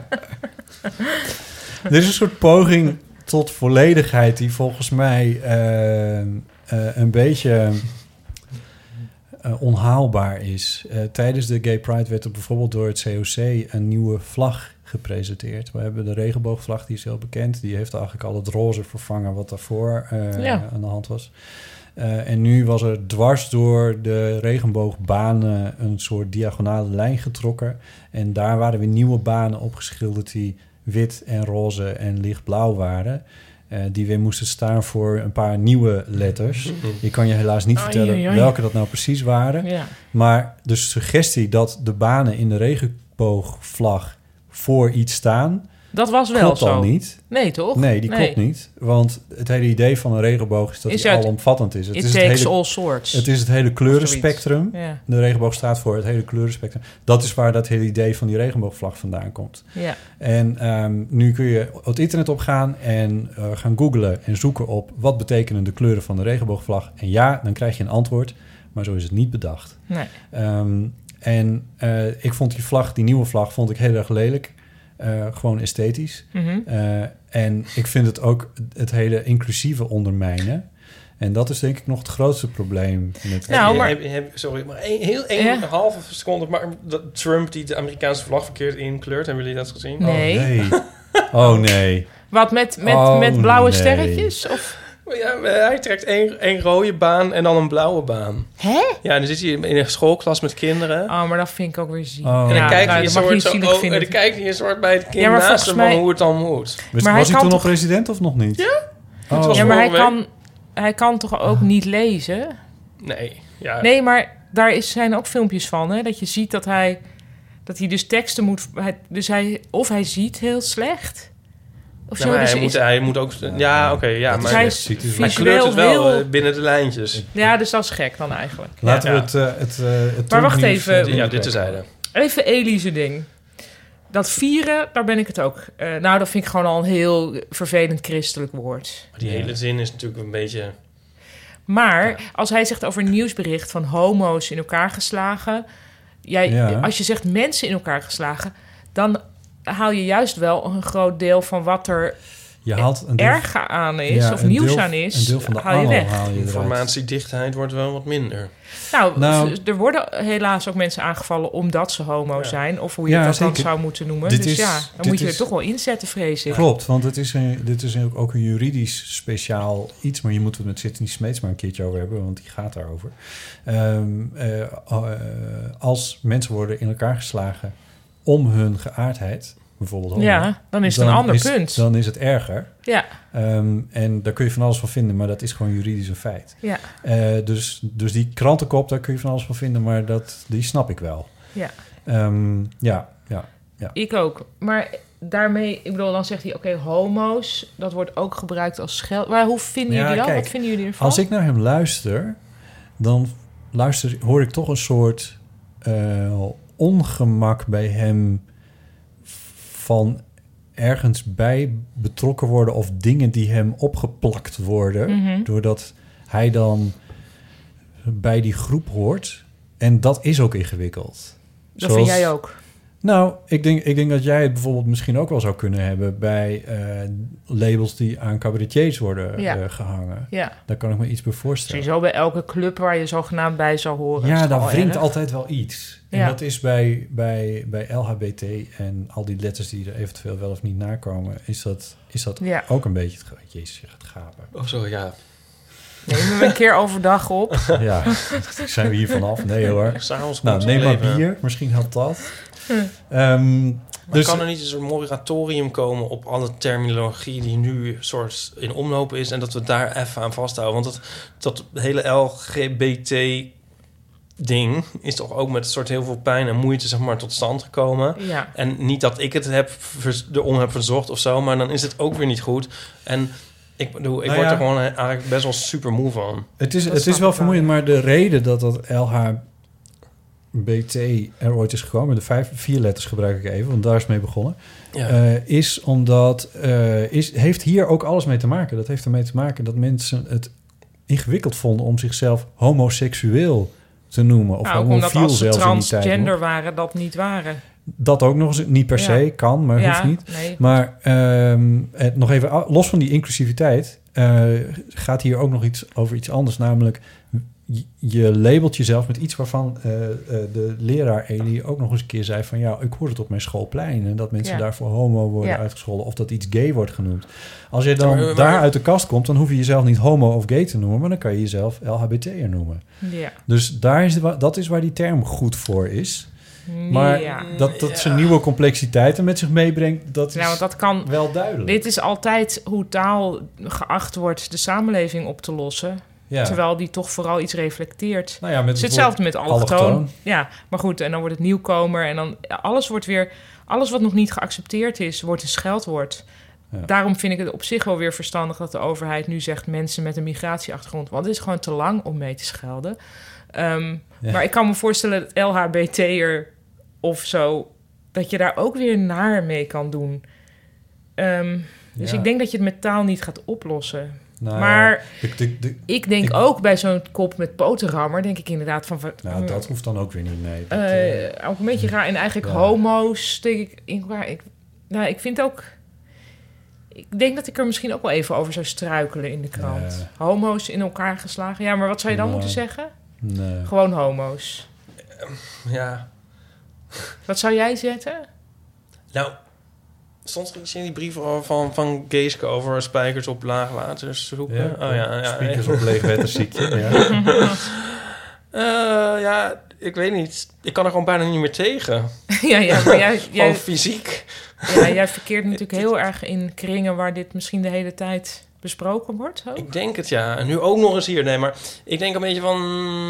Er is een soort poging tot volledigheid die volgens mij uh, uh, een beetje uh, onhaalbaar is. Uh, tijdens de Gay Pride werd er bijvoorbeeld door het C O C een nieuwe vlag gepresenteerd. We hebben de regenboogvlag, die is heel bekend. Die heeft eigenlijk al het roze vervangen wat daarvoor uh, ja. aan de hand was. Uh, en nu was er dwars door de regenboogbanen een soort diagonale lijn getrokken. En daar waren weer nieuwe banen opgeschilderd die wit en roze en lichtblauw waren. Uh, die weer moesten staan voor een paar nieuwe letters. Ik kan je helaas niet vertellen Ai, ai, ai. welke dat nou precies waren. Ja. Maar de suggestie dat de banen in de regenboogvlag voor iets staan... Dat was wel klopt zo. al niet. Nee, toch? Nee, die nee. klopt niet. Want het hele idee van een regenboog is dat is die uit, alomvattend is. Het it is takes het hele, all sorts. Het is het hele kleurenspectrum. Ja. De regenboog staat voor het hele kleurenspectrum. Dat is waar dat hele idee van die regenboogvlag vandaan komt. Ja. En um, nu kun je op het internet opgaan en uh, gaan googlen en zoeken op wat betekenen de kleuren van de regenboogvlag. En ja, dan krijg je een antwoord. Maar zo is het niet bedacht. Nee. Um, en uh, ik vond die vlag, die nieuwe vlag, vond ik heel erg lelijk. Uh, gewoon esthetisch. Mm-hmm. Uh, en ik vind het ook het hele inclusieve ondermijnen. En dat is denk ik nog het grootste probleem. Met nou, heb, maar... heb, heb, sorry, maar een, heel één ja? halve seconde. Maar dat Trump die de Amerikaanse vlag verkeerd inkleurt, hebben jullie dat gezien? Nee. Oh nee. Oh, nee. Wat, met, met, oh, met blauwe nee. sterretjes? Of... Ja, hij trekt één, één rode baan en dan een blauwe baan. Hè? Ja, dan zit hij in een schoolklas met kinderen. Oh, maar dat vind ik ook weer ziek. Oh. En dan Ja, kijkt nou, hij dat mag je soort niet zo, zielig oh, en vinden. dan kijkt hij een soort bij het kind Ja, maar naast hem volgens van mij- hoe het dan moet. Was, Maar was hij hij kan toen nog toch- president of nog niet? Ja. Oh. was Ja, maar hij vorige kan, hij kan toch ook niet lezen? Nee, ja. Nee, maar daar is, zijn ook filmpjes van, hè? Dat je ziet dat hij, dat hij dus teksten moet... Hij, dus hij, of hij ziet heel slecht... Of Ja, zo, maar dus hij, is- moet, hij moet ook... Ja, oké, okay, ja, Dat maar hij hij, is ziet er- hij visueel kleurt het wel heel... eh, binnen de lijntjes. Ja, dus dat is gek dan eigenlijk. Laten Ja. we het... Uh, het, uh, het Maar wacht Trump-nieuws, even. uh, Ja, dit terzijde. Even Elise ding. Dat vieren, daar ben ik het ook... Uh, nou, dat vind ik gewoon al een heel vervelend christelijk woord. Maar die hele zin is natuurlijk een beetje... Maar Ja. als hij zegt over een nieuwsbericht van homo's in elkaar geslagen... Jij, Ja. Als je zegt mensen in elkaar geslagen... dan haal je juist wel een groot deel van wat er Je haalt een deel, erg aan is... ja, of een nieuws deel- aan is, Een deel van de haal je anal weg. haal je eruit. Informatiedichtheid wordt wel wat minder. Nou, Nou- v- er worden helaas ook mensen aangevallen omdat ze homo Ja. zijn... of hoe je Ja, dat dan zeker. zou moeten noemen. Dit dus is- ja, dan dit moet je is- er toch wel inzetten, vrees ik. Klopt, want het is een, dit is ook ook een juridisch speciaal iets... maar je moet het met Sidney Smeets maar een keertje over hebben... want die gaat daarover. Um, uh, uh, als mensen worden in elkaar geslagen om hun geaardheid... bijvoorbeeld homo, Ja, dan is het een dan ander is- punt. Dan is het erger. Ja, Um, en daar kun je van alles van vinden... maar dat is gewoon juridisch een feit. ja, Uh, dus, dus die krantenkop, daar kun je van alles van vinden... maar dat, die snap ik wel. ja. Um, ja, ja, ja. Ik ook. Maar daarmee, ik bedoel, dan zegt hij... oké, homo's, dat wordt ook gebruikt als scheld. Maar hoe vinden Ja, jullie dat? kijk, Wat vinden jullie ervan? Als ik naar hem luister, dan luister, hoor ik toch een soort uh, ongemak bij hem van ergens bij betrokken worden of dingen die hem opgeplakt worden, Mhm. doordat hij dan bij die groep hoort. En dat is ook ingewikkeld. Dat vind jij ook. Nou, ik denk, ik denk dat jij het bijvoorbeeld misschien ook wel zou kunnen hebben... bij uh, labels die aan cabaretiers worden ja. uh, gehangen. Ja. Daar kan ik me iets bij voorstellen. Sowieso bij elke club waar je zogenaamd bij zou horen. Ja, daar wringt erg. altijd wel iets. En ja. dat is bij, bij, bij L H B T en al die letters die er eventueel wel of niet nakomen... is dat, is dat ja. ook een beetje... Het, Jezus, je gaat gapen. Oh, zo, ja. Neem hem een keer overdag op. Ja, zijn we hier vanaf? Nee hoor. S'avonds nou, neem maar bier. Misschien helpt dat. Um, maar dus, kan er niet een soort moratorium komen op alle terminologie die nu soort in omloop is en dat we daar even aan vasthouden? Want dat, dat hele L G B T-ding is toch ook met een soort heel veel pijn en moeite zeg maar tot stand gekomen. Ja. En niet dat ik het heb erom heb verzocht of zo, maar dan is het ook weer niet goed. En ik bedoel, ik nou word ja, er gewoon eigenlijk best wel super moe van. Het is, het is wel vermoeiend, maar de reden dat dat L H B T er ooit is gekomen, de vijf, vier letters gebruik ik even, want daar is mee begonnen, ja. uh, is omdat, uh, is, heeft hier ook alles mee te maken. Dat heeft ermee te maken dat mensen het ingewikkeld vonden om zichzelf homoseksueel te noemen. Of nou, omdat als ze transgender waren, dat niet waren. Dat ook nog eens, niet per se, ja. kan, maar ja, hoeft niet. Nee. Maar um, het, nog even, los van die inclusiviteit, uh, gaat hier ook nog iets over iets anders, namelijk je labelt jezelf met iets waarvan uh, uh, de leraar Elie ook nog eens een keer zei van ja, ik hoor het op mijn schoolplein en dat mensen ja. daarvoor homo worden ja. uitgescholden of dat iets gay wordt genoemd. Als je dan maar, maar, daar uit de kast komt, dan hoef je jezelf niet homo of gay te noemen, maar dan kan je jezelf L H B T'er noemen. Ja. Dus daar is de, dat is waar die term goed voor is. Maar ja. dat, dat ze nieuwe complexiteiten met zich meebrengt, dat is ja, want dat kan, wel duidelijk. Dit is altijd hoe taal geacht wordt de samenleving op te lossen. Ja. Terwijl die toch vooral iets reflecteert. Nou ja, met het is hetzelfde met allochtoon. allochtoon. Ja, maar goed, en dan wordt het nieuwkomer. En dan alles wordt weer... Alles wat nog niet geaccepteerd is, wordt een scheldwoord. Ja. Daarom vind ik het op zich wel weer verstandig dat de overheid nu zegt mensen met een migratieachtergrond. Want het is gewoon te lang om mee te schelden. Um, ja. Maar ik kan me voorstellen dat L H B T'er of zo, dat je daar ook weer naar mee kan doen. Um, dus ja. ik denk dat je het met taal niet gaat oplossen. Nou, maar de, de, de, ik denk ik, ik, ook bij zo'n kop met potenrammer, denk ik inderdaad van... Nou, dat hoeft dan ook weer niet, nee. Dat, uh, uh, ook een beetje raar. En eigenlijk ja. homo's, denk ik... ik, ik nou, ik vind ook... Ik denk dat ik er misschien ook wel even over zou struikelen in de krant. Ja. Homo's in elkaar geslagen. Ja, maar wat zou je dan nou, moeten zeggen? Nee. Gewoon homo's. Ja. Wat zou jij zetten? Nou... Stond er iets in die brief van, van Geeske over spijkers op laagwaters roepen? Ja, oh ja, ja. Spijkers op leegwaterziekje. Ja. uh, ja, ik weet niet. Ik kan er gewoon bijna niet meer tegen. ja, ja, maar jij... jij fysiek. Ja, jij verkeert natuurlijk heel erg in kringen waar dit misschien de hele tijd besproken wordt. Ook. Ik denk het, ja. En nu ook nog eens hier. Nee, maar ik denk een beetje van...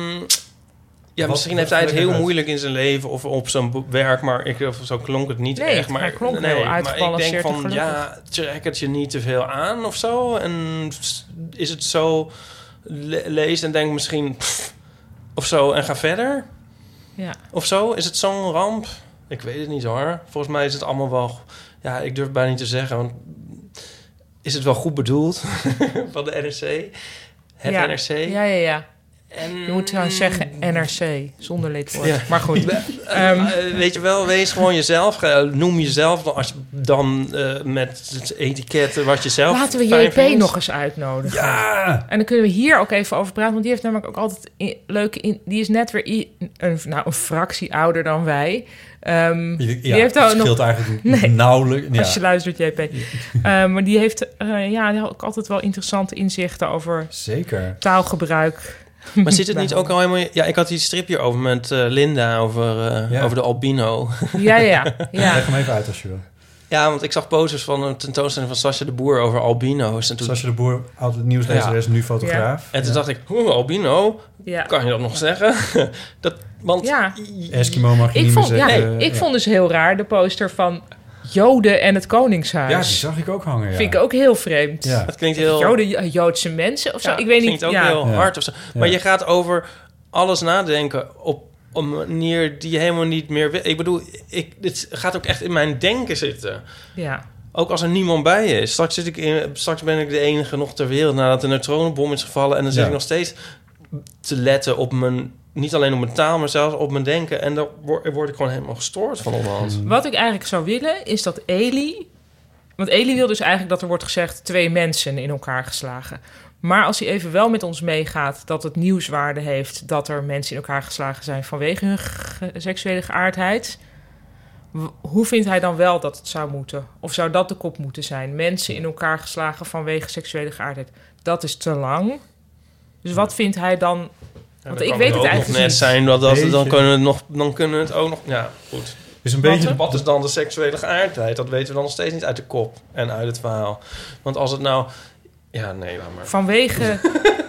Ja, wat, misschien heeft hij het heel uit? moeilijk in zijn leven of op zijn werk, maar ik, of zo klonk het niet nee, echt. Maar, hij klonk nee, heel maar ik denk van, ja, trek het je niet te veel aan of zo. En is het zo, le- lees en denk misschien, pff, of zo, en ga verder. Ja. Of zo, is het zo'n ramp? Ik weet het niet hoor. Volgens mij is het allemaal wel, ja, ik durf het bijna niet te zeggen, want is het wel goed bedoeld van de N R C? Het ja. N R C? Ja, ja, ja. En... Je moet trouwens zeggen N R C, zonder lidwoord. Ja. Maar goed. um, Weet je wel, wees gewoon jezelf. Noem jezelf dan, als je dan uh, met het etiket wat je zelf Laten we J P vindt. nog eens uitnodigen. Ja! En dan kunnen we hier ook even over praten. Want die heeft namelijk ook altijd in, leuke... In, die is net weer i, een, nou, een fractie ouder dan wij. Um, ja, die heeft het scheelt nog, eigenlijk nee, nauwelijks. Ja. Als je luistert, J P. Ja. Uh, maar die heeft uh, ja, die had ook altijd wel interessante inzichten over Zeker. taalgebruik. Maar zit het niet ook al helemaal... Ja, ik had die strip hier over met uh, Linda over, uh, ja. over de albino. Ja, ja, ja. Leg hem even uit als je wil. Ja, want ik zag posters van een tentoonstelling van Sascha de Boer over albino's. En toen... Sascha de Boer, oud nieuwslezeres, ja. nu fotograaf. Ja. En toen ja. dacht ik, hoe, albino? Ja. Kan je dat nog zeggen? dat, want... Ja. Eskimo mag je ik niet vond, meer zeggen. Ja, ik ja. vond dus heel raar de poster van... Joden en het Koningshuis. Ja, die zag ik ook hangen, ja. Vind ik ook heel vreemd. Ja. Het klinkt heel... Joden, Joodse mensen of zo. Ja, ik weet niet. Het klinkt ook ja. heel ja. hard of zo. Ja. Maar je gaat over alles nadenken op een manier die je helemaal niet meer wil. Ik bedoel, ik, dit gaat ook echt in mijn denken zitten. Ja. Ook als er niemand bij is. Straks, zit ik in, straks ben ik de enige nog ter wereld nadat de neutronenbom is gevallen. En dan zit ja. ik nog steeds te letten op mijn niet alleen op mijn taal, maar zelfs op mijn denken. En daar word, word ik gewoon helemaal gestoord van onderhand. Wat ik eigenlijk zou willen, is dat Elie... Want Elie wil dus eigenlijk dat er wordt gezegd... twee mensen in elkaar geslagen. Maar als hij even wel met ons meegaat... dat het nieuwswaarde heeft... dat er mensen in elkaar geslagen zijn... vanwege hun ge- seksuele geaardheid... w- hoe vindt hij dan wel dat het zou moeten? Of zou dat de kop moeten zijn? Mensen in elkaar geslagen vanwege seksuele geaardheid. Dat is te lang. Dus wat vindt hij dan... Want ik weet het eigenlijk nog net niet. Zijn, dat, dat, dan, kunnen we het nog, dan kunnen we het ook nog... Ja, goed. Is een beetje... Wat is dan de seksuele geaardheid? Dat weten we dan nog steeds niet uit de kop en uit het verhaal. Want als het nou... Ja, nee, laat maar. Vanwege,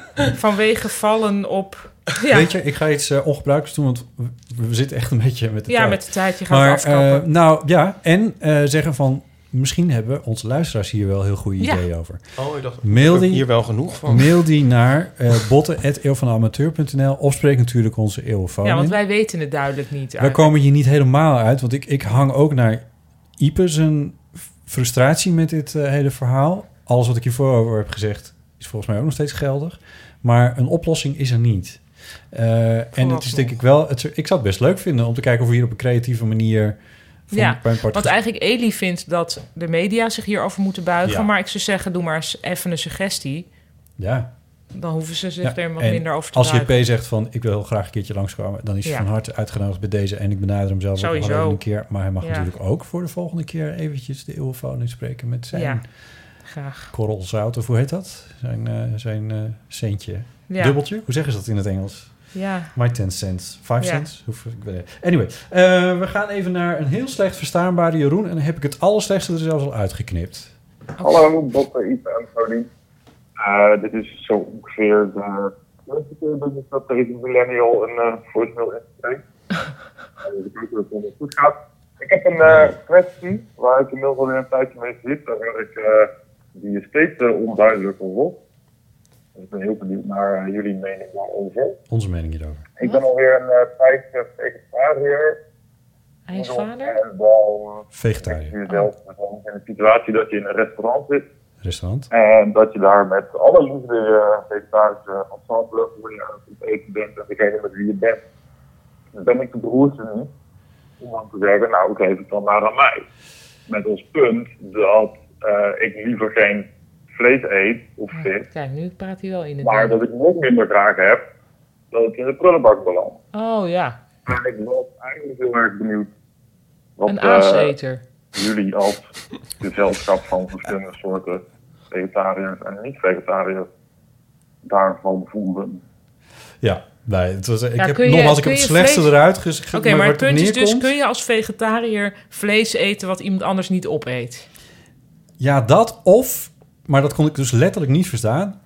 vanwege vallen op... Ja. Weet je, ik ga iets uh, ongebruikelijks doen, want we, we zitten echt een beetje met de Ja, tijd. met de tijd. Je gaat maar, afkappen. Uh, nou, ja, en uh, zeggen van... Misschien hebben onze luisteraars hier wel heel goede Ja. ideeën over. Oh, ik dacht, mail ik die, hier wel genoeg van. Mail die naar uh, botten at eeuw van de amateur punt n l of spreek natuurlijk onze eeuwfoon Ja, want in. wij weten het duidelijk niet. Wij komen hier niet helemaal uit, want ik, ik hang ook naar Ipe zijn frustratie met dit uh, hele verhaal. Alles wat ik hiervoor over heb gezegd is volgens mij ook nog steeds geldig. Maar een oplossing is er niet. Uh, en het is denk ik wel... Het, ik zou het best leuk vinden om te kijken of we hier op een creatieve manier... Van, ja, want eigenlijk Elie vindt dat de media zich hierover moeten buigen. Ja. Maar ik zou zeggen, doe maar eens even een suggestie. Ja. Dan hoeven ze zich ja, er wat minder over te als buigen. Als J P zegt van, ik wil heel graag een keertje langskomen... dan is hij ja. van harte uitgenodigd bij deze. En ik benader hem zelf ook nog een keer. Maar hij mag ja. natuurlijk ook voor de volgende keer... eventjes de eeuwfoon inspreken met zijn... Ja, graag. Korrelzout, of hoe heet dat? Zijn, uh, zijn uh, centje. Ja. Dubbeltje? Hoe zeggen ze dat in het Engels? Ja. My ten cents. Five ja. cents? Hoef, ik weet anyway, uh, we gaan even naar een heel slecht verstaanbare Jeroen. En dan heb ik het allerslechtste er zelfs al uitgeknipt. Hallo, dokter Ipe en Paulien. Uh, dit is zo ongeveer de eerste keer dat ik dat deze millennial een uh, voicemail inspreek. Dus ik hoop dat het goed gaat. Ik heb een uh, kwestie waar ik inmiddels al een tijdje mee zit. Waar ik, uh, die is steeds uh, onduidelijker wordt. Dus ik ben heel benieuwd naar uh, jullie mening daarover. Onze mening hierover. Ik ben alweer een uh, tijdje vegetariër. IJsvader? En wel uh, vegetariër. Jezelf oh. in een situatie dat je in een restaurant zit. Restaurant. En dat je daar met alle liefde uh, vegetarische ensemble voor je aan het eten bent en degene met wie je bent. Dan ben ik de broerste niet om dan te zeggen, nou geef het dan maar aan mij. Met als punt dat uh, ik liever geen vlees eet of vis. Kijk, nu praat hij wel in het Maar ding. dat ik nog minder graag heb dat ik in de prullenbak beland. Oh ja. En ik was eigenlijk heel erg benieuwd wat een aaseter. Uh, jullie als gezelschap van verschillende soorten vegetariërs en niet-vegetariërs daarvan voelden. Ja, nee, het was, ik ja, heb je, nogmaals, ik heb het slechtste vlees... eruit gezegd. Oké, okay, maar, maar het punt is dus, kun je als vegetariër vlees eten wat iemand anders niet opeet? Ja, dat of, maar dat kon ik dus letterlijk niet verstaan.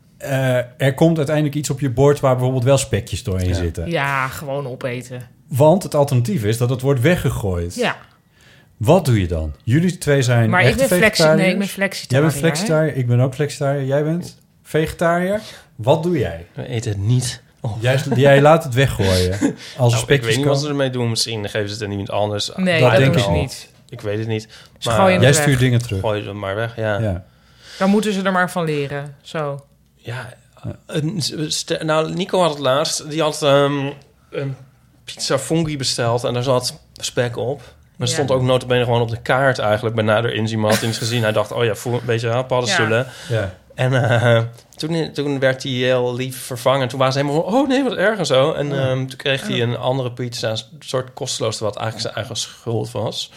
Uh, er komt uiteindelijk iets op je bord waar bijvoorbeeld wel spekjes doorheen ja. zitten. Ja, gewoon opeten. Want het alternatief is dat het wordt weggegooid. Ja. Wat doe je dan? Jullie twee zijn maar echte ik ben vegetariërs. Nee, ik ben flexitariër. Jij bent flexitariër, ik ben ook flexitariër. Jij bent vegetariër. Wat doe jij? We eten het niet. Oh. Jij, jij laat het weggooien. Als nou, ik weet niet wat ze ermee doen. Misschien geven ze het er niet anders. Nee, dat, dat denk ik niet. Ik weet het niet. Maar, jij stuurt weg. dingen terug. Gooi ze maar weg, ja. ja. Dan moeten ze er maar van leren. Zo. Ja, een, nou, Nico had het laatst. Die had um, een pizza fungi besteld en daar zat spek op. Maar ja. stond ook nota bene gewoon op de kaart eigenlijk bij nader inzien. Maar had hij gezien. Hij dacht, oh ja, voel een beetje hè, paddenstoelen. Ja. Ja. En uh, toen, toen werd hij heel lief vervangen. Toen waren ze helemaal van, oh nee, wat erg en zo. En ja. um, toen kreeg hij een andere pizza, een soort kosteloos, wat eigenlijk zijn eigen schuld was.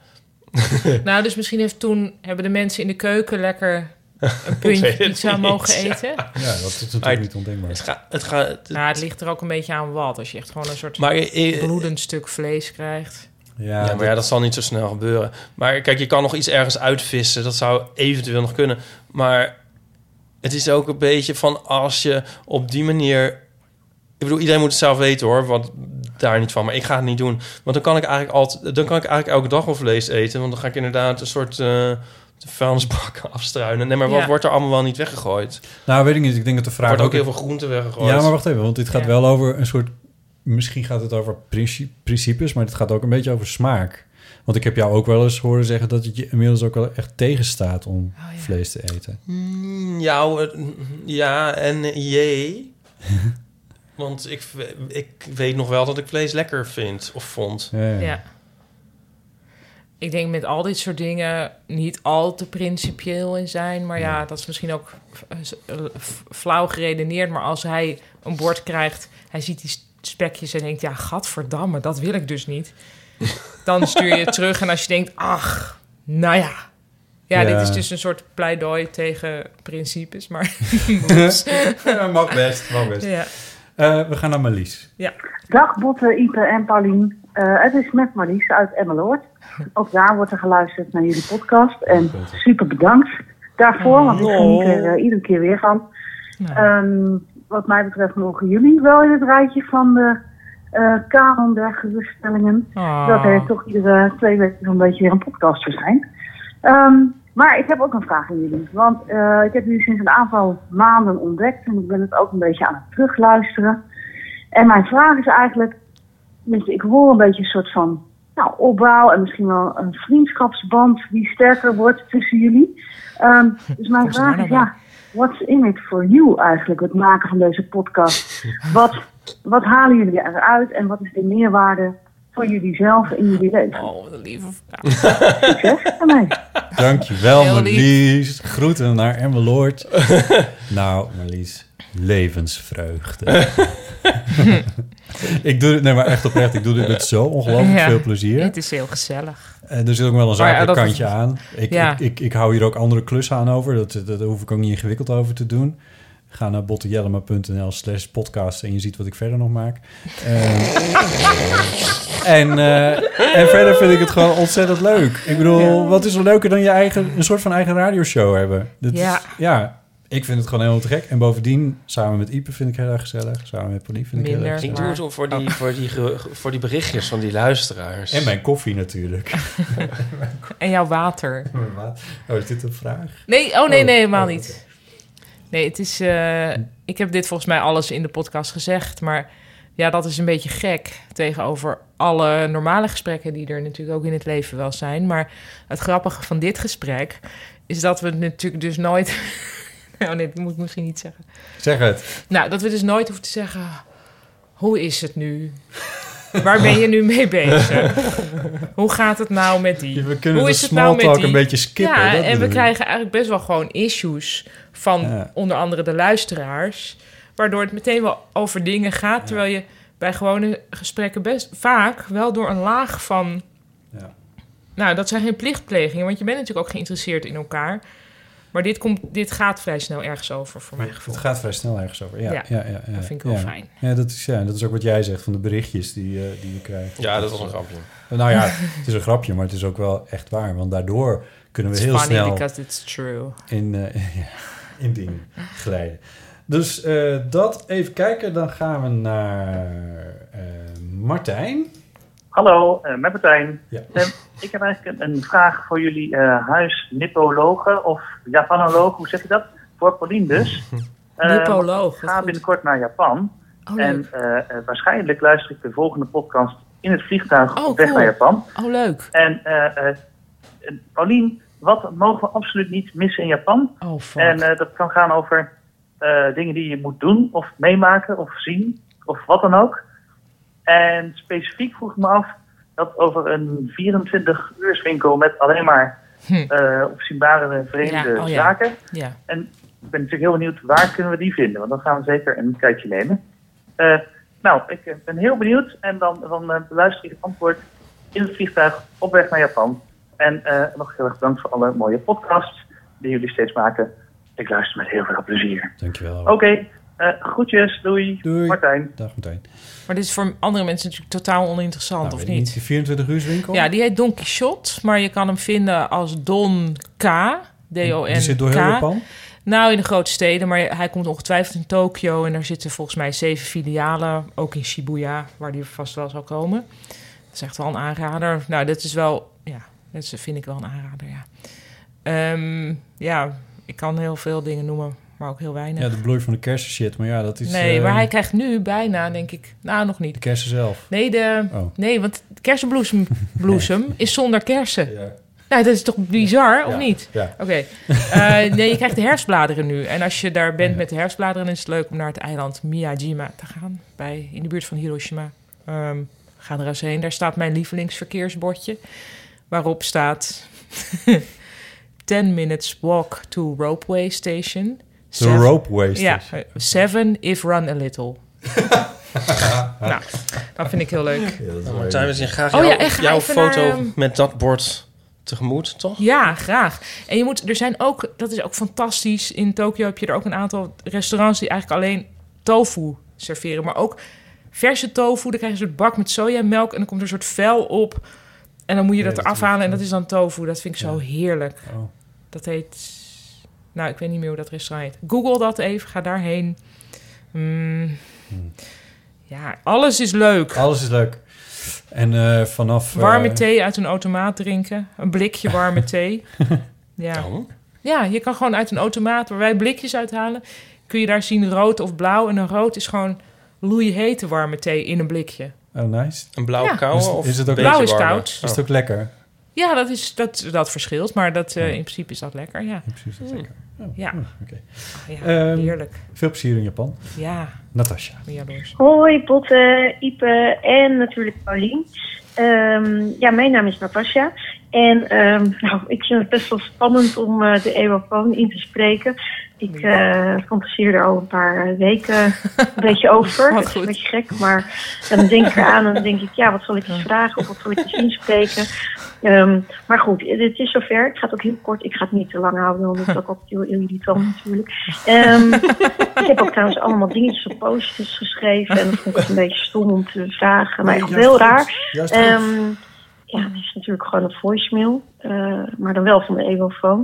Nou, dus misschien heeft toen, hebben de mensen in de keuken lekker een puntje pizza niet, mogen ja. eten. Ja, dat is natuurlijk maar niet ondenkbaar. Het, ga, het, ga, het, nou, het ligt er ook een beetje aan wat. Als je echt gewoon een soort maar, eh, bloedend stuk vlees krijgt. Ja, ja maar dat... ja, dat zal niet zo snel gebeuren. Maar kijk, je kan nog iets ergens uitvissen. Dat zou eventueel nog kunnen. Maar het is ook een beetje van als je op die manier... Ik bedoel, iedereen moet het zelf weten hoor, wat daar niet van. Maar ik ga het niet doen. Want dan kan ik eigenlijk altijd, dan kan ik eigenlijk elke dag wel vlees eten. Want dan ga ik inderdaad een soort uh, de vuilnisbak afstruinen. Nee, maar wat ja. wordt er allemaal wel niet weggegooid? Nou, weet ik niet. Ik denk dat de vraag... Er wordt ook ook heel veel groenten weggegooid. Ja, maar wacht even. Want dit gaat ja. wel over een soort... Misschien gaat het over principes, maar het gaat ook een beetje over smaak. Want ik heb jou ook wel eens horen zeggen dat het je inmiddels ook wel echt tegenstaat om oh, ja. vlees te eten. Mm, jou, ja en jee. Want ik, ik weet nog wel dat ik vlees lekker vind of vond. Ja, ja. Ja. Ik denk met al dit soort dingen niet al te principieel in zijn. Maar ja, dat is misschien ook flauw geredeneerd. Maar als hij een bord krijgt, hij ziet die spekjes en denkt... ja, gadverdamme, dat wil ik dus niet. Dan stuur je het terug en als je denkt, ach, nou ja... Ja, ja, dit is dus een soort pleidooi tegen principes, maar... ja, mag best, mag best. Ja. Uh, we gaan naar Marlies. Ja. Dag Botte, Ipe en Paulien. Uh, het is met Marlies uit Emmeloord. Ook daar wordt er geluisterd naar jullie podcast. En super bedankt daarvoor, oh, want ik geniet er uh, iedere keer weer van. Nee. Um, wat mij betreft mogen jullie wel in het rijtje van de uh, kanon der geruststellingen. Oh. Dat er toch iedere twee weken zo'n beetje weer een podcast verschijnt. Um, maar ik heb ook een vraag aan jullie. Want uh, ik heb jullie sinds een aantal maanden ontdekt. En ik ben het ook een beetje aan het terugluisteren. En mijn vraag is eigenlijk... Ik hoor een beetje een soort van nou, opbouw... en misschien wel een vriendschapsband die sterker wordt tussen jullie. Um, dus mijn vraag is, ja... What's in it for you eigenlijk, het maken van deze podcast? Wat, wat halen jullie eruit en wat is de meerwaarde... voor jullie zelf in jullie leven? Oh, wat een lieve vraag. Succes ermee. Dankjewel, Marlies. Groeten naar Emmeloord. Nou, Marlies, levensvreugde. Ik doe het, nee, maar echt oprecht, ik doe dit met zo ongelooflijk ja, veel plezier. Het is heel gezellig. En er zit ook wel een zakelijk ja, kantje is... aan. Ik, ja. ik, ik, ik hou hier ook andere klussen aan over. Dat, dat, daar hoef ik ook niet ingewikkeld over te doen. Ga naar bottejellema.nl slash podcast en je ziet wat ik verder nog maak. Uh, en, uh, en verder vind ik het gewoon ontzettend leuk. Ik bedoel, ja. wat is er leuker dan je eigen, een soort van eigen radioshow hebben? Dat ja. Is, ja, ik vind het gewoon helemaal te gek. En bovendien, samen met Ipe vind ik heel erg gezellig. Samen met Pauline vind ik Minder, heel erg gezellig. Ik doe het voor die, voor, die, voor die berichtjes van die luisteraars. En mijn koffie natuurlijk. En jouw water. Oh, is dit een vraag? Nee, oh nee, nee, helemaal niet. Oh, okay. Nee, het is... Uh, ik heb dit volgens mij alles in de podcast gezegd, maar ja, dat is een beetje gek tegenover alle normale gesprekken die er natuurlijk ook in het leven wel zijn. Maar het grappige van dit gesprek is dat we natuurlijk dus nooit... oh nee, dat moet ik misschien niet zeggen. Zeg het. Nou, dat we dus nooit hoeven te zeggen, hoe is het nu? Waar ben je nu mee bezig? Hoe gaat het nou met die? Ja, we kunnen Hoe de is het nou met die? Een beetje skippen. Ja, en we krijgen eigenlijk best wel gewoon issues van ja. onder andere de luisteraars, waardoor het meteen wel over dingen gaat, terwijl je bij gewone gesprekken best vaak wel door een laag van... Ja. Nou, dat zijn geen plichtplegingen, want je bent natuurlijk ook geïnteresseerd in elkaar. Maar dit, komt, dit gaat vrij snel ergens over, voor mijn gevoel. Het gaat vrij snel ergens over, ja. Ja, ja, ja, ja dat vind ik wel ja. fijn. Ja dat, is, ja, dat is ook wat jij zegt van de berichtjes die, uh, die je krijgt. Ja, dat was een grapje. Nou ja, het is een grapje, maar het is ook wel echt waar. Want daardoor kunnen we it's heel funny snel... because it's true. In, uh, ja, in dingen glijden. Dus uh, dat even kijken. Dan gaan we naar uh, Martijn. Hallo, uh, met Martijn. Ja. Uh, ik heb eigenlijk een, een vraag voor jullie uh, huisnippologen of Japanoloog, hoe zeg je dat? Voor Paulien dus. Uh, Nippoloog. Ik ga binnenkort naar Japan. Oh, en uh, uh, waarschijnlijk luister ik de volgende podcast in het vliegtuig oh, op weg cool. naar Japan. Oh, leuk. En uh, uh, Paulien, wat mogen we absoluut niet missen in Japan? Oh, fuck. En uh, dat kan gaan over uh, dingen die je moet doen of meemaken of zien of wat dan ook. En specifiek vroeg ik me af dat over een vierentwintig-uurswinkel met alleen maar hm. uh, opzienbare vreemde ja, oh, zaken. Ja. Ja. En ik ben natuurlijk heel benieuwd, waar kunnen we die vinden? Want dan gaan we zeker een kijkje nemen. Uh, nou, ik ben heel benieuwd en dan, dan uh, luister ik het antwoord in het vliegtuig op weg naar Japan. En uh, nog heel erg bedankt voor alle mooie podcasts die jullie steeds maken. Ik luister met heel veel plezier. Dankjewel. Oké. Okay. Uh, groetjes, doei. Doei. Martijn. Dag Martijn. Maar dit is voor andere mensen natuurlijk totaal oninteressant, nou, of niet? niet? Die vierentwintig-uurswinkel? Ja, die heet Don Quixote, maar je kan hem vinden als Don K. D O N K. Die zit door heel Japan? Nou, in de grote steden, maar hij komt ongetwijfeld in Tokio. En er zitten volgens mij zeven filialen, ook in Shibuya, waar die vast wel zal komen. Dat is echt wel een aanrader. Nou, dat is wel, ja, dat vind ik wel een aanrader, ja. Um, ja, ik kan heel veel dingen noemen, maar ook heel weinig. Ja, de bloei van de kersen shit, maar ja, dat is... Nee, uh, maar hij krijgt nu bijna, denk ik... Nou, nog niet. De kersen zelf? Nee, de, oh. nee want kersenbloesem bloesem nee. is zonder kersen. Ja. Nou, dat is toch bizar, of ja. niet? Ja. Oké. Okay. Uh, nee, je krijgt de herfstbladeren nu. En als je daar bent ja. met de herfstbladeren... dan is het leuk om naar het eiland Miyajima te gaan. Bij, in de buurt van Hiroshima. Um, ga er eens heen. Daar staat mijn lievelingsverkeersbordje. Waarop staat... ten minutes walk to Ropeway Station. The Ropeway Station. Ja, seven if run a little. Nou, dat vind ik heel leuk. Ja, nou, Martijn, we zien graag jou, oh, ja, jouw foto naar, um... met dat bord tegemoet, toch? Ja, graag. En je moet, er zijn ook, dat is ook fantastisch. In Tokio heb je er ook een aantal restaurants die eigenlijk alleen tofu serveren, maar ook verse tofu. Dan krijg je een soort bak met sojamelk en dan komt er een soort vel op. En dan moet je nee, dat, dat afhalen is... en dat is dan tofu. Dat vind ik ja. zo heerlijk. Oh. Dat heet... Nou, ik weet niet meer hoe dat restaurant heet. Google dat even, ga daarheen. Mm. Hmm. Ja, alles is leuk. Alles is leuk. En uh, vanaf... Warme uh... thee uit een automaat drinken. Een blikje warme thee. Ja. Oh. Ja, je kan gewoon uit een automaat waar wij blikjes uithalen... kun je daar zien rood of blauw. En een rood is gewoon loeihete warme thee in een blikje. Oh, nice. Een blauw ja. koude of is het ook blauw is warme? koud. Is het ook lekker? Ja, dat, is, dat, dat verschilt. Maar dat, uh, in principe is dat lekker, ja. In principe is dat mm. lekker. Oh, ja. Oh, okay. Oh, ja, heerlijk. Um, veel plezier in Japan. Ja. Natasja. Hoi, Botte, Ipe en natuurlijk Paulien. Um, ja, mijn naam is Natasja. En um, nou, ik vind het best wel spannend om uh, de eeuwofoon in te spreken. Ik uh, fantaseer er al een paar weken een beetje over. Dat is een beetje gek, maar dan denk ik eraan en dan denk ik... ja, wat zal ik eens vragen of wat zal ik eens inspreken? Um, maar goed, het is zover. Ik ga het ook heel kort. Ik ga het niet te lang houden, want dat is ook altijd heel, heel irritant natuurlijk. Um, ik heb ook trouwens allemaal dingetjes op post-its geschreven... en dat vond ik een beetje stom om te vragen. Maar echt heel raar. Um, Ja, het is natuurlijk gewoon een voicemail, uh, maar dan wel van de eeuwofoon.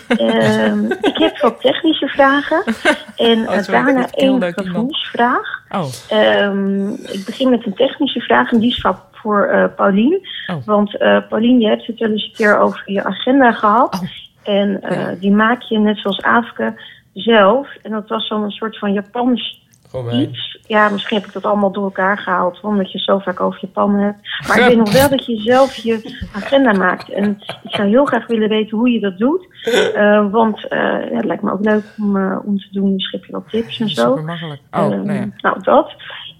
um, ik heb wat technische vragen en uh, oh, daarna één gevoelsvraag. Oh. Um, ik begin met een technische vraag en die is voor uh, Paulien. Oh. Want uh, Paulien, je hebt het wel eens een keer over je agenda gehad. Oh. En uh, ja. die maak je net zoals Aafke zelf. En dat was zo'n soort van Japans iets. Ja, misschien heb ik dat allemaal door elkaar gehaald, omdat je zo vaak over Japan hebt. Maar ik weet nog wel dat je zelf je agenda maakt. En ik zou heel graag willen weten hoe je dat doet. Uh, want uh, ja, het lijkt me ook leuk om, uh, om te doen. Dus heb je wat tips en zo. Super makkelijk. Oh, uh, nou, ja. nou, dat.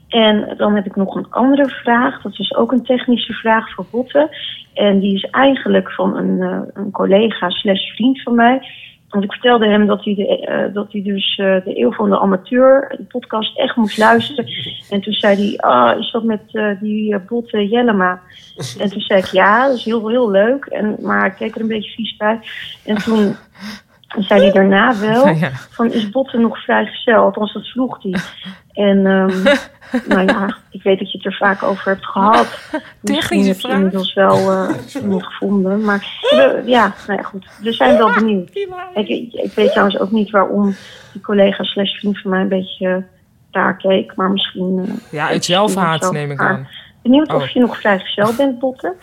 En dan heb ik nog een andere vraag. Dat is ook een technische vraag voor Botte. En die is eigenlijk van een, uh, een collega slash vriend van mij. Want ik vertelde hem dat hij, de, uh, dat hij dus uh, de Eeuw van de Amateur, de podcast, echt moest luisteren. En toen zei hij, ah, is dat met uh, die uh, Botte Jellema? En toen zei ik, ja, dat is heel, heel leuk. En, maar ik keek er een beetje vies bij. En toen zei hij daarna wel, ja. van is Botte nog vrijgezel? Althans, dat vroeg hij. En um, nou ja, ik weet dat je het er vaak over hebt gehad. Misschien heb je inmiddels wel uh, iemand gevonden. Maar uh, ja, nou ja, goed. We zijn wel benieuwd. Ik, ik, ik weet trouwens ook niet waarom die collega slash vriend van mij een beetje uh, daar keek. Maar misschien... Uh, ja, uit zelfhaat neem ik aan. Benieuwd oh. of je nog vrijgezel bent, Botte.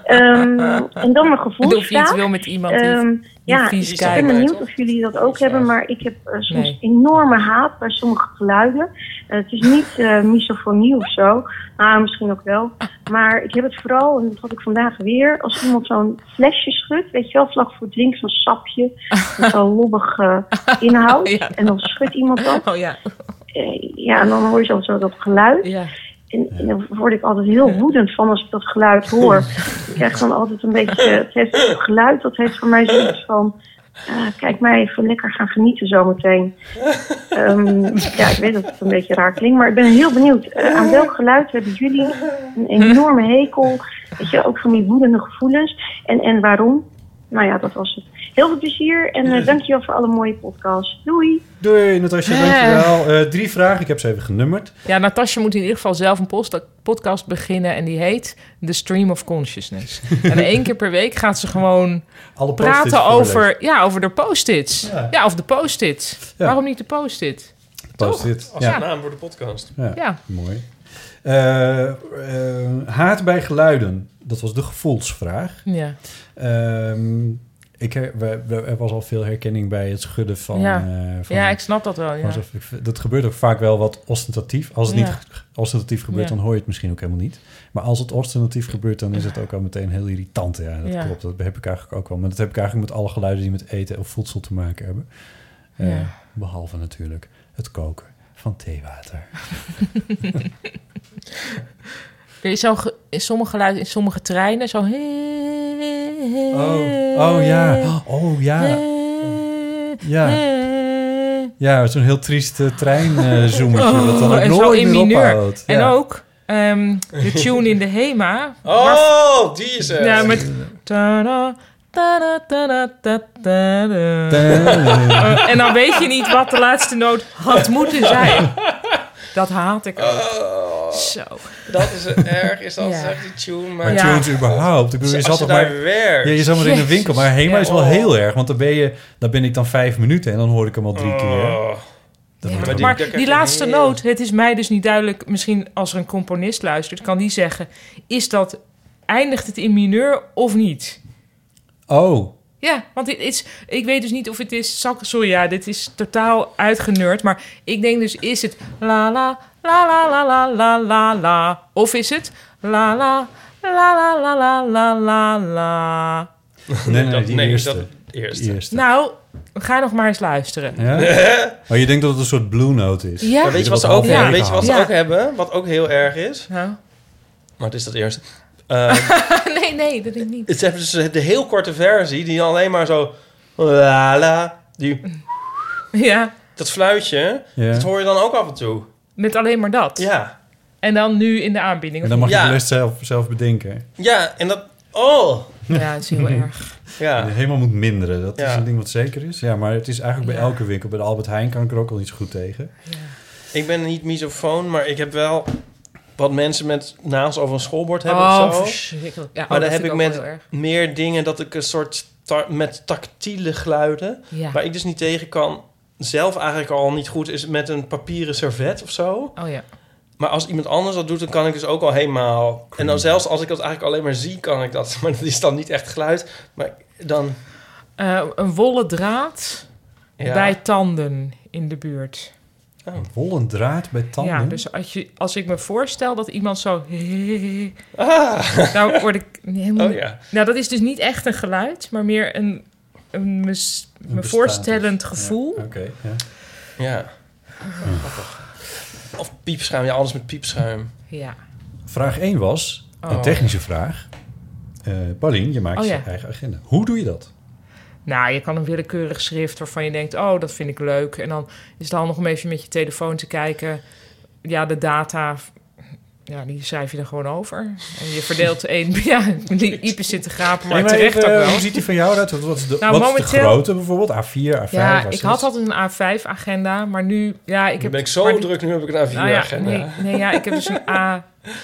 Um, en dan een gevoelsvraag. Of je iets wil met iemand die, um, die ja, vies ik ben benieuwd uit, of jullie dat ook hebben, maar ik heb uh, soms nee. enorme haat bij sommige geluiden. Uh, het is niet uh, misofonie of zo, nou, misschien ook wel. Maar ik heb het vooral, en dat had ik vandaag weer, als iemand zo'n flesje schudt, weet je wel, vlak voor het drinken, zo'n sapje, met zo'n lobbig uh, inhoud. Ja. En dan schudt iemand dat. Oh, ja. Uh, ja, en dan hoor je zo, zo dat geluid. Ja. En, en dan word ik altijd heel woedend van als ik dat geluid hoor. Ik krijg dan altijd een beetje... Het, heeft, het geluid, dat heeft voor mij zoiets van... Uh, kijk mij even lekker gaan genieten zometeen. Um, ja, ik weet dat het een beetje raar klinkt, maar ik ben heel benieuwd. Uh, aan welk geluid hebben jullie een enorme hekel? Weet je, ook van die woedende gevoelens. En, en waarom? Nou ja, dat was het. Heel veel plezier en uh, dankjewel voor alle mooie podcasts. Doei! Doei, Natasja, dankjewel. Uh, drie vragen, ik heb ze even genummerd. Ja, Natasja moet in ieder geval zelf een post- podcast beginnen en die heet The Stream of Consciousness. En één keer per week gaat ze gewoon alle praten over, ja, over de post-its. Ja, ja of de post-its. Ja. Waarom niet de post-it? Post-it. Als ja. naam voor de podcast. Ja, ja. Mooi. Uh, uh, haat bij geluiden. Dat was de gevoelsvraag. Ja. Um, Ik, her- we, we, er was al veel herkenning bij het schudden van... Ja, uh, van ja ik snap dat wel, ja. Alsof ik, dat gebeurt ook vaak wel wat ostentatief. Als het Ja. niet ostentatief gebeurt, Ja. dan hoor je het misschien ook helemaal niet. Maar als het ostentatief gebeurt, dan is het ook al meteen heel irritant. Ja, dat Ja. klopt. Dat heb ik eigenlijk ook wel. Maar dat heb ik eigenlijk met alle geluiden die met eten of voedsel te maken hebben. Uh, Ja. Behalve natuurlijk het koken van theewater. Er is zo ge- in sommige geluiden, in sommige treinen, zo... Oh, oh ja. Oh ja. Ja. Ja, zo'n heel triest uh, treinzoemertje. Uh, dat dan ook en zo nooit in meer mineur. ophoudt. En Ja. ook um, de tune in de HEMA. Oh, waar, die is het. Ja, met... Ta-da, ta-da, ta-da, ta-da, ta-da. Uh, en dan weet je niet wat de laatste noot had moeten zijn. Dat haat ik ook. Oh, zo. Dat is het erg, is dat Ja. echt die tune. Maar, Maar Ja. tunes überhaupt. Ik bedoel, je Als zat je toch daar maar... werkt. Ja, je zat maar in de Jezus. winkel. Maar HEMA Ja. is wel Oh. heel erg. Want dan ben je... Dan ben ik dan vijf minuten en dan hoor ik hem al drie keer. Oh. Dat Ja, wordt maar wel- die, daar krijg je laatste heel- noot, het is mij dus niet duidelijk... Misschien als er een componist luistert, kan die zeggen... Is dat... Eindigt het in mineur of niet? Oh. Ja, want dit is, ik weet dus niet of het is... zal ik- Sorry, ja, dit is totaal uitgeneurd. Maar ik denk dus, is het la la la la la la la la la? Of is het la la la la la la la la la? Nee, nee, dat, die nee, eerste. dat eerste. Die eerste. Nou, ga nog maar eens luisteren. Ja? Oh, je denkt dat het een soort blue note is? Ja. Ja, weet je wat ze Dat ook, het Ja. weet je wat ze Ja. ook hebben? Wat ook heel erg is? Nou. Maar het is dat eerste. Uh, nee, nee, dat is niet. het is dus de heel korte versie die alleen maar zo... La la. Die, Ja, dat fluitje, Ja. dat hoor je dan ook af en toe. met alleen maar dat. Ja. En dan nu in de aanbieding. En of dan mag Ja. je de rest zelf, zelf bedenken. Ja, en dat... Oh! niet? Ja, het is heel erg. Ja. Helemaal moet minderen. Dat is Ja. een ding wat zeker is. Ja, maar het is eigenlijk bij Ja. elke winkel. Bij de Albert Heijn kan ik er ook al niet zo goed tegen. Ik ben niet misofoon, maar ik heb wel wat mensen met naast over een schoolbord hebben Oh, of zo. verschrikkelijk. Ja, Maar oh, dan dat heb ik vind ook met wel heel erg. meer dingen dat ik een soort ta- met tactiele geluiden, Ja. waar ik dus niet tegen kan, zelf eigenlijk al niet goed is met een papieren servet of zo. Oh ja. Maar als iemand anders dat doet, dan kan ik dus ook al helemaal... En dan zelfs als ik dat eigenlijk alleen maar zie, kan ik dat. Maar dat is dan niet echt geluid. Maar dan... Uh, een wollen draad Ja. bij tanden in de buurt. Oh. Wollen draad bij tanden? Ja, dus als, je, als ik me voorstel dat iemand zo... Ah. Nou word ik helemaal... Oh ja. Nou, dat is dus niet echt een geluid, maar meer een, een me, me bestaand voorstellend is. gevoel. Ja, Oké, ja. Ja. Grappig. Of piepschuim. Ja, alles met piepschuim. Ja. Vraag één was een Oh. technische vraag. Uh, Paulien, je maakt Oh, je ja. eigen agenda. Hoe doe je dat? Nou, je kan een willekeurig schrift waarvan je denkt... oh, dat vind ik leuk. En dan is het handig om even met je telefoon te kijken. Ja, de data... Ja, die schrijf je er gewoon over. En je verdeelt één... Ja, die Ipe zit te grapen, maar Nee, maar terecht even, ook wel. hoe ziet die van jou eruit? Wat, wat is de, Nou, wat is de momenteel- grootte bijvoorbeeld? A vier, A vijf, Ja, A zes? ik had altijd een A vijf agenda, maar nu... Ja, ik Nu heb, ben ik zo maar- druk, nu heb ik een A vier Nou ja, agenda. nee, nee, ja, ik heb dus een A...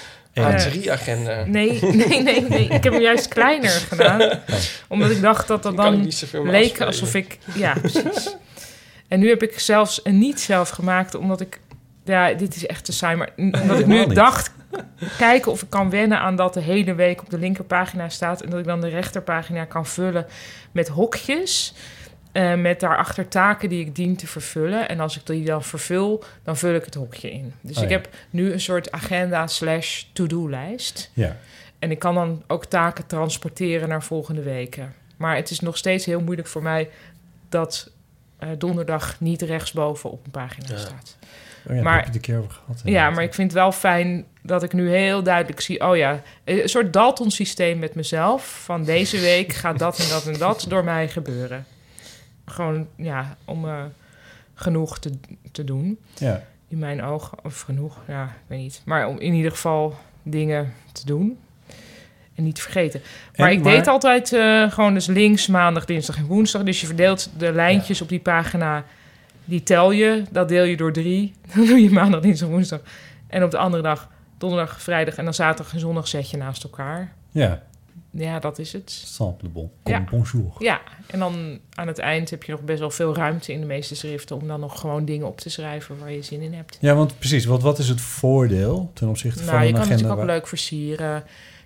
A drie agenda. Nee, nee, nee, nee. Ik heb hem juist kleiner gedaan. Omdat ik dacht dat dat Dan kan ik dan niet zoveel meer leek afspelen. alsof ik... Ja, precies. En nu heb ik zelfs een niet zelf gemaakt, omdat ik... Ja, dit is echt te saai. Maar n- omdat ik nu helemaal niet. dacht... Kijken of ik kan wennen aan dat de hele week op de linkerpagina staat... en dat ik dan de rechterpagina kan vullen met hokjes... Uh, met daarachter taken die ik dien te vervullen. En als ik die dan vervul, dan vul ik het hokje in. Dus Oh, ik ja. heb nu een soort agenda slash to-do-lijst. Ja. En ik kan dan ook taken transporteren naar volgende weken. Maar het is nog steeds heel moeilijk voor mij... dat uh, donderdag niet rechtsboven op een pagina Ja. staat. Oh ja, Maar- daar heb je het een keer over gehad. Ja, maar ik vind het wel fijn dat ik nu heel duidelijk zie... oh ja, een soort Dalton-systeem met mezelf. Van deze week gaat dat en dat en dat door mij gebeuren. Gewoon, ja, om uh, genoeg te, te doen. Ja. In mijn ogen. Of genoeg, ja, ik weet niet. Maar om in ieder geval dingen te doen. En niet te vergeten. Maar En, ik maar- deed altijd uh, gewoon dus links, maandag, dinsdag en woensdag. Dus je verdeelt de lijntjes op die pagina... Die tel je, dat deel je door drie. Dan doe je maandag, dinsdag, woensdag. En op de andere dag, donderdag, vrijdag... en dan zaterdag en zondag zet je naast elkaar. Ja. Ja, dat is het. Simple bon. Ja. Bonjour. Ja, en dan aan het eind heb je nog best wel veel ruimte in de meeste schriften... om dan nog gewoon dingen op te schrijven waar je zin in hebt. Ja, want precies. Wat, wat is het voordeel ten opzichte van Nou, je een kan agenda? natuurlijk ook waar- leuk versieren.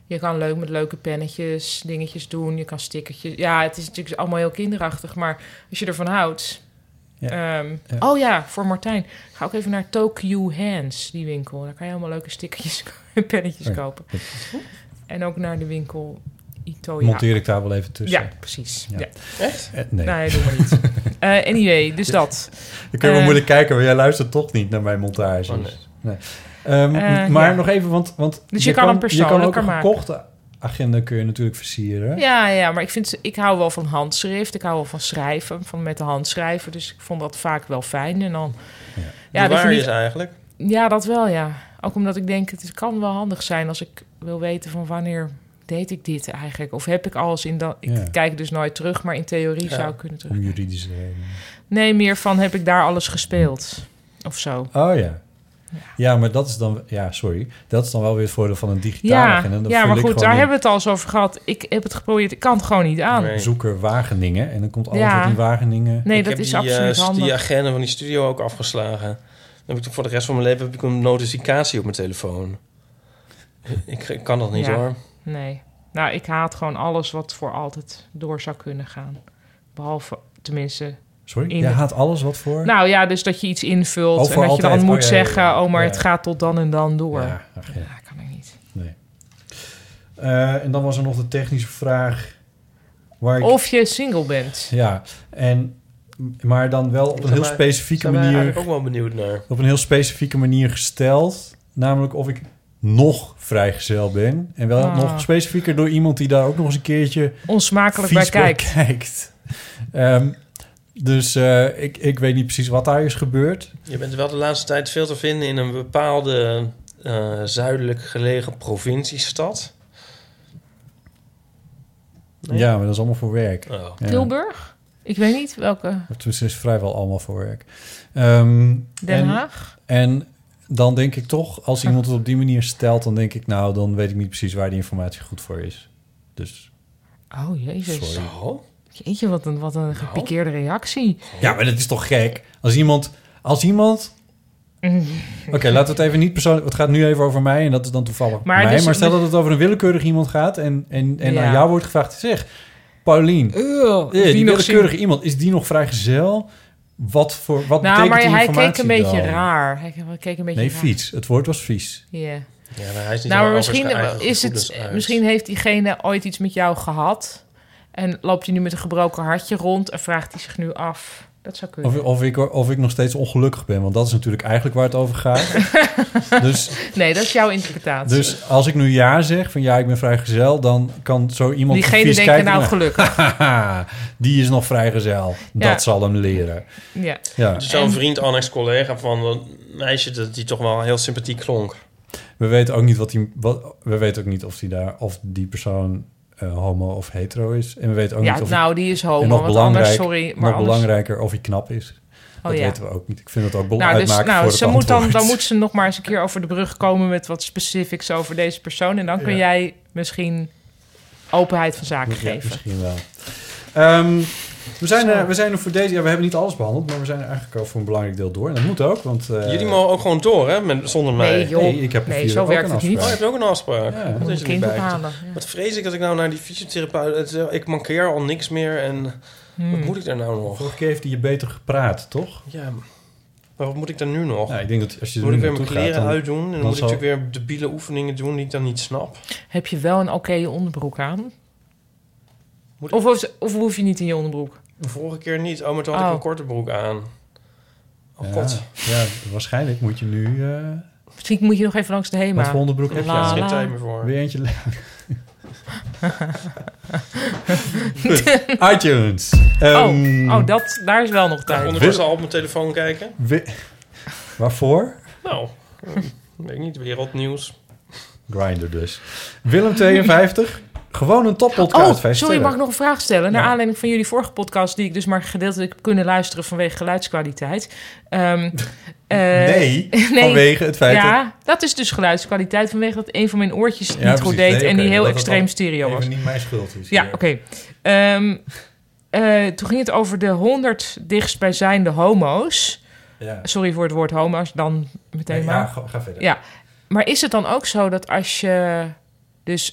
Je kan leuk met leuke pennetjes, dingetjes doen. Je kan stickertjes. Ja, het is natuurlijk allemaal heel kinderachtig. Maar als je ervan houdt... Ja. Um, ja. Oh ja, voor Martijn. Ga ook even naar Tokyo Hands, die winkel. Daar kan je allemaal leuke stickertjes en pennetjes Oh ja. kopen. En ook naar de winkel Itoya. Monteer ik daar wel even tussen. Ja, precies. Ja. Ja. Echt? Eh, nee. Nee, doe maar niet. uh, anyway, dus dat. Dan kun je wel Uh, moeilijk kijken, maar jij luistert toch niet naar mijn montage. Oh, nee. Nee. Um, Uh, maar ja. nog even, want, want Dus je kan hem je kan ook persoonlijker een maken. gekochte agenda kun je natuurlijk versieren. Ja, ja, maar ik, vind, ik hou wel van handschrift. Ik hou wel van schrijven, van met de hand schrijven. Dus ik vond dat vaak wel fijn. En dan... Ja, ja, dat je Bewaar je niet- ze eigenlijk? Ja, dat wel, ja. Ook omdat ik denk, het kan wel handig zijn als ik wil weten van wanneer deed ik dit eigenlijk. Of heb ik alles in dat... Ik Ja. kijk dus nooit terug, maar in theorie Ja. zou ik kunnen terug. Om juridische redenen. Nee, meer van heb ik daar alles gespeeld of zo. Oh ja. Ja, maar dat is dan... Ja, sorry. Dat is dan wel weer het voordeel van een digitale Ja, agenda. Dan ja vul maar ik goed, gewoon daar in hebben we het al eens over gehad. Ik heb het geprobeerd, ik kan het gewoon niet aan. Nee. Zoeker Wageningen. En dan komt alles Ja. wat in Wageningen... Nee, ik dat heb is die, absoluut eh, handig. die agenda van die studio ook afgeslagen. Dan heb ik toch voor de rest van mijn leven heb ik een notificatie op mijn telefoon. ik, ik kan dat niet Ja. hoor. Nee. Nou, ik haat gewoon alles wat voor altijd door zou kunnen gaan. Behalve, tenminste... Sorry? in Jij de- haat alles wat voor... Nou ja, dus dat je iets invult Oh, en voor dat je dan altijd. moet Oh, ja, ja, ja. zeggen... oh, maar Ja. het gaat tot dan en dan door. Ja, ach, ja. Ja, kan ik niet. Nee. Uh, en dan was er nog de technische vraag... Waar ik, Of je single bent. Ja, en... Maar dan wel op een Zijn heel wij- specifieke zijn wij manier... eigenlijk ook wel benieuwd naar. Op een heel specifieke manier gesteld. Namelijk of ik nog vrijgezel ben. En wel Ah. nog specifieker door iemand die daar ook nog eens een keertje... Onsmakelijk bij vies bij kijkt. kijkt. Um, dus uh, ik, ik weet niet precies wat daar is gebeurd. Je bent wel de laatste tijd veel te vinden in een bepaalde uh, zuidelijk gelegen provinciestad. Nee? Ja, maar dat is allemaal voor werk. Oh. Ja. Tilburg? Ik weet niet welke. Het is vrijwel allemaal voor werk. Um, Den en, Haag? En dan denk ik toch, als iemand het op die manier stelt... dan denk ik, nou, dan weet ik niet precies waar die informatie goed voor is. Dus... Oh, jezus. Sorry. Zo? Jeetje, wat een, wat een gepikeerde reactie. Ja, maar dat is toch gek? Als iemand... Als iemand... Oké, okay, laten we het even niet persoonlijk... Het gaat nu even over mij en dat is dan toevallig Maar mij. dus- maar stel dat het over een willekeurig iemand gaat... en, en, en Ja. aan jou wordt gevraagd... Zeg, Paulien, Ugh, eh, is die nog willekeurige zien- iemand... is die nog vrijgezel? Wat, voor, wat Nou, betekent maar die hij informatie keek een beetje dan? raar. Hij keek een beetje Nee, raar. fiets. Het woord was vies. Ja. Ja, maar hij is niet Nou, maar helemaal over misschien, zijn eigen is het, gevoelens uit. misschien heeft diegene ooit iets met jou gehad... en loopt hij nu met een gebroken hartje rond... en vraagt hij zich nu af. Dat zou kunnen. Of, of, ik, of ik nog steeds ongelukkig ben. Want dat is natuurlijk eigenlijk waar het over gaat. dus, Nee, dat is jouw interpretatie. dus als ik nu ja zeg, van ja, ik ben vrijgezel... dan kan zo iemand... Diegene vies denkt, kijken nou, en- gelukkig. Die is nog vrijgezel. Ja. Dat zal hem leren. Ja. Ja. Dus zo'n vriend, annex collega van een meisje... dat die toch wel heel sympathiek klonk. We weten ook niet wat die... Wat, we weten ook niet of die, daar, of die persoon uh, homo of hetero is. En we weten ook Ja, niet of... nou, die is homo, en nog want belangrijk, anders, sorry, maar nog anders- belangrijker of hij knap is. Dat ja. weten we ook niet. Ik vind het ook belangrijk Nou, dus, uitmaken nou voor ze het moet dan, antwoord. dan moet ze nog maar eens een keer over de brug komen... met wat specifics over deze persoon. En dan kun Ja. jij misschien openheid van zaken Ja, geven. misschien wel. Um, we, zijn, uh, we zijn er voor deze... Ja, we hebben niet alles behandeld... maar we zijn er eigenlijk al voor een belangrijk deel door. En dat moet ook, want... Uh, Jullie mogen ook gewoon door, hè? Met, zonder mij. Nee, joh. Nee, ik heb Nee, hier zo ook werkt een het niet. Oh, je afspraak. hebt ook een afspraak. Ja, Wat moet is een er niet kind bij? ophalen, ja. Wat vrees ik dat ik nou naar die fysiotherapeut... Het, uh, ik mankeer al niks meer en... Hmm. Wat moet ik daar nou nog? Vorige keer heeft hij je beter gepraat, toch? Ja, maar wat moet ik daar nu nog? Ja, ik denk dat als je er moet ik nu weer mijn naartoe gaat, kleren dan- uitdoen... en dan, dan moet zal- ik natuurlijk weer debiele oefeningen doen... die ik dan niet snap. Heb je wel een oké onderbroek aan? Moet Of, of, of hoef je niet in je onderbroek? De vorige keer niet. Oh, maar toen had Oh. ik een korte broek aan. Oh Ja, god. ja, waarschijnlijk moet je nu... Uh, Misschien moet je nog even langs de HEMA. wat voor onderbroek heb je La, aan? Daar is la. geen tijd meer voor. Weer eentje... Goed, iTunes. Um, oh, oh dat, daar is wel nog Ga ik tijd. ondertussen al op mijn telefoon kijken? wi- Waarvoor? Nou, eh, weet ik niet. Wereldnieuws. Grindr dus. Willem tweeënvijftig. Gewoon een toppodcast. Oh, vijf sorry, sterren. mag ik nog een vraag stellen? Naar Ja. aanleiding van jullie vorige podcast... die ik dus maar gedeeltelijk heb kunnen luisteren vanwege geluidskwaliteit. Um, Nee, vanwege het feit Ja, dat is dus geluidskwaliteit... vanwege dat een van mijn oortjes het Ja, niet goed precies. deed... Nee, en die oké, heel dat het extreem dan stereo even was. niet mijn schuld is. Ja, hier. oké. Ehm, eh, toen ging het over de honderd dichtstbijzijnde homo's. Ja. Sorry voor het woord homo's, dan meteen Nee, maar. ja, ga, ga verder. Ja, maar is het dan ook zo dat als je dus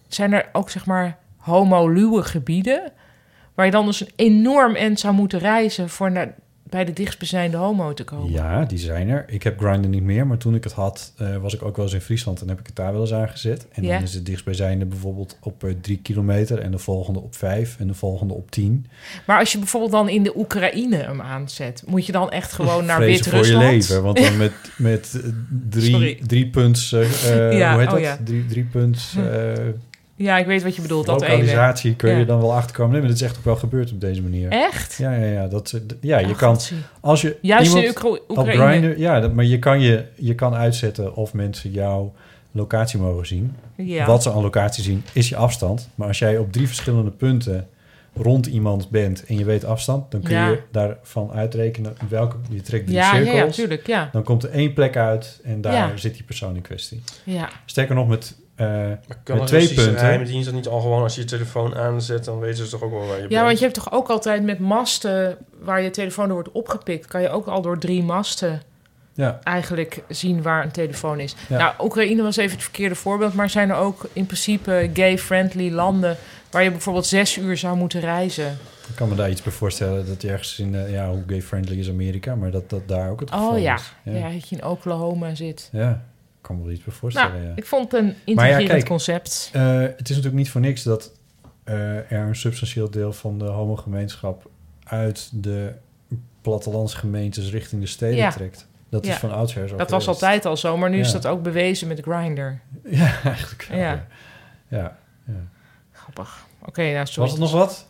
zijn er ook, zeg maar, homoluwe gebieden... waar je dan dus een enorm end zou moeten reizen... voor naar, bij de dichtstbijzijnde homo te komen. Ja, die zijn er. Ik heb Grindr niet meer, maar toen ik het had... Uh, was ik ook wel eens in Friesland en heb ik het daar wel eens aangezet. En ja. dan is het dichtstbijzijnde bijvoorbeeld op uh, drie kilometer... en de volgende op vijf en de volgende op tien. Maar als je bijvoorbeeld dan in de Oekraïne hem aanzet... moet je dan echt gewoon naar Wit-Rusland? voor je leven, want dan met, met drie, drie punts... Uh, ja, hoe heet oh dat? Ja. Drie, drie punts... Uh, Ja, ik weet wat je bedoelt. Lokalisatie dat kun je ja. dan wel achterkomen. Nee, maar dat is echt ook wel gebeurd op deze manier. Echt? Ja, ja, ja. Dat, ja je oh, kan... Als je Juist iemand in Oekra- op Oekraïne. Grindr, ja, dat, maar je kan, je, je kan uitzetten of mensen jouw locatie mogen zien. Ja. Wat ze aan locatie zien, is je afstand. Maar als jij op drie verschillende punten rond iemand bent en je weet afstand... dan kun ja. je daarvan uitrekenen welke... Je trekt drie ja, cirkels. Ja, ja, tuurlijk, ja. Dan komt er één plek uit en daar ja. zit die persoon in kwestie. Ja. Sterker nog met... Uh, maar kan met twee punten. Rijmen, dat niet al gewoon als je je telefoon aanzet, dan weten ze toch ook wel waar je ja, bent. want je hebt toch ook altijd met masten waar je telefoon door wordt opgepikt, kan je ook al door drie masten ja. eigenlijk zien waar een telefoon is. Ja. Nou, Oekraïne was even het verkeerde voorbeeld, maar zijn er ook in principe gay-friendly landen waar je bijvoorbeeld zes uur zou moeten reizen? Ik kan me daar iets bij voorstellen dat je ergens in, uh, ja, hoe gay-friendly is Amerika, maar dat dat daar ook het geval oh, ja. is. Ja, ja, dat je in Oklahoma zit. Ja. Ik kan me er iets bij voorstellen, nou, ja. Ik vond het een intrigerend ja, kijk, concept. Uh, het is natuurlijk niet voor niks dat uh, er een substantieel deel van de homogemeenschap uit de plattelandsgemeentes richting de steden ja. trekt. Dat ja. is van oudsher zo. Dat was altijd al zo, maar nu ja. is dat ook bewezen met Grindr. Ja, eigenlijk wel. Ja. Ja. ja. Grappig. Oké, okay, nou sorry. Was het nog wat?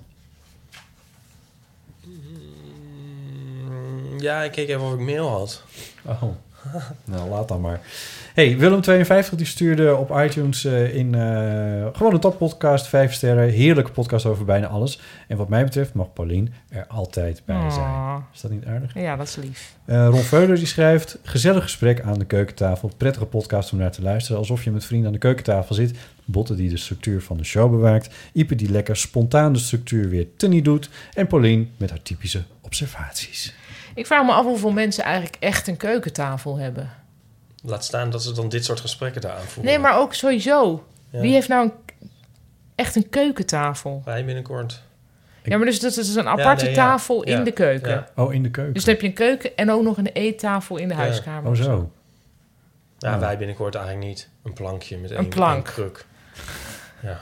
Ja, ik keek even of ik mail had. Oh. Nou, laat dan maar. Hey, Willem tweeënvijftig die stuurde op iTunes uh, in uh, gewoon een toppodcast, vijf sterren. Heerlijke podcast over bijna alles. En wat mij betreft mag Paulien er altijd bij oh. zijn. Is dat niet aardig? Ja, dat is lief. Uh, Ron Veuler die schrijft... Gezellig gesprek aan de keukentafel. Prettige podcast om naar te luisteren. Alsof je met vrienden aan de keukentafel zit. Botte die de structuur van de show bewaakt. Ipe die lekker spontaan de structuur weer teniet doet. En Paulien met haar typische observaties. Ik vraag me af hoeveel mensen eigenlijk echt een keukentafel hebben. Laat staan dat ze dan dit soort gesprekken daar aanvoeren. Nee, maar ook sowieso. Ja. Wie heeft nou een, echt een keukentafel? Wij binnenkort. Ja, maar dus dat is een aparte ja, nee, ja. tafel in ja. de keuken. Ja. Oh, in de keuken. Dus dan heb je een keuken en ook nog een eettafel in de ja. huiskamer. Oh, zo. Ja, oh. Wij binnenkort eigenlijk niet. Een plankje met een, een plank. Een kruk. Ja.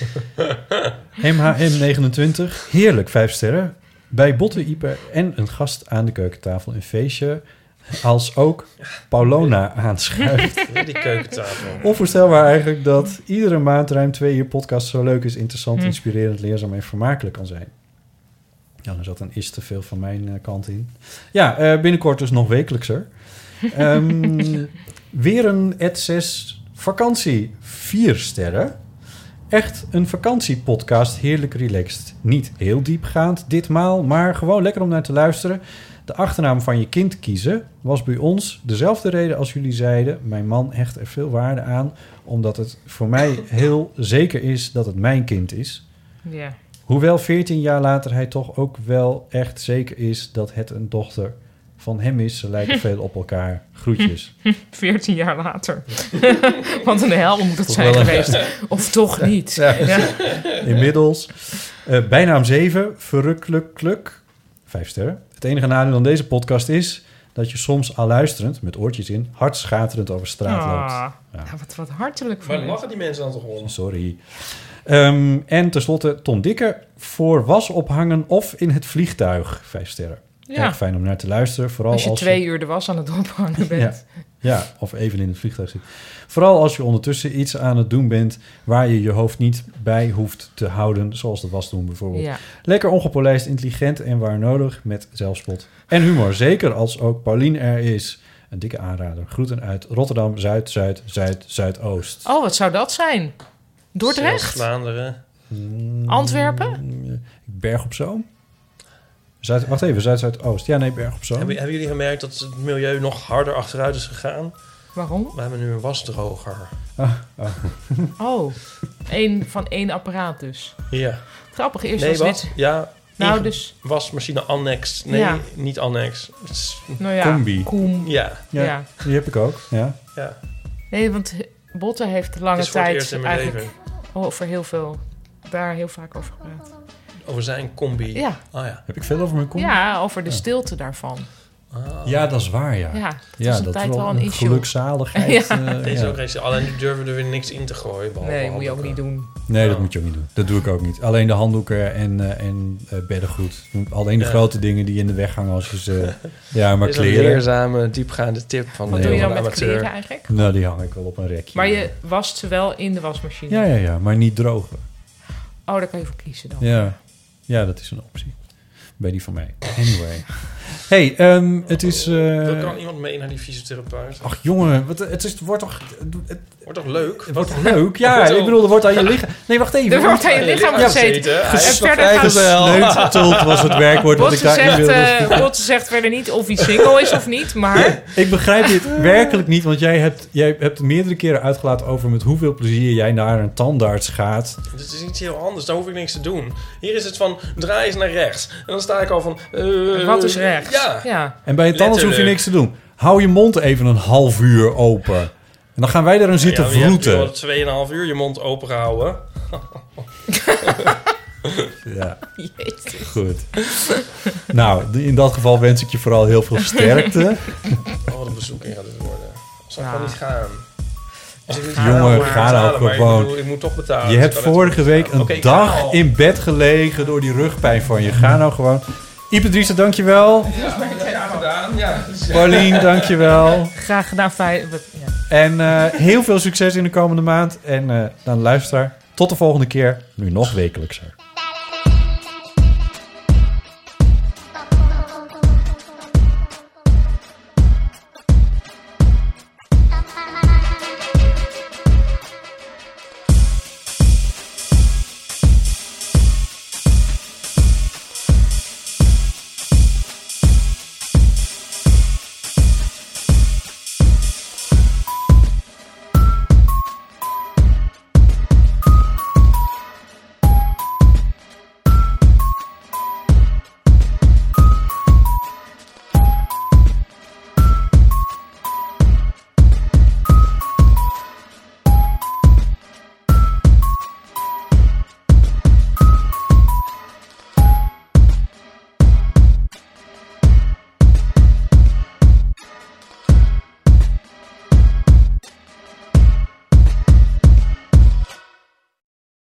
M H M negenentwintig. Heerlijk, vijf sterren. Bij Botte, Ipe en een gast aan de keukentafel een feestje... als ook Paulona aanschuift. Ja, die keukentafel. Onvoorstelbaar eigenlijk dat iedere maand ruim twee uur podcast zo leuk is, interessant, hm. inspirerend, leerzaam en vermakelijk kan zijn. Ja, er zat een is te veel van mijn uh, kant in. Ja, uh, binnenkort dus nog wekelijkser. Um, weer een et zes vakantie. Vier sterren. Echt een vakantiepodcast, heerlijk relaxed. Niet heel diepgaand ditmaal, maar gewoon lekker om naar te luisteren. De achternaam van je kind kiezen was bij ons dezelfde reden als jullie zeiden. Mijn man hecht er veel waarde aan, omdat het voor mij heel zeker is dat het mijn kind is. Ja. Hoewel veertien jaar later hij toch ook wel echt zeker is dat het een dochter van hem is. Ze lijken veel op elkaar. Groetjes. veertien jaar later. Want een hel moet het toch zijn geweest. Een... Of toch niet. Ja, ja. Inmiddels. Uh, bijnaam zeven. Verrukkelijk. Vijf sterren. Het enige nadeel aan deze podcast is dat je soms al luisterend, met oortjes in, hartschaterend over straat ah, loopt. Ja. Ja, wat, wat hartelijk voor Maar lachen die mensen dan toch om? Sorry. Um, en tenslotte Ton Dikke voor was ophangen of in het vliegtuig. Vijf sterren. Ja. Erg fijn om naar te luisteren. Vooral als je als twee je... uur de was aan het ophangen bent. Ja. Ja, of even in het vliegtuig zit. Vooral als je ondertussen iets aan het doen bent waar je je hoofd niet bij hoeft te houden, zoals de was doen bijvoorbeeld. Ja. Lekker ongepolijst, intelligent en waar nodig, met zelfspot en humor. Zeker als ook Paulien er is. Een dikke aanrader. Groeten uit Rotterdam, Zuid, Zuid, Zuid, Zuidoost. Oh, wat zou dat zijn? Dordrecht? Vlaanderen. Antwerpen? Berg op Zoom? Zuid, wacht even, Zuid-Zuidoost. Ja, nee, Berg op Zoom. Hebben, hebben jullie gemerkt dat het milieu nog harder achteruit is gegaan? Waarom? We hebben nu een wasdroger. Ah, oh. oh, een van één apparaat dus. Ja. Grappig, eerst nee, was was, dit... Ja, nou, dus... wasmachine annex. Nee, ja. niet annex. Nou ja, Combi. Koem. Ja. Ja, ja. Die heb ik ook, ja. ja. Nee, want Botte heeft lange tijd eigenlijk... Leven. over heel veel, daar heel vaak over gepraat. Over zijn combi? Ja. Oh, ja. Heb ik veel over mijn combi? Ja, over de Ja. stilte daarvan. Oh. Ja, dat is waar, ja. Ja, dat ja, was een dat tijd is wel een issue. gelukzaligheid. Ja. uh, Deze ja. ook eens, alleen nu durven we er weer niks in te gooien. Nee, moet je ook niet doen. Nee, dat Oh. moet je ook niet doen. Dat doe ik ook niet. Alleen de handdoeken en, uh, en uh, beddengoed. Alleen de Ja. grote dingen die in de weg hangen als je ze... Ja, maar Dit is een kleren... leerzame, diepgaande tip van Wat de doe je dan van de met amateur. kleren eigenlijk? Nou, die hang ik wel op een rekje. Maar je wast ze wel in de wasmachine? Ja, ja, ja. Maar niet drogen. Oh, daar kan je voor kiezen dan. Ja. Ja, dat is een optie. Bij die van mij. Anyway. Hey, um, het is... Uh... Er kan iemand mee naar die fysiotherapeut. Ach jongen, wat, het, is, het wordt toch... Het, Wordt toch leuk? Het wordt toch leuk? Ja, ik bedoel, er wordt aan je lichaam... Nee, wacht even. Er wordt aan je lichaam gezeten. En verder gaat Gesneuteld was het werkwoord wat ik Botse daarin zegt, wilde. uh, Botse zegt verder niet of hij single is of niet, maar... Ik begrijp dit werkelijk niet, want jij hebt, jij hebt meerdere keren uitgelaten over met hoeveel plezier jij naar een tandarts gaat. Dit is iets heel anders, daar hoef ik niks te doen. Hier is het van, draai eens naar rechts. En dan sta ik al van... Uh, Wat is rechts? Ja. ja. En bij een tandarts hoef je Letterlijk. niks te doen. Hou je mond even een half uur open. En dan gaan wij daar een zitten ja, je hebt vroeten. nu al tweeënhalf uur je mond open gehouden. Ja, Jezus. goed. Nou, in dat geval wens ik je vooral heel veel sterkte. Oh, wat een bezoeking gaat het worden. Zal ik Ja. wel niet gaan? Als ik niet Jongen, ga, ga nou maar ik gewoon. bedoel, Ik moet toch betalen. Je dus hebt ik kan vorige net week gaan. een Oké, ik ga dag al. in bed gelegen door die rugpijn van je. Ga nou gewoon. Ipe Driessen, dankjewel. Ja, ja, gedaan. Ja, dus- Paulien, dankjewel. Graag gedaan. Fijn. wat- Ja. En uh, heel veel succes in de komende maand. En uh, dan luister. Tot de volgende keer. Nu nog wekelijkser.